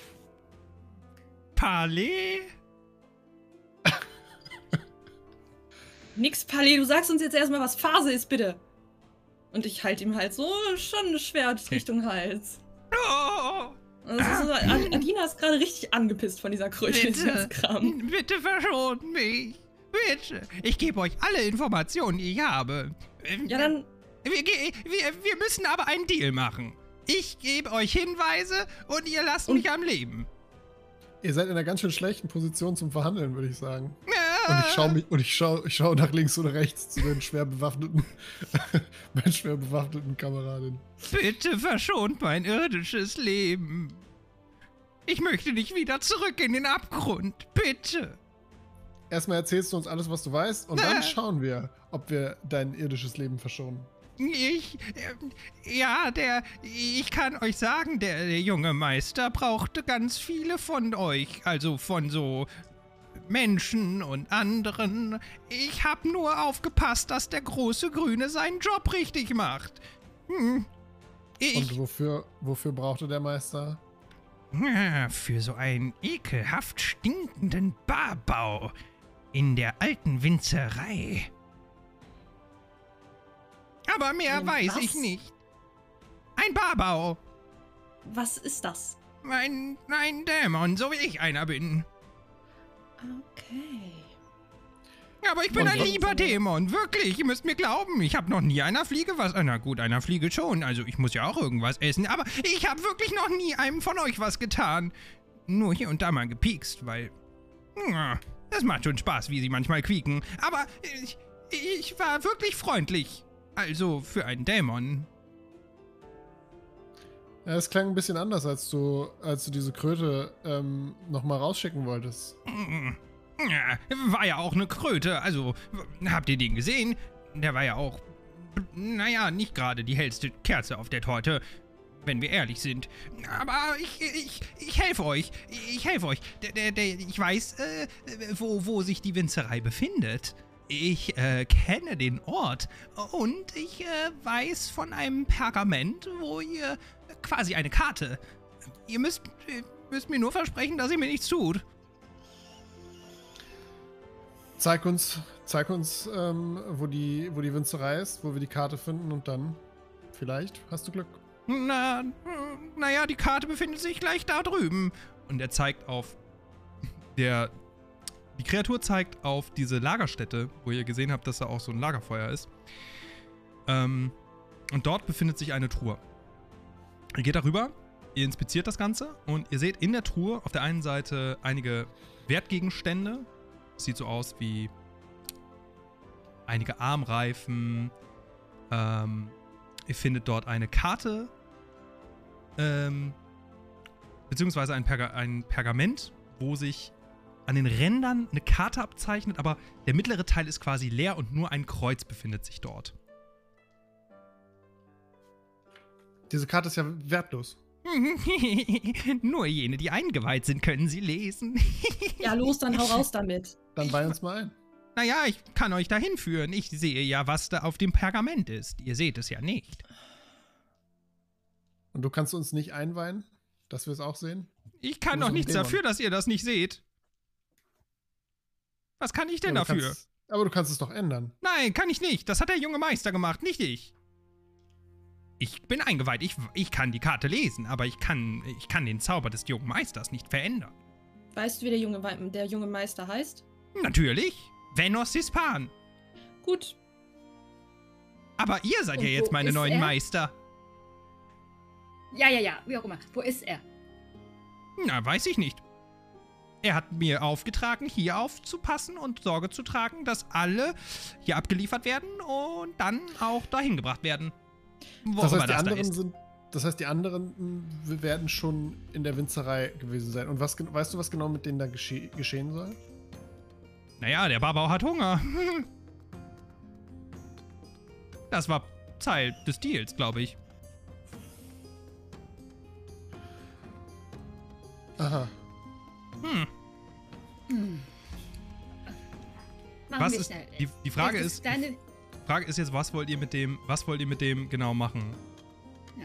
Palais? Nix, Palais, du sagst uns jetzt erstmal, was Phase ist, bitte. Und ich halte ihm halt so schon ein Schwert Richtung Hals. Oh, Also so, Adina ist gerade richtig angepisst von dieser Kröte-Kram. bitte verschont mich. Bitte. Ich gebe euch alle Informationen, die ich habe. Ja, dann. Wir müssen aber einen Deal machen. Ich gebe euch Hinweise und ihr lasst mich am Leben. Ihr seid in einer ganz schön schlechten Position zum Verhandeln, würde ich sagen. Und ich schaue nach links und rechts zu den schwer bewaffneten, meinen schwer bewaffneten Kameradinnen. Bitte verschont mein irdisches Leben. Ich möchte nicht wieder zurück in den Abgrund. Bitte. Erstmal erzählst du uns alles, was du weißt, und dann schauen wir, ob wir dein irdisches Leben verschonen. Ich kann euch sagen, der junge Meister brauchte ganz viele von euch, also von so Menschen und anderen. Ich hab nur aufgepasst, dass der große Grüne seinen Job richtig macht. Und wofür brauchte der Meister? Für so einen ekelhaft stinkenden Barbau in der alten Winzerei. Aber mehr weiß ich nicht. Ein Barbau. Was ist das? Ein Dämon, so wie ich einer bin. Okay. Aber ich bin ein lieber Dämon, wirklich. Ihr müsst mir glauben. Ich habe noch nie einer Fliege was... Na gut, einer Fliege schon. Also ich muss ja auch irgendwas essen. Aber ich habe wirklich noch nie einem von euch was getan. Nur hier und da mal gepiekst, weil... Das macht schon Spaß, wie sie manchmal quieken. Aber ich war wirklich freundlich. Also für einen Dämon. Ja, es klang ein bisschen anders, als du diese Kröte nochmal rausschicken wolltest. Ja, war ja auch eine Kröte. Also, habt ihr den gesehen? Der war ja auch, naja, nicht gerade die hellste Kerze auf der Torte, wenn wir ehrlich sind. Aber ich helfe euch. Ich helfe euch. Ich weiß, wo sich die Winzerei befindet. Ich kenne den Ort und ich weiß von einem Pergament, wo ihr quasi eine Karte. Ihr müsst mir nur versprechen, dass ihr mir nichts tut. Zeig uns, wo die Winzerei ist, wo wir die Karte finden und dann vielleicht hast du Glück. Naja, die Karte befindet sich gleich da drüben. Und er zeigt auf die Kreatur zeigt auf diese Lagerstätte, wo ihr gesehen habt, dass da auch so ein Lagerfeuer ist. Und dort befindet sich eine Truhe. Ihr geht darüber, ihr inspiziert das Ganze und ihr seht in der Truhe auf der einen Seite einige Wertgegenstände. Sieht so aus wie einige Armreifen. Ihr findet dort eine Karte, beziehungsweise ein Pergament, wo sich an den Rändern eine Karte abzeichnet, aber der mittlere Teil ist quasi leer und nur ein Kreuz befindet sich dort. Diese Karte ist ja wertlos. Nur jene, die eingeweiht sind, können sie lesen. Ja, los, dann hau raus damit. Dann weih uns mal ein. Naja, ich kann euch dahin führen. Ich sehe ja, was da auf dem Pergament ist. Ihr seht es ja nicht. Und du kannst uns nicht einweihen, dass wir es auch sehen? Ich kann doch nichts dafür, dass ihr das nicht seht. Was kann ich denn dafür? Aber du kannst es doch ändern. Nein, kann ich nicht. Das hat der junge Meister gemacht, nicht ich. Ich bin eingeweiht. Ich kann die Karte lesen, aber ich kann den Zauber des jungen Meisters nicht verändern. Weißt du, wie der junge Meister heißt? Natürlich. Venos Hispan. Gut. Aber ihr seid Und ja jetzt wo meine ist neuen er? Meister. Ja, wie auch immer. Wo ist er? Na, weiß ich nicht. Er hat mir aufgetragen, hier aufzupassen und Sorge zu tragen, dass alle hier abgeliefert werden und dann auch dahin gebracht werden. Wo Das auch heißt, immer das da ist. Das heißt, die anderen werden schon in der Winzerei gewesen sein. Und weißt du, was genau mit denen da geschehen soll? Naja, der Barbau hat Hunger. Das war Teil des Deals, glaube ich. Aha. Machen Was wir ist schnell. die Frage Was ist, deine Frage ist jetzt, was wollt ihr mit dem genau machen? Ja.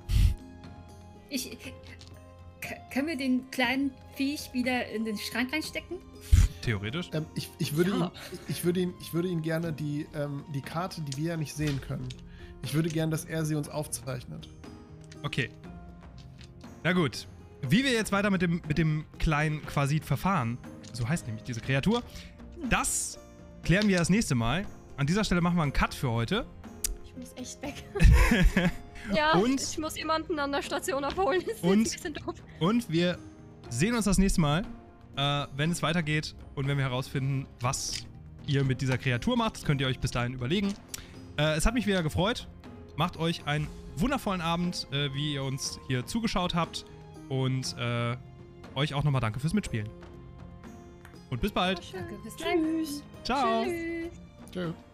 Können wir den kleinen Viech wieder in den Schrank reinstecken? Theoretisch. Ich würde ihn gerne die Karte, die wir ja nicht sehen können. Ich würde gerne, dass er sie uns aufzeichnet. Okay. Na gut. Wie wir jetzt weiter mit dem kleinen Quasit verfahren, so heißt nämlich diese Kreatur, das klären wir das nächste Mal. An dieser Stelle machen wir einen Cut für heute. Ich muss echt weg. Ja, und, ich muss jemanden an der Station abholen. Das ist ein bisschen doof. Und wir sehen uns das nächste Mal, wenn es weitergeht und wenn wir herausfinden, was ihr mit dieser Kreatur macht. Das könnt ihr euch bis dahin überlegen. Es hat mich wieder gefreut. Macht euch einen wundervollen Abend, wie ihr uns hier zugeschaut habt. Und euch auch nochmal danke fürs Mitspielen. Und bis bald. Danke, bis Tschüss. Ciao. Tschüss. Tschö.